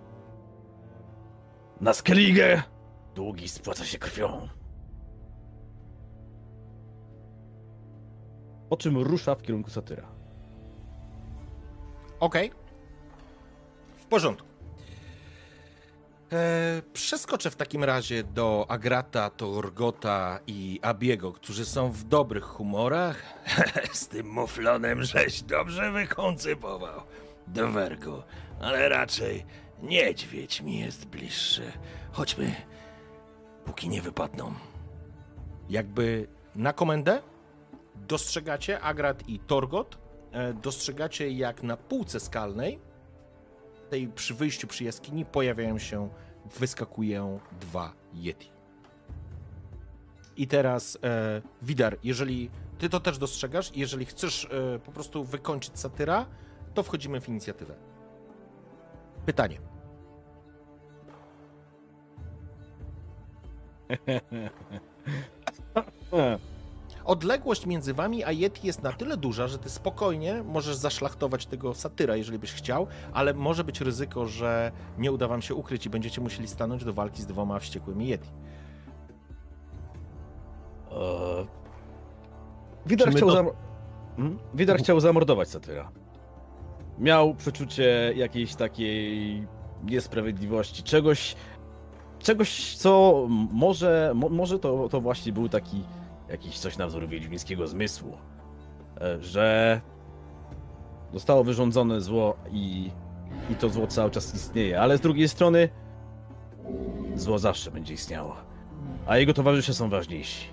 Na Skellige długi spłaca się krwią. Po czym rusza w kierunku Satyra. Okej. W porządku. Przeskoczę w takim razie do Agrata, Torgota i Abiego, którzy są w dobrych humorach. Z tym muflonem żeś dobrze wykoncypował, Dowergu, ale raczej niedźwiedź mi jest bliższy. Chodźmy, póki nie wypadną. Jakby na komendę dostrzegacie, Agrat i Torgot, dostrzegacie jak na półce skalnej, tej przy wyjściu przy jaskini wyskakują 2 Yeti. I teraz Widar, jeżeli ty to też dostrzegasz, jeżeli chcesz po prostu wykończyć satyra, to wchodzimy w inicjatywę. Pytanie. Odległość między wami a Yeti jest na tyle duża, że ty spokojnie możesz zaszlachtować tego satyra, jeżeli byś chciał, ale może być ryzyko, że nie uda wam się ukryć i będziecie musieli stanąć do walki z 2 wściekłymi Yeti. Widar chciał zamordować satyra. Miał przeczucie jakiejś takiej niesprawiedliwości, czegoś, co może to właśnie był taki jakiś coś na wzór wiedźmińskiego zmysłu, że zostało wyrządzone zło i to zło cały czas istnieje, ale z drugiej strony zło zawsze będzie istniało, a jego towarzysze są ważniejsi.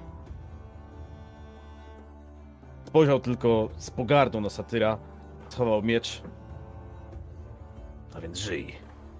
Spojrzał tylko z pogardą na satyra, schował miecz, a więc żyj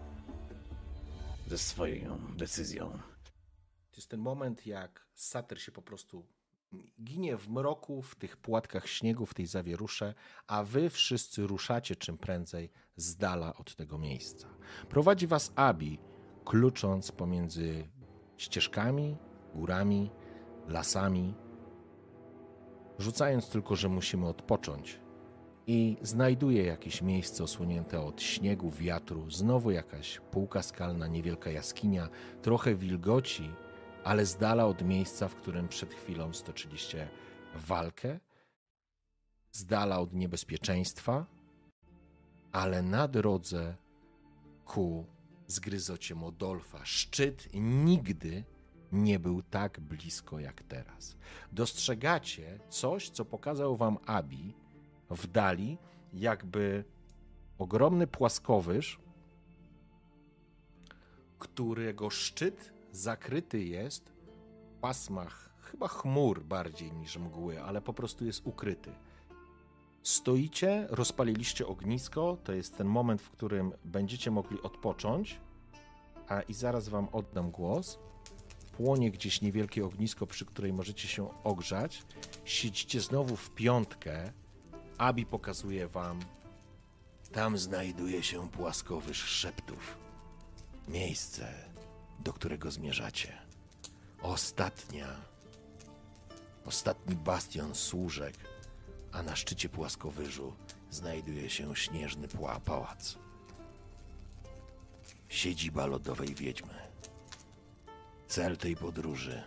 ze swoją decyzją. To jest ten moment, jak satyr się po prostu ginie w mroku, w tych płatkach śniegu, w tej zawierusze, a wy wszyscy ruszacie czym prędzej z dala od tego miejsca. Prowadzi was Abi, klucząc pomiędzy ścieżkami, górami, lasami, rzucając tylko, że musimy odpocząć. I znajduje jakieś miejsce osłonięte od śniegu, wiatru, znowu jakaś półka skalna, niewielka jaskinia, trochę wilgoci, ale z dala od miejsca, w którym przed chwilą stoczyliście walkę, z dala od niebezpieczeństwa, ale na drodze ku zgryzocie Modolfa. Szczyt nigdy nie był tak blisko jak teraz. Dostrzegacie coś, co pokazał wam Abi w dali, jakby ogromny płaskowyż, którego szczyt zakryty jest w pasmach chyba chmur bardziej niż mgły, ale po prostu jest ukryty. Stoicie, rozpaliliście ognisko, to jest ten moment, w którym będziecie mogli odpocząć, i zaraz wam oddam głos. Płonie gdzieś niewielkie ognisko, przy której możecie się ogrzać. Siedzicie znowu w piątkę. Abi pokazuje wam. Tam znajduje się płaskowyż szeptów. Miejsce, do którego zmierzacie. Ostatni bastion służek, a na szczycie płaskowyżu znajduje się śnieżny pałac. Siedziba lodowej wiedźmy. Cel tej podróży.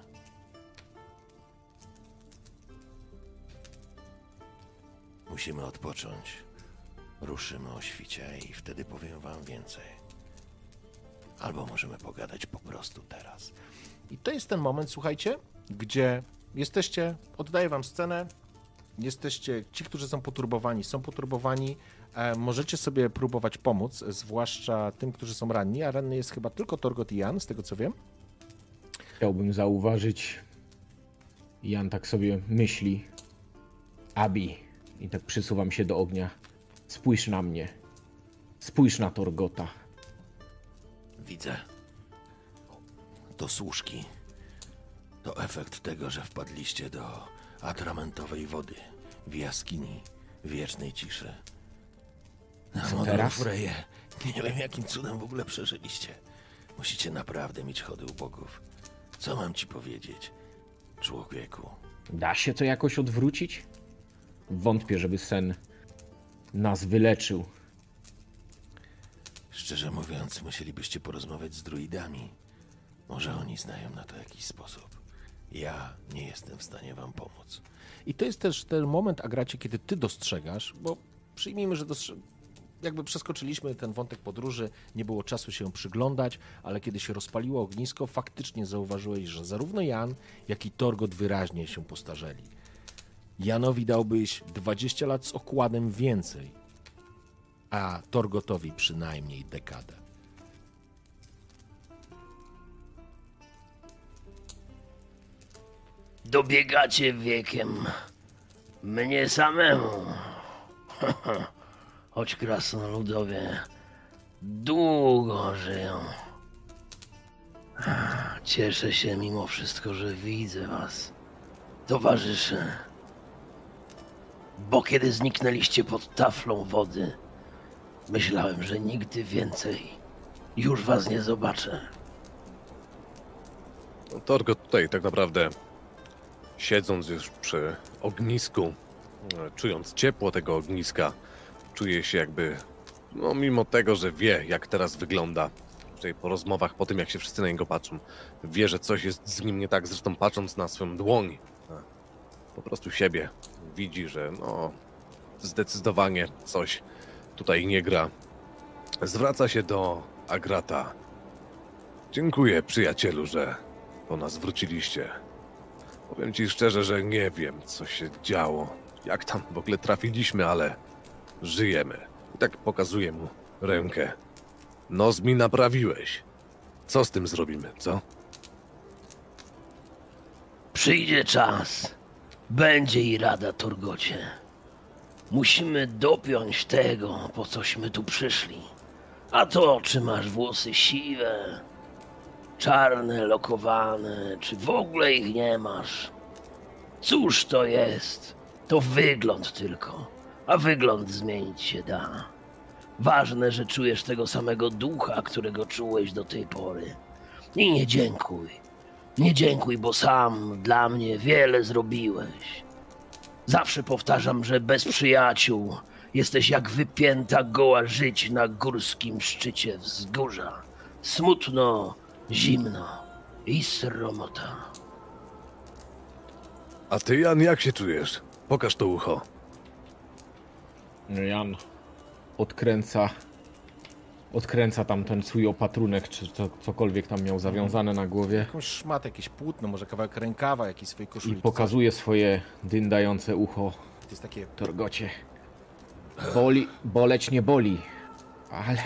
Musimy odpocząć. Ruszymy o świcie i wtedy powiem wam więcej. Albo możemy pogadać po prostu teraz. I to jest ten moment, słuchajcie, gdzie jesteście, oddaję wam scenę, jesteście, ci, którzy są poturbowani, możecie sobie próbować pomóc, zwłaszcza tym, którzy są ranni, a ranny jest chyba tylko Torgot i Jan, z tego co wiem. Chciałbym zauważyć, Jan tak sobie myśli, Abi, i tak przysuwam się do ognia. Spójrz na mnie, spójrz na Torgota. Widzę. To służki. To efekt tego, że wpadliście do atramentowej wody w jaskini wiecznej ciszy. Co teraz? Freje, nie wiem jakim cudem w ogóle przeżyliście. Musicie naprawdę mieć chody u bogów. Co mam ci powiedzieć, człowieku? Da się to jakoś odwrócić? Wątpię, żeby sen nas wyleczył. Szczerze mówiąc, musielibyście porozmawiać z druidami. Może oni znają na to jakiś sposób. Ja nie jestem w stanie wam pomóc. I to jest też ten moment, Agracie, kiedy ty dostrzegasz, bo przyjmijmy, że jakby przeskoczyliśmy ten wątek podróży, nie było czasu się przyglądać, ale kiedy się rozpaliło ognisko, faktycznie zauważyłeś, że zarówno Jan, jak i Torgot wyraźnie się postarzeli. Janowi dałbyś 20 lat z okładem więcej, a Torgotowi przynajmniej dekadę. Dobiegacie wiekiem mnie samemu. Choć krasnoludowie długo żyją. Cieszę się mimo wszystko, że widzę was, towarzysze. Bo kiedy zniknęliście pod taflą wody, myślałem, że nigdy więcej już was nie zobaczę. No, Torgot tutaj tak naprawdę, siedząc już przy ognisku, czując ciepło tego ogniska, czuje się jakby, no mimo tego, że wie, jak teraz wygląda, czyli po rozmowach, po tym jak się wszyscy na niego patrzą, wie, że coś jest z nim nie tak, zresztą patrząc na swoją dłoń, po prostu siebie, widzi, że no zdecydowanie coś tutaj nie gra. Zwraca się do Agrata. Dziękuję, przyjacielu, że po nas wróciliście. Powiem ci szczerze, że nie wiem, co się działo, jak tam w ogóle trafiliśmy, ale żyjemy. I tak pokazuję mu rękę. Nos mi naprawiłeś. Co z tym zrobimy, co? Przyjdzie czas. Będzie i rada, Torgocie. Musimy dopiąć tego, po cośmy tu przyszli. A to, czy masz włosy siwe, czarne, lokowane, czy w ogóle ich nie masz. Cóż to jest? To wygląd tylko. A wygląd zmienić się da. Ważne, że czujesz tego samego ducha, którego czułeś do tej pory. I nie dziękuj. Nie dziękuj, bo sam dla mnie wiele zrobiłeś. Zawsze powtarzam, że bez przyjaciół jesteś jak wypięta goła żyć na górskim szczycie wzgórza. Smutno, zimno i sromota. A ty, Jan, jak się czujesz? Pokaż to ucho. Jan odkręca tam ten swój opatrunek, czy cokolwiek tam miał zawiązane na głowie Jakąś szmatę, jakieś płótno, może kawałek rękawa, jakiejś swojej i koszuli. pokazuje swoje dyndające ucho. To jest takie... Torgocie. Boleć nie boli, ale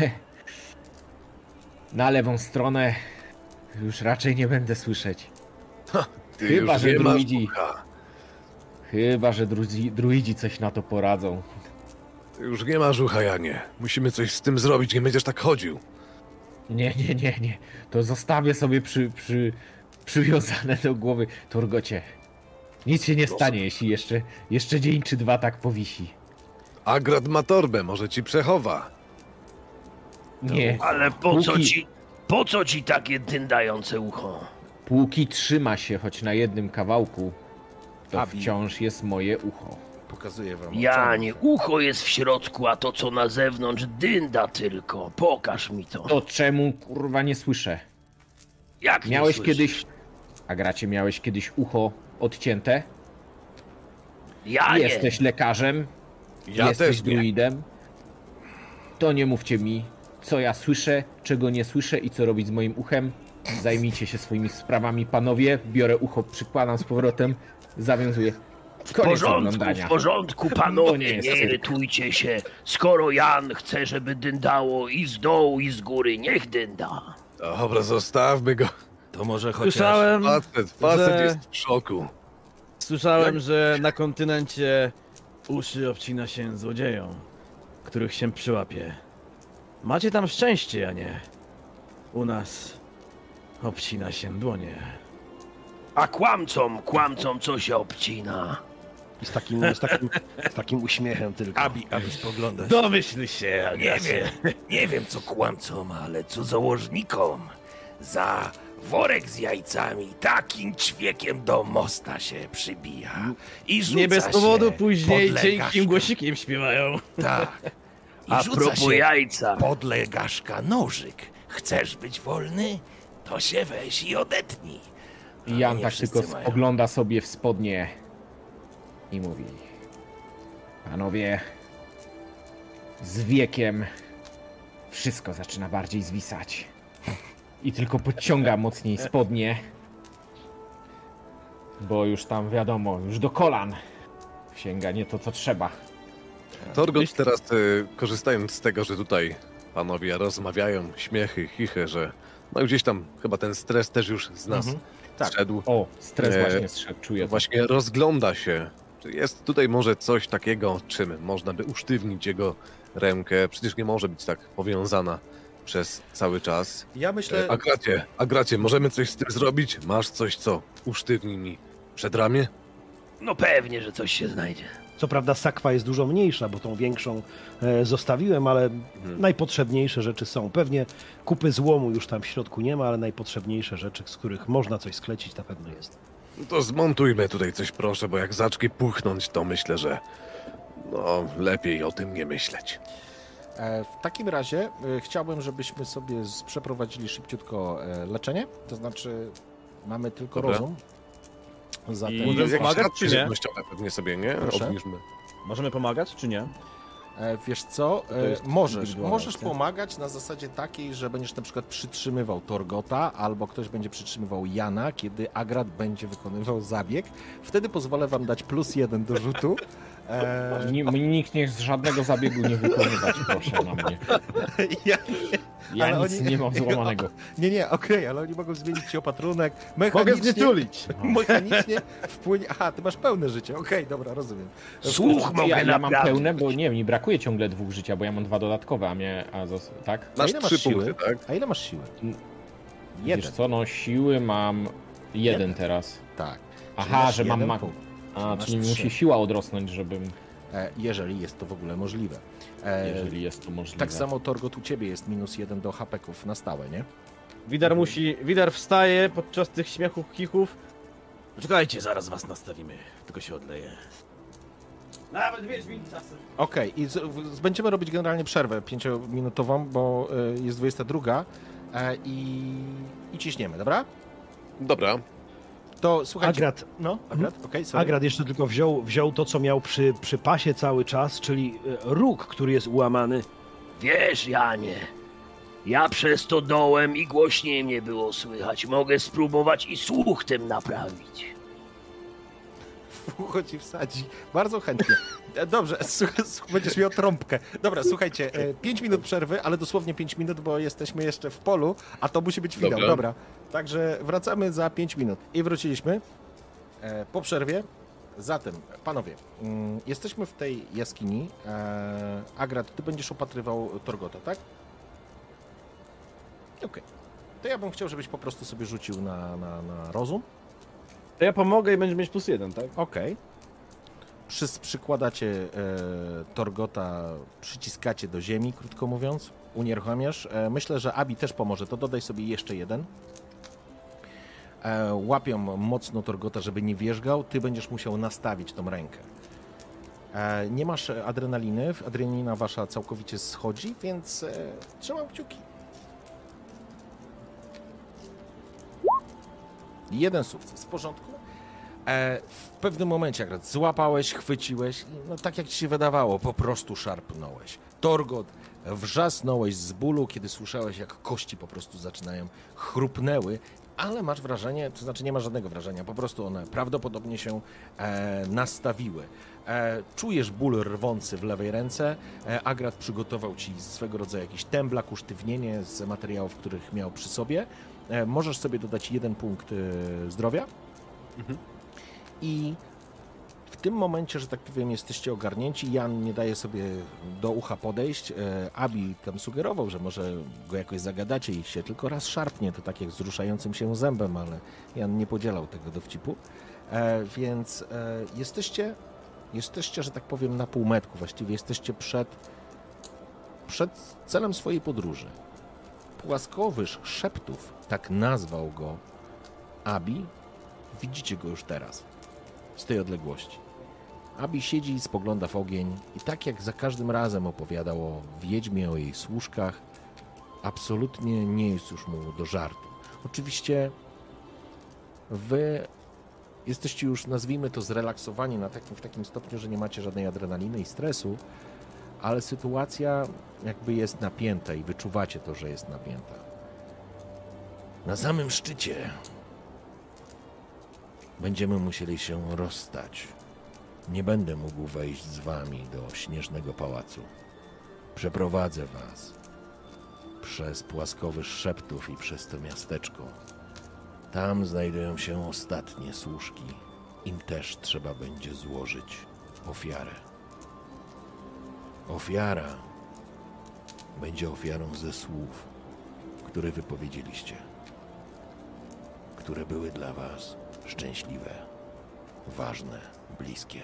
na lewą stronę już raczej nie będę słyszeć. Ty Chyba, już że nie masz druidzi. ucha. Chyba, że druidzi coś na to poradzą. Ty już nie masz ucha, Janie. Musimy coś z tym zrobić, nie będziesz tak chodził. Nie. To zostawię sobie przywiązane do głowy. Torgocie. Nic się nie stanie, jeśli jeszcze dzień czy dwa tak powisi. Agrat ma torbę, może ci przechowa. Nie. Ale po co ci takie dyndające ucho? Póki trzyma się choć na jednym kawałku, to Abi. wciąż jest moje ucho. Pokazuję wam. Janie, ucho jest w środku, a to co na zewnątrz dynda tylko. Pokaż mi to. To czemu kurwa nie słyszę? Jak nie Miałeś słyszysz? kiedyś... Agracie, miałeś kiedyś ucho odcięte? Ja nie. Jesteś lekarzem? Ja Jesteś też nie. druidem? To nie mówcie mi, co ja słyszę, czego nie słyszę i co robić z moim uchem. Zajmijcie się swoimi sprawami, panowie. Biorę ucho, przykładam z powrotem, zawiązuję. Koniec oglądania. W porządku, To panowie, nie jest nie cyrk. irytujcie się. Skoro Jan chce, żeby dyndało i z dołu, i z góry, niech dynda. Dobra, zostawmy go. To może chociaż... Słyszałem, Facet że- jest w szoku. że na kontynencie uszy obcina się złodziejom, których się przyłapie. Macie tam szczęście, a nie. U nas obcina się dłonie. A kłamcom co się obcina? Z takim uśmiechem tylko. Abi spoglądasz. Domyśl się, Nie wiem co kłamcom, ale co założnikom. Za worek z jajcami takim ćwiekiem do mosta się przybija. I rzuca Nie bez powodu się później pod cienkim legaszkę. głosikiem śpiewają. Tak. I A rzuca propos się jajca. pod legaszka nożyk. Chcesz być wolny? To się weź i odetnij. I Jan nie tak wszyscy tylko mają. spogląda sobie w spodnie i mówi: panowie, Z wiekiem wszystko zaczyna bardziej zwisać. I tylko podciąga mocniej spodnie. Bo już tam wiadomo, już do kolan sięga nie to co trzeba. Torgot teraz, korzystając z tego, że tutaj panowie rozmawiają, śmiechy, chichy, że no gdzieś tam chyba ten stres też już z nas zszedł. O, stres właśnie zszedł, czuję to. Właśnie rozgląda się, czy jest tutaj może coś takiego, czym można by usztywnić jego rękę. Przecież nie może być tak powiązana przez cały czas. Ja myślę... Agracie, możemy coś z tym zrobić? Masz coś, co usztywni mi przedramię? No pewnie, że coś się znajdzie. Co prawda sakwa jest dużo mniejsza, bo tą większą zostawiłem, ale najpotrzebniejsze rzeczy są. Pewnie kupy złomu już tam w środku nie ma, ale najpotrzebniejsze rzeczy, z których można coś sklecić, na pewno jest. No to zmontujmy tutaj coś, proszę, bo jak zacznie puchnąć, to myślę, że no lepiej o tym nie myśleć. W takim razie chciałbym, żebyśmy sobie przeprowadzili szybciutko leczenie. To znaczy mamy tylko rozum. Zatem... Możemy pomagać, czy nie? Pewnie sobie, nie? Proszę? Obniżmy. Możemy pomagać, czy nie? Wiesz co, jest możesz indywidualne, pomagać na zasadzie takiej, że będziesz na przykład przytrzymywał Torgota, albo ktoś będzie przytrzymywał Jana, kiedy Agrat będzie wykonywał zabieg. Wtedy pozwolę wam dać +1 do rzutu. Nikt nie z żadnego zabiegu nie wykonywać, proszę na mnie. Ja nic nie mam złamanego. Nie, okej, ale oni mogą zmienić ci opatrunek. Mogę znieczulić! Mechanicznie wpłynie... Aha, ty masz pełne życie. Okej, dobra, rozumiem. Słuch mogę Ja mam naprawdę. pełne, bo nie, mi brakuje ciągle 2 życia, bo ja mam 2 dodatkowe, tak? Masz ile 3 masz siły? punkty, tak? A ile masz siły? Wiesz co, no siły mam 1 teraz. Tak. Aha, masz że mam jeden punkt. Masz czyli 3. musi siła odrosnąć, żebym... Jeżeli jest to w ogóle możliwe. Jeżeli jest to możliwe. Tak samo Torgot u ciebie jest -1 do HP-ków na stałe, nie? Widar wstaje podczas tych śmiechów, chichów. Czekajcie, zaraz was nastawimy. Tylko się odleję. Nawet Wiedźmin czasem. Okej, i będziemy robić generalnie przerwę 5-minutową, bo jest 22 i ciśniemy, dobra? Dobra. To słuchajcie... Agrat, Agrat? Okej, sorry. Agrat jeszcze tylko wziął to, co miał przy pasie cały czas, czyli róg, który jest ułamany. Wiesz, Janie, ja przez to dołem i głośniej mnie było słychać. Mogę spróbować i słuch tym naprawić. W ucho ci wsadzi. Bardzo chętnie. Dobrze, będziesz miał trąbkę. Dobra, słuchajcie, 5 minut przerwy, ale dosłownie 5 minut, bo jesteśmy jeszcze w polu, a to musi być finał. Dobra. Także wracamy za 5 minut. I wróciliśmy po przerwie. Zatem, panowie, jesteśmy w tej jaskini. Agrat, ty będziesz opatrywał Torgota, tak? Okej. To ja bym chciał, żebyś po prostu sobie rzucił na rozum. To ja pomogę i będziesz mieć +1, tak? Okej. Przykładacie Torgota, przyciskacie do ziemi, krótko mówiąc, unieruchamiasz. Myślę, że Abi też pomoże, to dodaj sobie jeszcze 1. Łapią mocno Torgota, żeby nie wierzgał, ty będziesz musiał nastawić tą rękę. Nie masz adrenaliny, adrenalina wasza całkowicie schodzi, więc trzymam kciuki. 1 sukces, w porządku. W pewnym momencie akurat złapałeś, chwyciłeś, no tak jak ci się wydawało, po prostu szarpnąłeś. Torgot, wrzasnąłeś z bólu, kiedy słyszałeś, jak kości po prostu zaczynają chrupnęły, ale masz wrażenie, to znaczy nie masz żadnego wrażenia, po prostu one prawdopodobnie się nastawiły. Czujesz ból rwący w lewej ręce. Agrat przygotował ci swego rodzaju jakiś temblak, usztywnienie z materiałów, których miał przy sobie. Możesz sobie dodać 1 punkt zdrowia. I w tym momencie, że tak powiem, jesteście ogarnięci. Jan nie daje sobie do ucha podejść. Abi tam sugerował, że może go jakoś zagadacie i się tylko raz szarpnie. To tak jak z ruszającym się zębem, ale Jan nie podzielał tego dowcipu. Więc jesteście, że tak powiem, na półmetku. Właściwie jesteście przed celem swojej podróży. Płaskowyż szeptów, tak nazwał go Abi. Widzicie go już teraz, z tej odległości. Abi siedzi i spogląda w ogień i tak jak za każdym razem opowiadał o wiedźmie, o jej służkach, absolutnie nie jest już mu do żartu. Oczywiście wy jesteście już, nazwijmy to, zrelaksowani w takim stopniu, że nie macie żadnej adrenaliny i stresu, ale sytuacja jakby jest napięta i wyczuwacie to, że jest napięta. Na samym szczycie będziemy musieli się rozstać. Nie będę mógł wejść z wami do Śnieżnego Pałacu. Przeprowadzę was przez Płaskowyż Szeptów i przez to miasteczko. Tam znajdują się ostatnie służki. Im też trzeba będzie złożyć ofiarę. Ofiara będzie ofiarą ze słów, które wypowiedzieliście, które były dla was szczęśliwe, ważne, bliskie.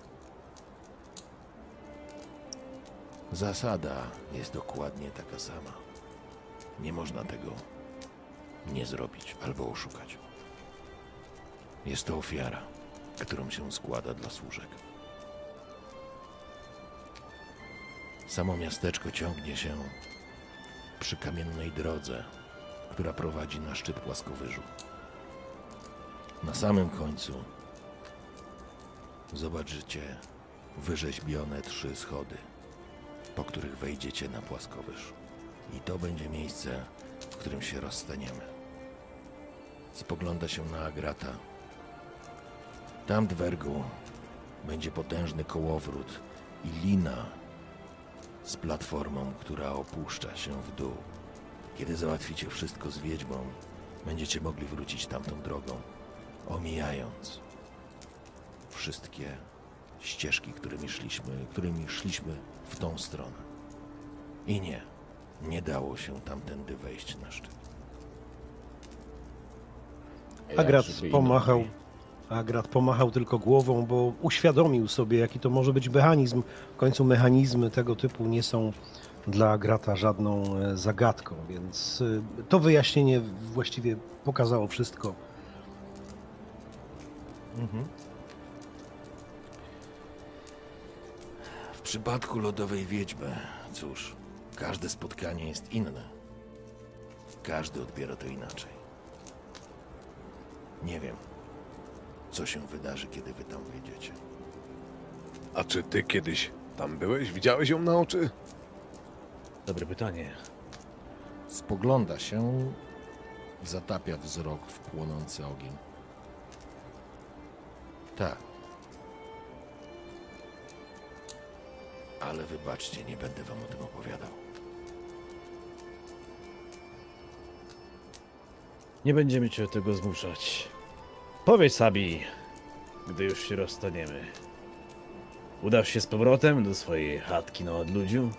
Zasada jest dokładnie taka sama. Nie można tego nie zrobić albo oszukać. Jest to ofiara, którą się składa dla służek. Samo miasteczko ciągnie się przy kamiennej drodze, która prowadzi na szczyt Płaskowyżu. Na samym końcu zobaczycie wyrzeźbione 3 schody, po których wejdziecie na Płaskowyż. I to będzie miejsce, w którym się rozstaniemy. Spogląda się na Agrata. Tam, Dwergu, będzie potężny kołowrót i lina z platformą, która opuszcza się w dół. Kiedy załatwicie wszystko z wiedźmą, będziecie mogli wrócić tamtą drogą, omijając wszystkie ścieżki, którymi szliśmy w tą stronę. I nie dało się tamtędy wejść na szczyt. Agrat pomachał tylko głową, bo uświadomił sobie, jaki to może być mechanizm. W końcu mechanizmy tego typu nie są dla Agrata żadną zagadką, więc to wyjaśnienie właściwie pokazało wszystko. W przypadku Lodowej Wiedźmy, cóż, każde spotkanie jest inne. Każdy odbiera to inaczej. Nie wiem, co się wydarzy, kiedy wy tam wejdziecie. A czy ty kiedyś tam byłeś? Widziałeś ją na oczy? Dobre pytanie. Spogląda się, zatapia wzrok w płonący ogień. Tak. Ale wybaczcie, nie będę wam o tym opowiadał. Nie będziemy cię do tego zmuszać. Powiedz, Sabi, gdy już się rozstaniemy. Udasz się z powrotem do swojej chatki na odludziu?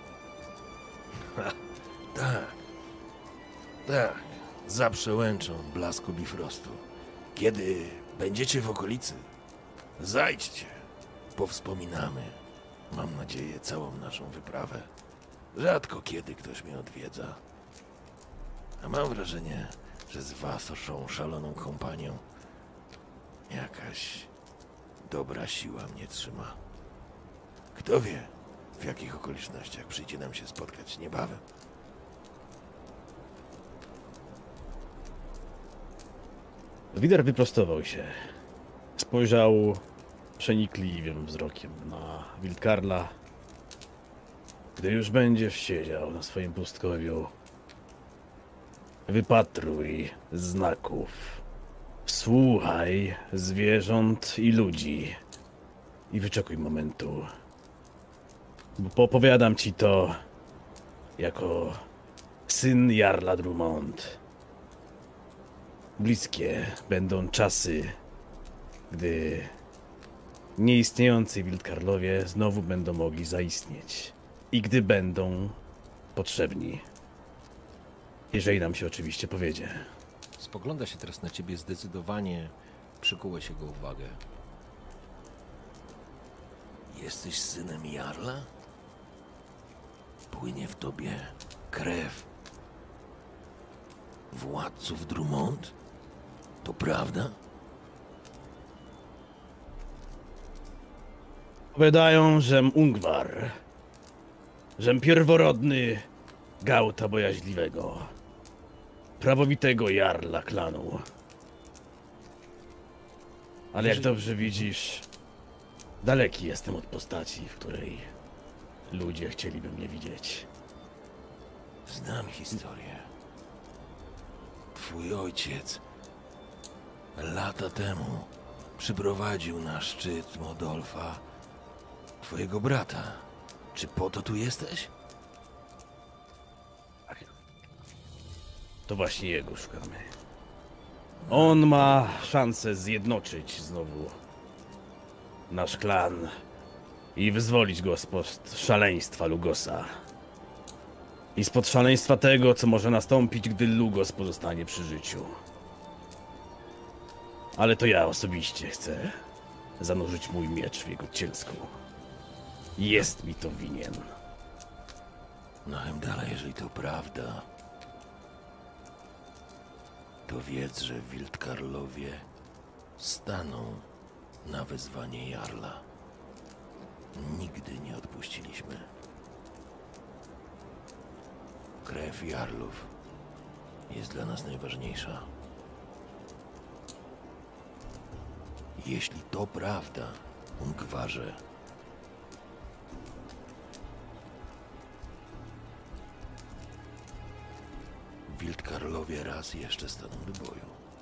Tak, za przełęczą blasku bifrostu. Kiedy będziecie w okolicy, zajdźcie, powspominamy. Mam nadzieję, całą naszą wyprawę. Rzadko kiedy ktoś mnie odwiedza. A mam wrażenie, że z waszą szaloną kompanią jakaś dobra siła mnie trzyma. Kto wie, w jakich okolicznościach przyjdzie nam się spotkać niebawem. Wider wyprostował się. Spojrzał przenikliwym wzrokiem na Wildkarla. Gdy już będziesz siedział na swoim pustkowiu, wypatruj znaków. Słuchaj zwierząt i ludzi i wyczekuj momentu. Bo popowiadam ci to jako syn Jarla Drummond. Bliskie będą czasy, gdy nieistniejący Wildkarlowie znowu będą mogli zaistnieć. I gdy będą potrzebni. Jeżeli nam się oczywiście powiedzie. Spogląda się teraz na ciebie zdecydowanie, przykułeś jego uwagę. Jesteś synem Jarla? Płynie w tobie krew władców Drummond? To prawda? Powiadają, żem Ungwar. Żem pierworodny Gauta Bojaźliwego. Prawowitego Jarla klanu. Ale jak dobrze widzisz, daleki jestem od postaci, w której ludzie chcieliby mnie widzieć. Znam historię. Twój ojciec lata temu przyprowadził na szczyt Modolfa twojego brata. Czy po to tu jesteś? To właśnie jego szukamy. On ma szansę zjednoczyć znowu nasz klan i wyzwolić go spod szaleństwa Lugosa. I spod szaleństwa tego, co może nastąpić, gdy Lugos pozostanie przy życiu. Ale to ja osobiście chcę zanurzyć mój miecz w jego cielsku. Jest mi to winien. No dalej, jeżeli to prawda, to wiedz, że Wildkarlowie staną na wezwanie Jarla. Nigdy nie odpuściliśmy. Krew Jarlów jest dla nas najważniejsza. Jeśli to prawda, Ungwarze, Wildkarlowie raz jeszcze staną do boju.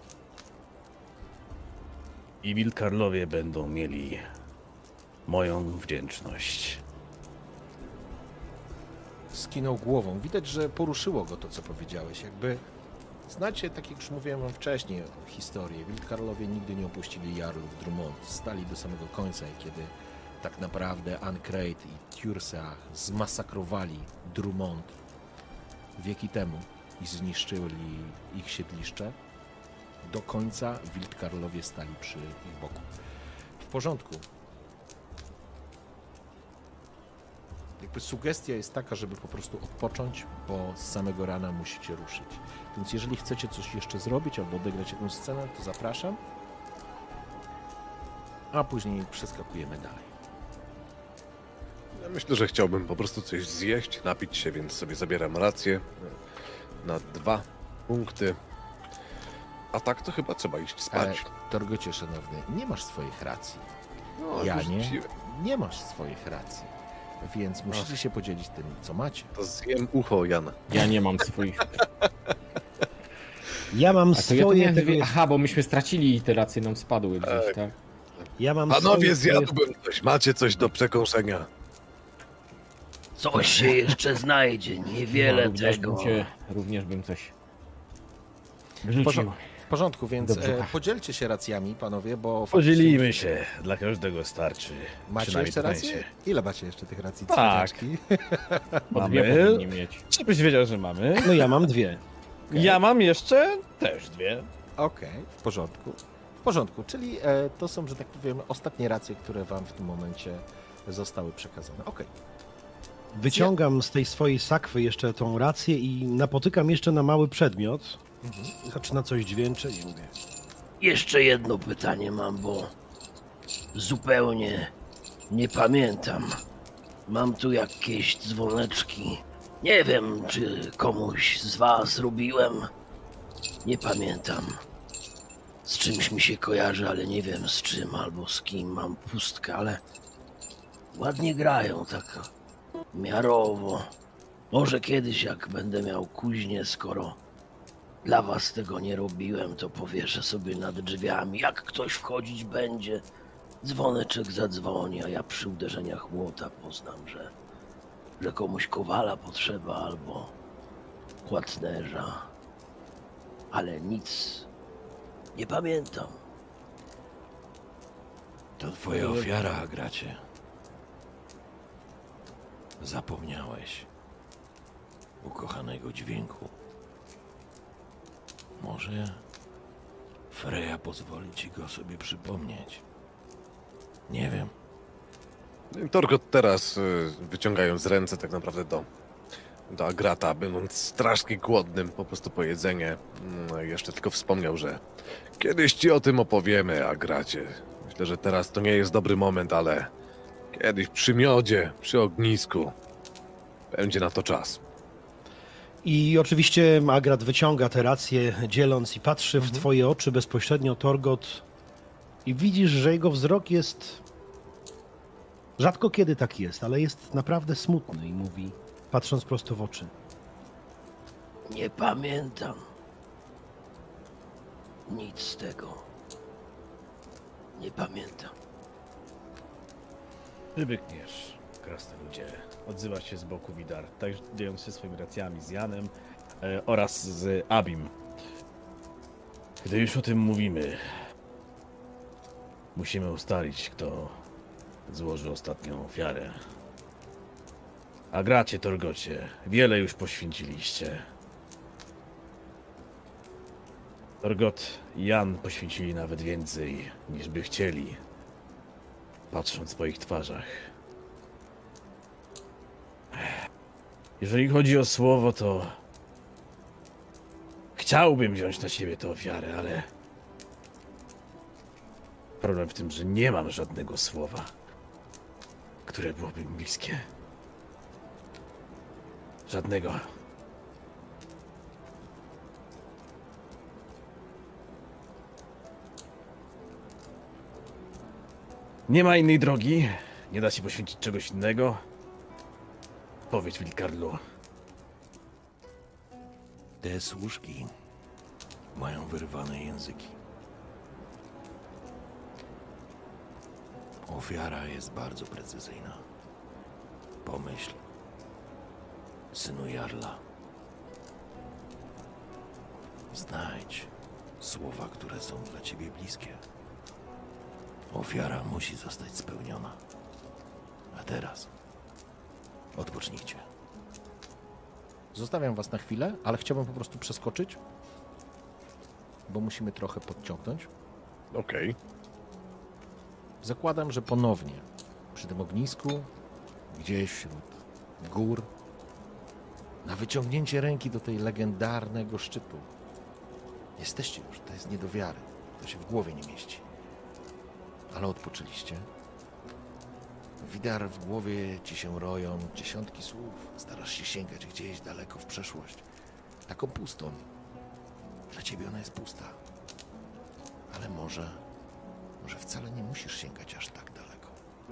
I Wildkarlowie będą mieli moją wdzięczność. Skinął głową. Widać, że poruszyło go to, co powiedziałeś. Jakby znacie, tak jak już mówiłem wam wcześniej, historię. Wildkarlowie nigdy nie opuścili Jarlów Drummond. Stali do samego końca i kiedy tak naprawdę Ancrate i Tursach zmasakrowali Drummond wieki temu i zniszczyli ich siedliszcze, do końca Wildkarlowie stali przy ich boku. W porządku. Jakby sugestia jest taka, żeby po prostu odpocząć, bo z samego rana musicie ruszyć. Więc jeżeli chcecie coś jeszcze zrobić albo odegrać jakąś scenę, to zapraszam. A później przeskakujemy dalej. Ja myślę, że chciałbym po prostu coś zjeść, napić się, więc sobie zabieram rację na 2 punkty. A tak to chyba trzeba iść spać. Torgocie, szanowny, nie masz swoich racji. No, Ja już nie. rzuciłem. Nie masz swoich racji. Więc musicie się podzielić tym, co macie. To zjem ucho, Jan. Ja nie mam swoich. Ja mam A to ja to swoje... miałem tego dwie... jest- Aha, bo myśmy stracili iteracje, nam spadły gdzieś, tak? Ja mam Panowie, swoje... zjadłbym coś. Macie coś do przekąszenia? Coś się jeszcze znajdzie, niewiele tego. Również bym coś W wrzucił. porządku, więc Dobrze. podzielcie się racjami, panowie, bo... Podzielimy się, dla każdego starczy. Macie Przynajmniej jeszcze to rację? będzie. Ile macie jeszcze tych racji? Tak. Cwaniaczki? Po Mamy. dwie powinni mieć. Żebyś wiedział, że mamy. No ja mam 2. Ja mam jeszcze też 2. Okej, w porządku. W porządku, czyli to są, że tak powiem, ostatnie racje, które wam w tym momencie zostały przekazane. Okej. Wyciągam z tej swojej sakwy jeszcze tą rację i napotykam jeszcze na mały przedmiot. Zaczyna coś dźwięczeć i mówię. Jeszcze jedno pytanie mam, bo zupełnie nie pamiętam. Mam tu jakieś dzwoneczki. Nie wiem, czy komuś z was robiłem. Nie pamiętam. Z czymś mi się kojarzy, ale nie wiem z czym albo z kim. Mam pustkę, ale ładnie grają, tak miarowo. Może kiedyś, jak będę miał kuźnię, skoro dla was tego nie robiłem, to powieszę sobie nad drzwiami. Jak ktoś wchodzić będzie, dzwoneczek zadzwoni, a ja przy uderzeniach młota poznam, że komuś kowala potrzeba albo płatnerza. Ale nic nie pamiętam. To twoja ofiara, Gracie. Zapomniałeś ukochanego dźwięku. Może Freja pozwoli ci go sobie przypomnieć. Nie wiem. Torgot teraz, wyciągając ręce tak naprawdę do Agrata, będąc strasznie głodnym, po prostu po jedzenie, jeszcze tylko wspomniał, że kiedyś ci o tym opowiemy, Agracie. Myślę, że teraz to nie jest dobry moment, ale kiedyś przy miodzie, przy ognisku będzie na to czas. I oczywiście Agrat wyciąga te racje, dzieląc i patrzy w twoje oczy bezpośrednio, Torgot, i widzisz, że jego wzrok jest Rzadko kiedy tak jest, ale jest naprawdę smutny i mówi, patrząc prosto w oczy. Nie pamiętam. Nic z tego. Nie pamiętam. Ty bykniesz, krasnoludzie. Odzywa się z boku Widar, tak dziejąc się swoimi racjami z Janem oraz z Abim. Gdy już o tym mówimy, musimy ustalić, kto złożył ostatnią ofiarę. A gracie, Torgocie, wiele już poświęciliście. Torgot i Jan poświęcili nawet więcej, niż by chcieli, patrząc po ich twarzach. Jeżeli chodzi o słowo, to chciałbym wziąć na siebie tę ofiarę, ale problem w tym, że nie mam żadnego słowa, które byłoby mi bliskie. Żadnego. Nie ma innej drogi. Nie da się poświęcić czegoś innego. Powiedz, Wilkarlu. Te służki mają wyrwane języki. Ofiara jest bardzo precyzyjna. Pomyśl, synu Jarla. Znajdź słowa, które są dla ciebie bliskie. Ofiara musi zostać spełniona. A teraz odpocznijcie. Zostawiam was na chwilę, ale chciałbym po prostu przeskoczyć, bo musimy trochę podciągnąć. Okej. Zakładam, że ponownie przy tym ognisku, gdzieś wśród gór, na wyciągnięcie ręki do tej legendarnego szczytu. Jesteście już, to jest nie do wiary. To się w głowie nie mieści. Ale odpoczęliście. Widar, w głowie ci się roją dziesiątki słów. Starasz się sięgać gdzieś daleko w przeszłość. Taką pustą. Dla ciebie ona jest pusta. Ale może wcale nie musisz sięgać aż tak daleko.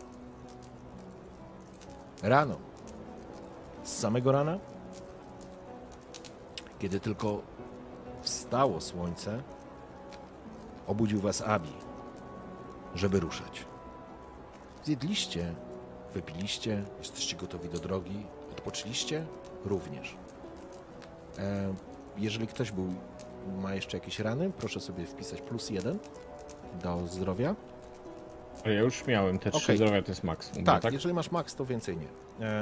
Rano. Z samego rana, kiedy tylko wstało słońce, obudził was Abi, żeby ruszać. Zjedliście, wypiliście, jesteście gotowi do drogi, odpoczęliście również. Jeżeli ktoś ma jeszcze jakieś rany, proszę sobie wpisać +1 do zdrowia. Ale ja już miałem te 3 Okej. zdrowia, to jest maksimum. Tak, jeżeli masz max, to więcej nie.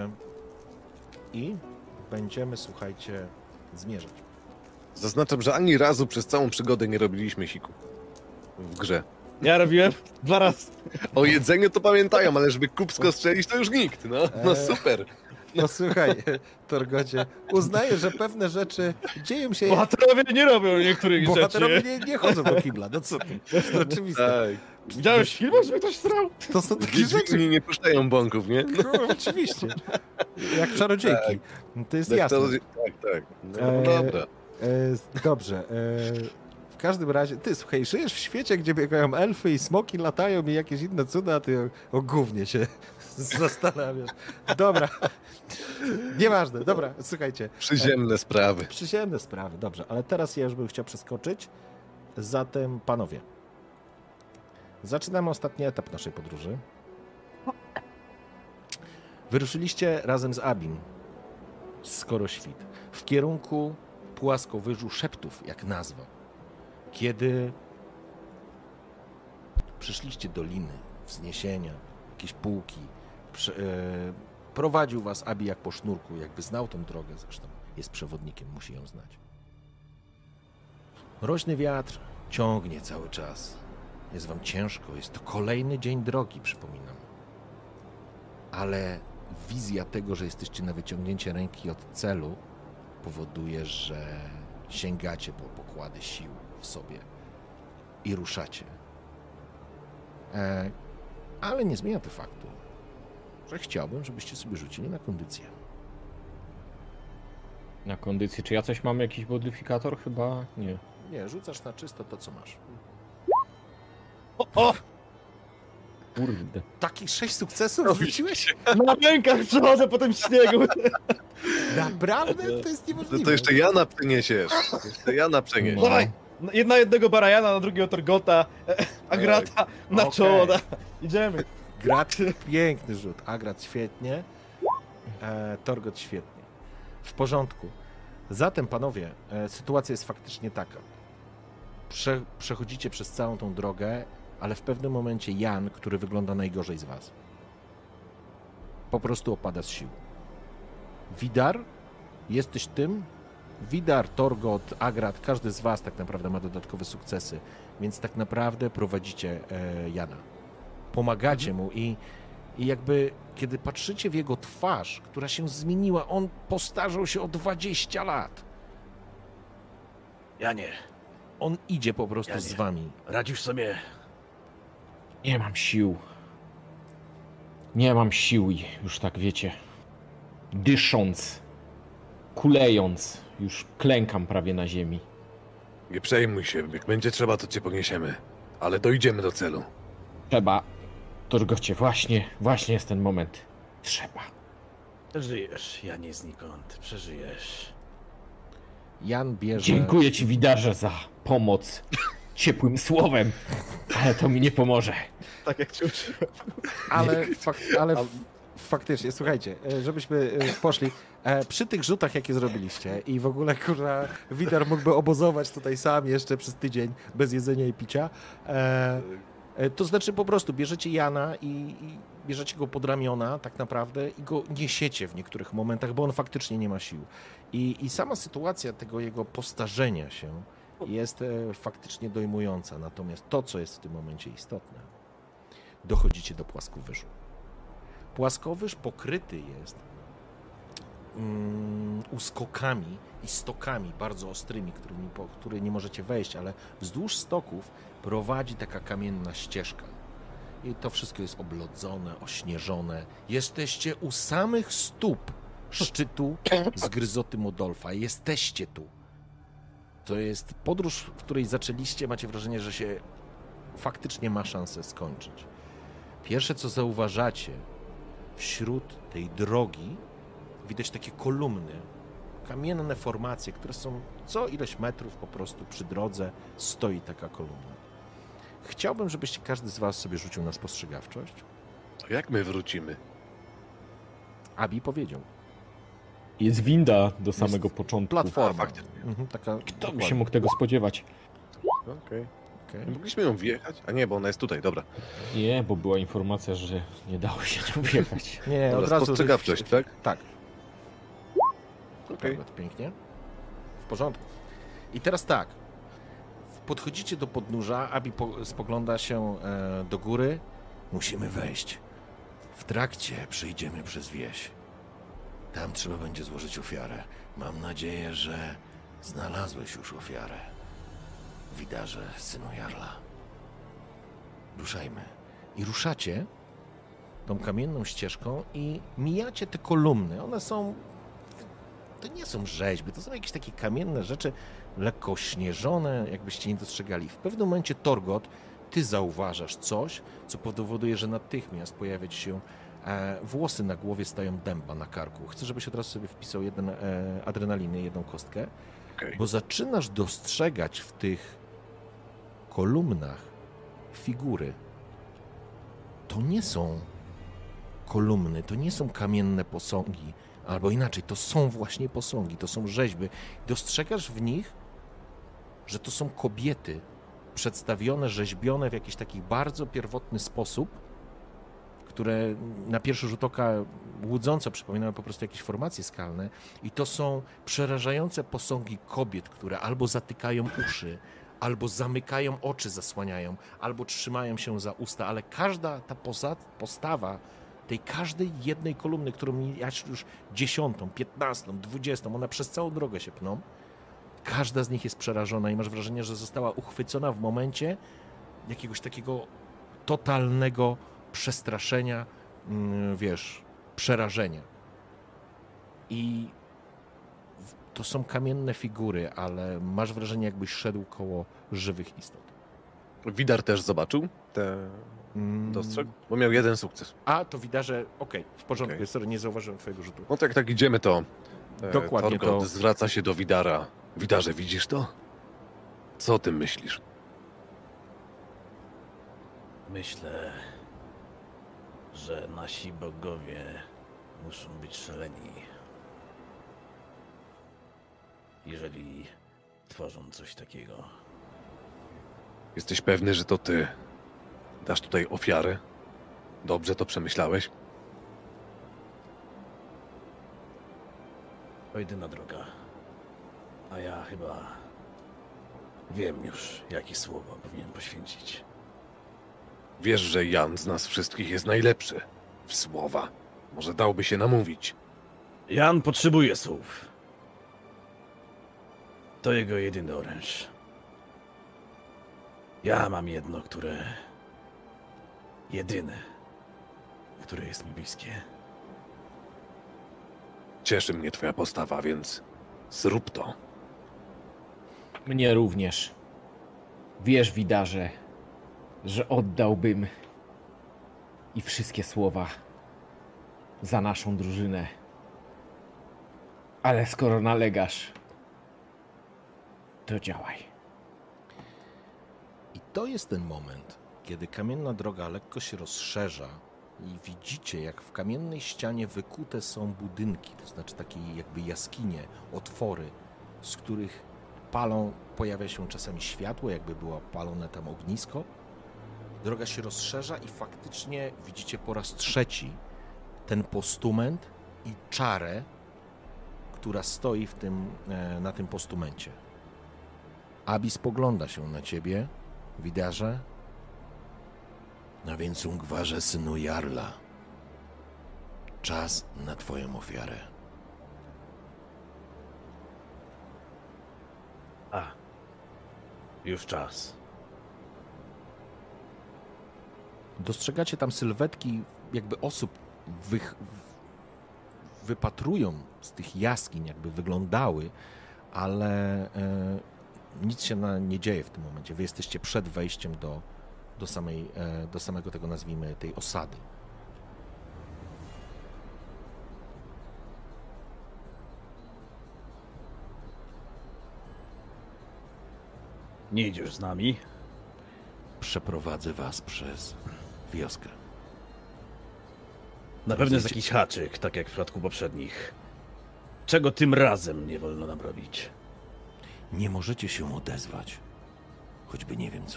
I będziemy, słuchajcie, zmierzać. Zaznaczam, że ani razu przez całą przygodę nie robiliśmy siku w grze. Ja robiłem 2 razy. O jedzeniu to pamiętają, ale żeby kubsko strzelić, to już nikt. No super. No słuchaj, Torgocie, uznaję, że pewne rzeczy dzieją się... Bohaterowie nie robią niektórych Bohaterowie rzeczy. nie chodzą do kibla, no co ty? To jest oczywiste. Tak. Widziałeś film, żeby ktoś strał? To są takie rzeczy. Wiedźmini nie puszczają bąków, nie? No, oczywiście. Jak czarodziejki. To jest Tak, jasne. tak. No dobra. Dobrze. W każdym razie, ty słuchaj, żyjesz w świecie, gdzie biegają elfy i smoki latają i jakieś inne cuda, a ty o gównie się zastanawiasz. Dobra. Nieważne, dobra, słuchajcie. Przyziemne sprawy. Przyziemne sprawy, dobrze, ale teraz ja już bym chciał przeskoczyć. Zatem, panowie, zaczynamy ostatni etap naszej podróży. Wyruszyliście razem z Abim, skoro świt, w kierunku płaskowyżu szeptów, jak nazwa. Kiedy przyszliście doliny, wzniesienia, jakieś półki, prowadził was Abi jak po sznurku, jakby znał tą drogę zresztą. Jest przewodnikiem, musi ją znać. Mroźny wiatr ciągnie cały czas. Jest wam ciężko, jest to kolejny dzień drogi, przypominam. Ale wizja tego, że jesteście na wyciągnięcie ręki od celu, powoduje, że sięgacie po pokłady sił w sobie i ruszacie. Ale nie zmienia to faktu, że chciałbym, żebyście sobie rzucili na kondycję. Na kondycję. Czy ja coś mam, jakiś modyfikator? Chyba nie. Nie, rzucasz na czysto to, co masz. O! Kurde. Takich 6 sukcesów wrzuciłeś? Na rękach przechodzę po tym śniegu. Naprawdę? To jest niemożliwe. To jeszcze Jana przyniesiesz. Jeszcze Jana przenieś. No. Dawaj! Na jednego Barajana, na drugiego Torgota, Agrata na Okej. czoło. Idziemy. Grat, piękny rzut. Agrat świetnie. Torgot świetnie. W porządku. Zatem, panowie, sytuacja jest faktycznie taka. Przechodzicie przez całą tą drogę, ale w pewnym momencie Jan, który wygląda najgorzej z was, po prostu opada z sił. Widar, jesteś tym. Widar, Torgot, Agrat, każdy z was tak naprawdę ma dodatkowe sukcesy, więc tak naprawdę prowadzicie Jana. Pomagacie mu i jakby kiedy patrzycie w jego twarz, która się zmieniła, on postarzał się o 20 lat. Janie, On idzie po prostu Janie. z wami. radzisz sobie? Nie mam sił. Nie mam sił, już tak wiecie. Dysząc, kulejąc, już klękam prawie na ziemi. Nie przejmuj się, jak będzie trzeba, to cię poniesiemy. Ale dojdziemy do celu. Trzeba. Torgocie, właśnie jest ten moment. Trzeba. Przeżyjesz, Janie znikąd, przeżyjesz. Jan bierze... Dziękuję ci, Widarze, za pomoc ciepłym słowem, ale to mi nie pomoże. Tak jak cię uczyłem. Ale faktycznie, słuchajcie, żebyśmy poszli, przy tych rzutach, jakie zrobiliście i w ogóle, kurwa, Widar mógłby obozować tutaj sam jeszcze przez tydzień bez jedzenia i picia, to znaczy po prostu bierzecie Jana i bierzecie go pod ramiona tak naprawdę i go niesiecie w niektórych momentach, bo on faktycznie nie ma sił. I sama sytuacja tego jego postarzenia się jest faktycznie dojmująca. Natomiast to, co jest w tym momencie istotne, dochodzicie do płaskowyżu. Płaskowyż pokryty jest uskokami i stokami bardzo ostrymi, które nie możecie wejść, ale wzdłuż stoków prowadzi taka kamienna ścieżka. I to wszystko jest oblodzone, ośnieżone. Jesteście u samych stóp szczytu zgryzoty Modolfa. Jesteście tu. To jest podróż, w której zaczęliście. Macie wrażenie, że się faktycznie ma szansę skończyć. Pierwsze, co zauważacie, wśród tej drogi widać takie kolumny, kamienne formacje, które są co ileś metrów po prostu przy drodze stoi taka kolumna. Chciałbym, żebyście każdy z was sobie rzucił na spostrzegawczość. To jak my wrócimy? Abi powiedział. Jest winda do samego początku. Platforma. faktycznie. Taka, Kto by się mógł tego spodziewać? Okej. Okej. Nie mogliśmy ją wjechać? A nie, bo ona jest tutaj, dobra. Nie, bo była informacja, że nie dało się nią wjechać. Nie, Dobra, od razu... spostrzegawczość, tak? Tak. Okej. Bardzo pięknie. W porządku. I teraz tak. Podchodzicie do podnóża, Abi spogląda się do góry. Musimy wejść. W trakcie przejdziemy przez wieś. Tam trzeba będzie złożyć ofiarę. Mam nadzieję, że znalazłeś już ofiarę. Widarze, synu Jarla. Ruszajmy. I ruszacie tą kamienną ścieżką i mijacie te kolumny. One są... To nie są rzeźby, to są jakieś takie kamienne rzeczy, lekko ośnieżone, jakbyście nie dostrzegali. W pewnym momencie, Torgot, ty zauważasz coś, co powoduje, że natychmiast pojawia ci się włosy na głowie stają dęba na karku. Chcę, żebyś od razu sobie wpisał adrenaliny, jedną kostkę, Okej. bo zaczynasz dostrzegać w tych kolumnach figury. To nie są kolumny, to nie są kamienne posągi, albo inaczej, to są właśnie posągi, to są rzeźby. Dostrzegasz w nich, że to są kobiety przedstawione, rzeźbione w jakiś taki bardzo pierwotny sposób, które na pierwszy rzut oka łudząco przypominają po prostu jakieś formacje skalne i to są przerażające posągi kobiet, które albo zatykają uszy, albo zamykają oczy, zasłaniają, albo trzymają się za usta, ale każda ta postawa tej każdej jednej kolumny, którą mijasz już 10., 15., 20., ona przez całą drogę się pną, każda z nich jest przerażona i masz wrażenie, że została uchwycona w momencie jakiegoś takiego totalnego przestraszenia, wiesz, przerażenia. I to są kamienne figury, ale masz wrażenie, jakbyś szedł koło żywych istot. Widar też zobaczył te Dostrzegł? Bo miał 1 sukces. A, to widarze, okej, w porządku, Okej. sorry, nie zauważyłem twojego rzutu. No to jak tak idziemy, to Dokładnie Torgot to. zwraca się do Widara. Widarze, widzisz to? Co o tym myślisz? Myślę, że nasi bogowie muszą być szaleni, jeżeli tworzą coś takiego. Jesteś pewny, że to ty dasz tutaj ofiarę? Dobrze to przemyślałeś? To jedyna droga. A ja chyba wiem już, jakie słowo powinien poświęcić. Wiesz, że Jan z nas wszystkich jest najlepszy w słowa. Może dałby się namówić. Jan potrzebuje słów. To jego jedyny oręż. Ja mam jedno, jedyne, które jest mi bliskie. Cieszy mnie twoja postawa, więc zrób to. Mnie również. Wiesz, Widarze, że oddałbym i wszystkie słowa za naszą drużynę. Ale skoro nalegasz, to działaj. I to jest ten moment, kiedy kamienna droga lekko się rozszerza i widzicie, jak w kamiennej ścianie wykute są budynki, to znaczy takie jakby jaskinie, otwory, z których pojawia się czasami światło, jakby było palone tam ognisko. Droga się rozszerza i faktycznie widzicie po raz trzeci ten postument i czarę, która stoi na tym postumencie. Abi spogląda się na ciebie, Widarze. No więc, Ungwarze, synu Jarla, czas na twoją ofiarę. Już czas. Dostrzegacie tam sylwetki jakby osób wypatrują z tych jaskiń, jakby wyglądały, ale nic się nie dzieje w tym momencie. Wy jesteście przed wejściem do samego tego, nazwijmy, tej osady. Nie idziesz z nami? Przeprowadzę was przez wioskę. Na pewno jest jakiś haczyk, tak jak w przypadku poprzednich. Czego tym razem nie wolno nam robić? Nie możecie się odezwać, choćby nie wiem co.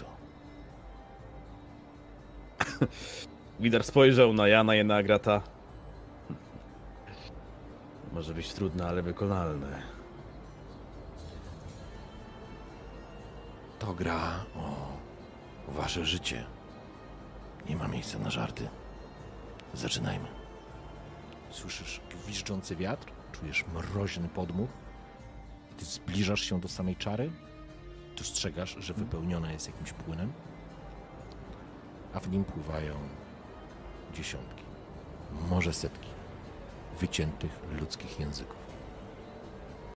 Widar spojrzał na Jana i na Agrata. Może być trudne, ale wykonalne. To gra o wasze życie. Nie ma miejsca na żarty. Zaczynajmy. Słyszysz gwiżdżący wiatr, czujesz mroźny podmuch. Ty zbliżasz się do samej czary, dostrzegasz, że wypełniona jest jakimś płynem, a w nim pływają dziesiątki, może setki wyciętych ludzkich języków.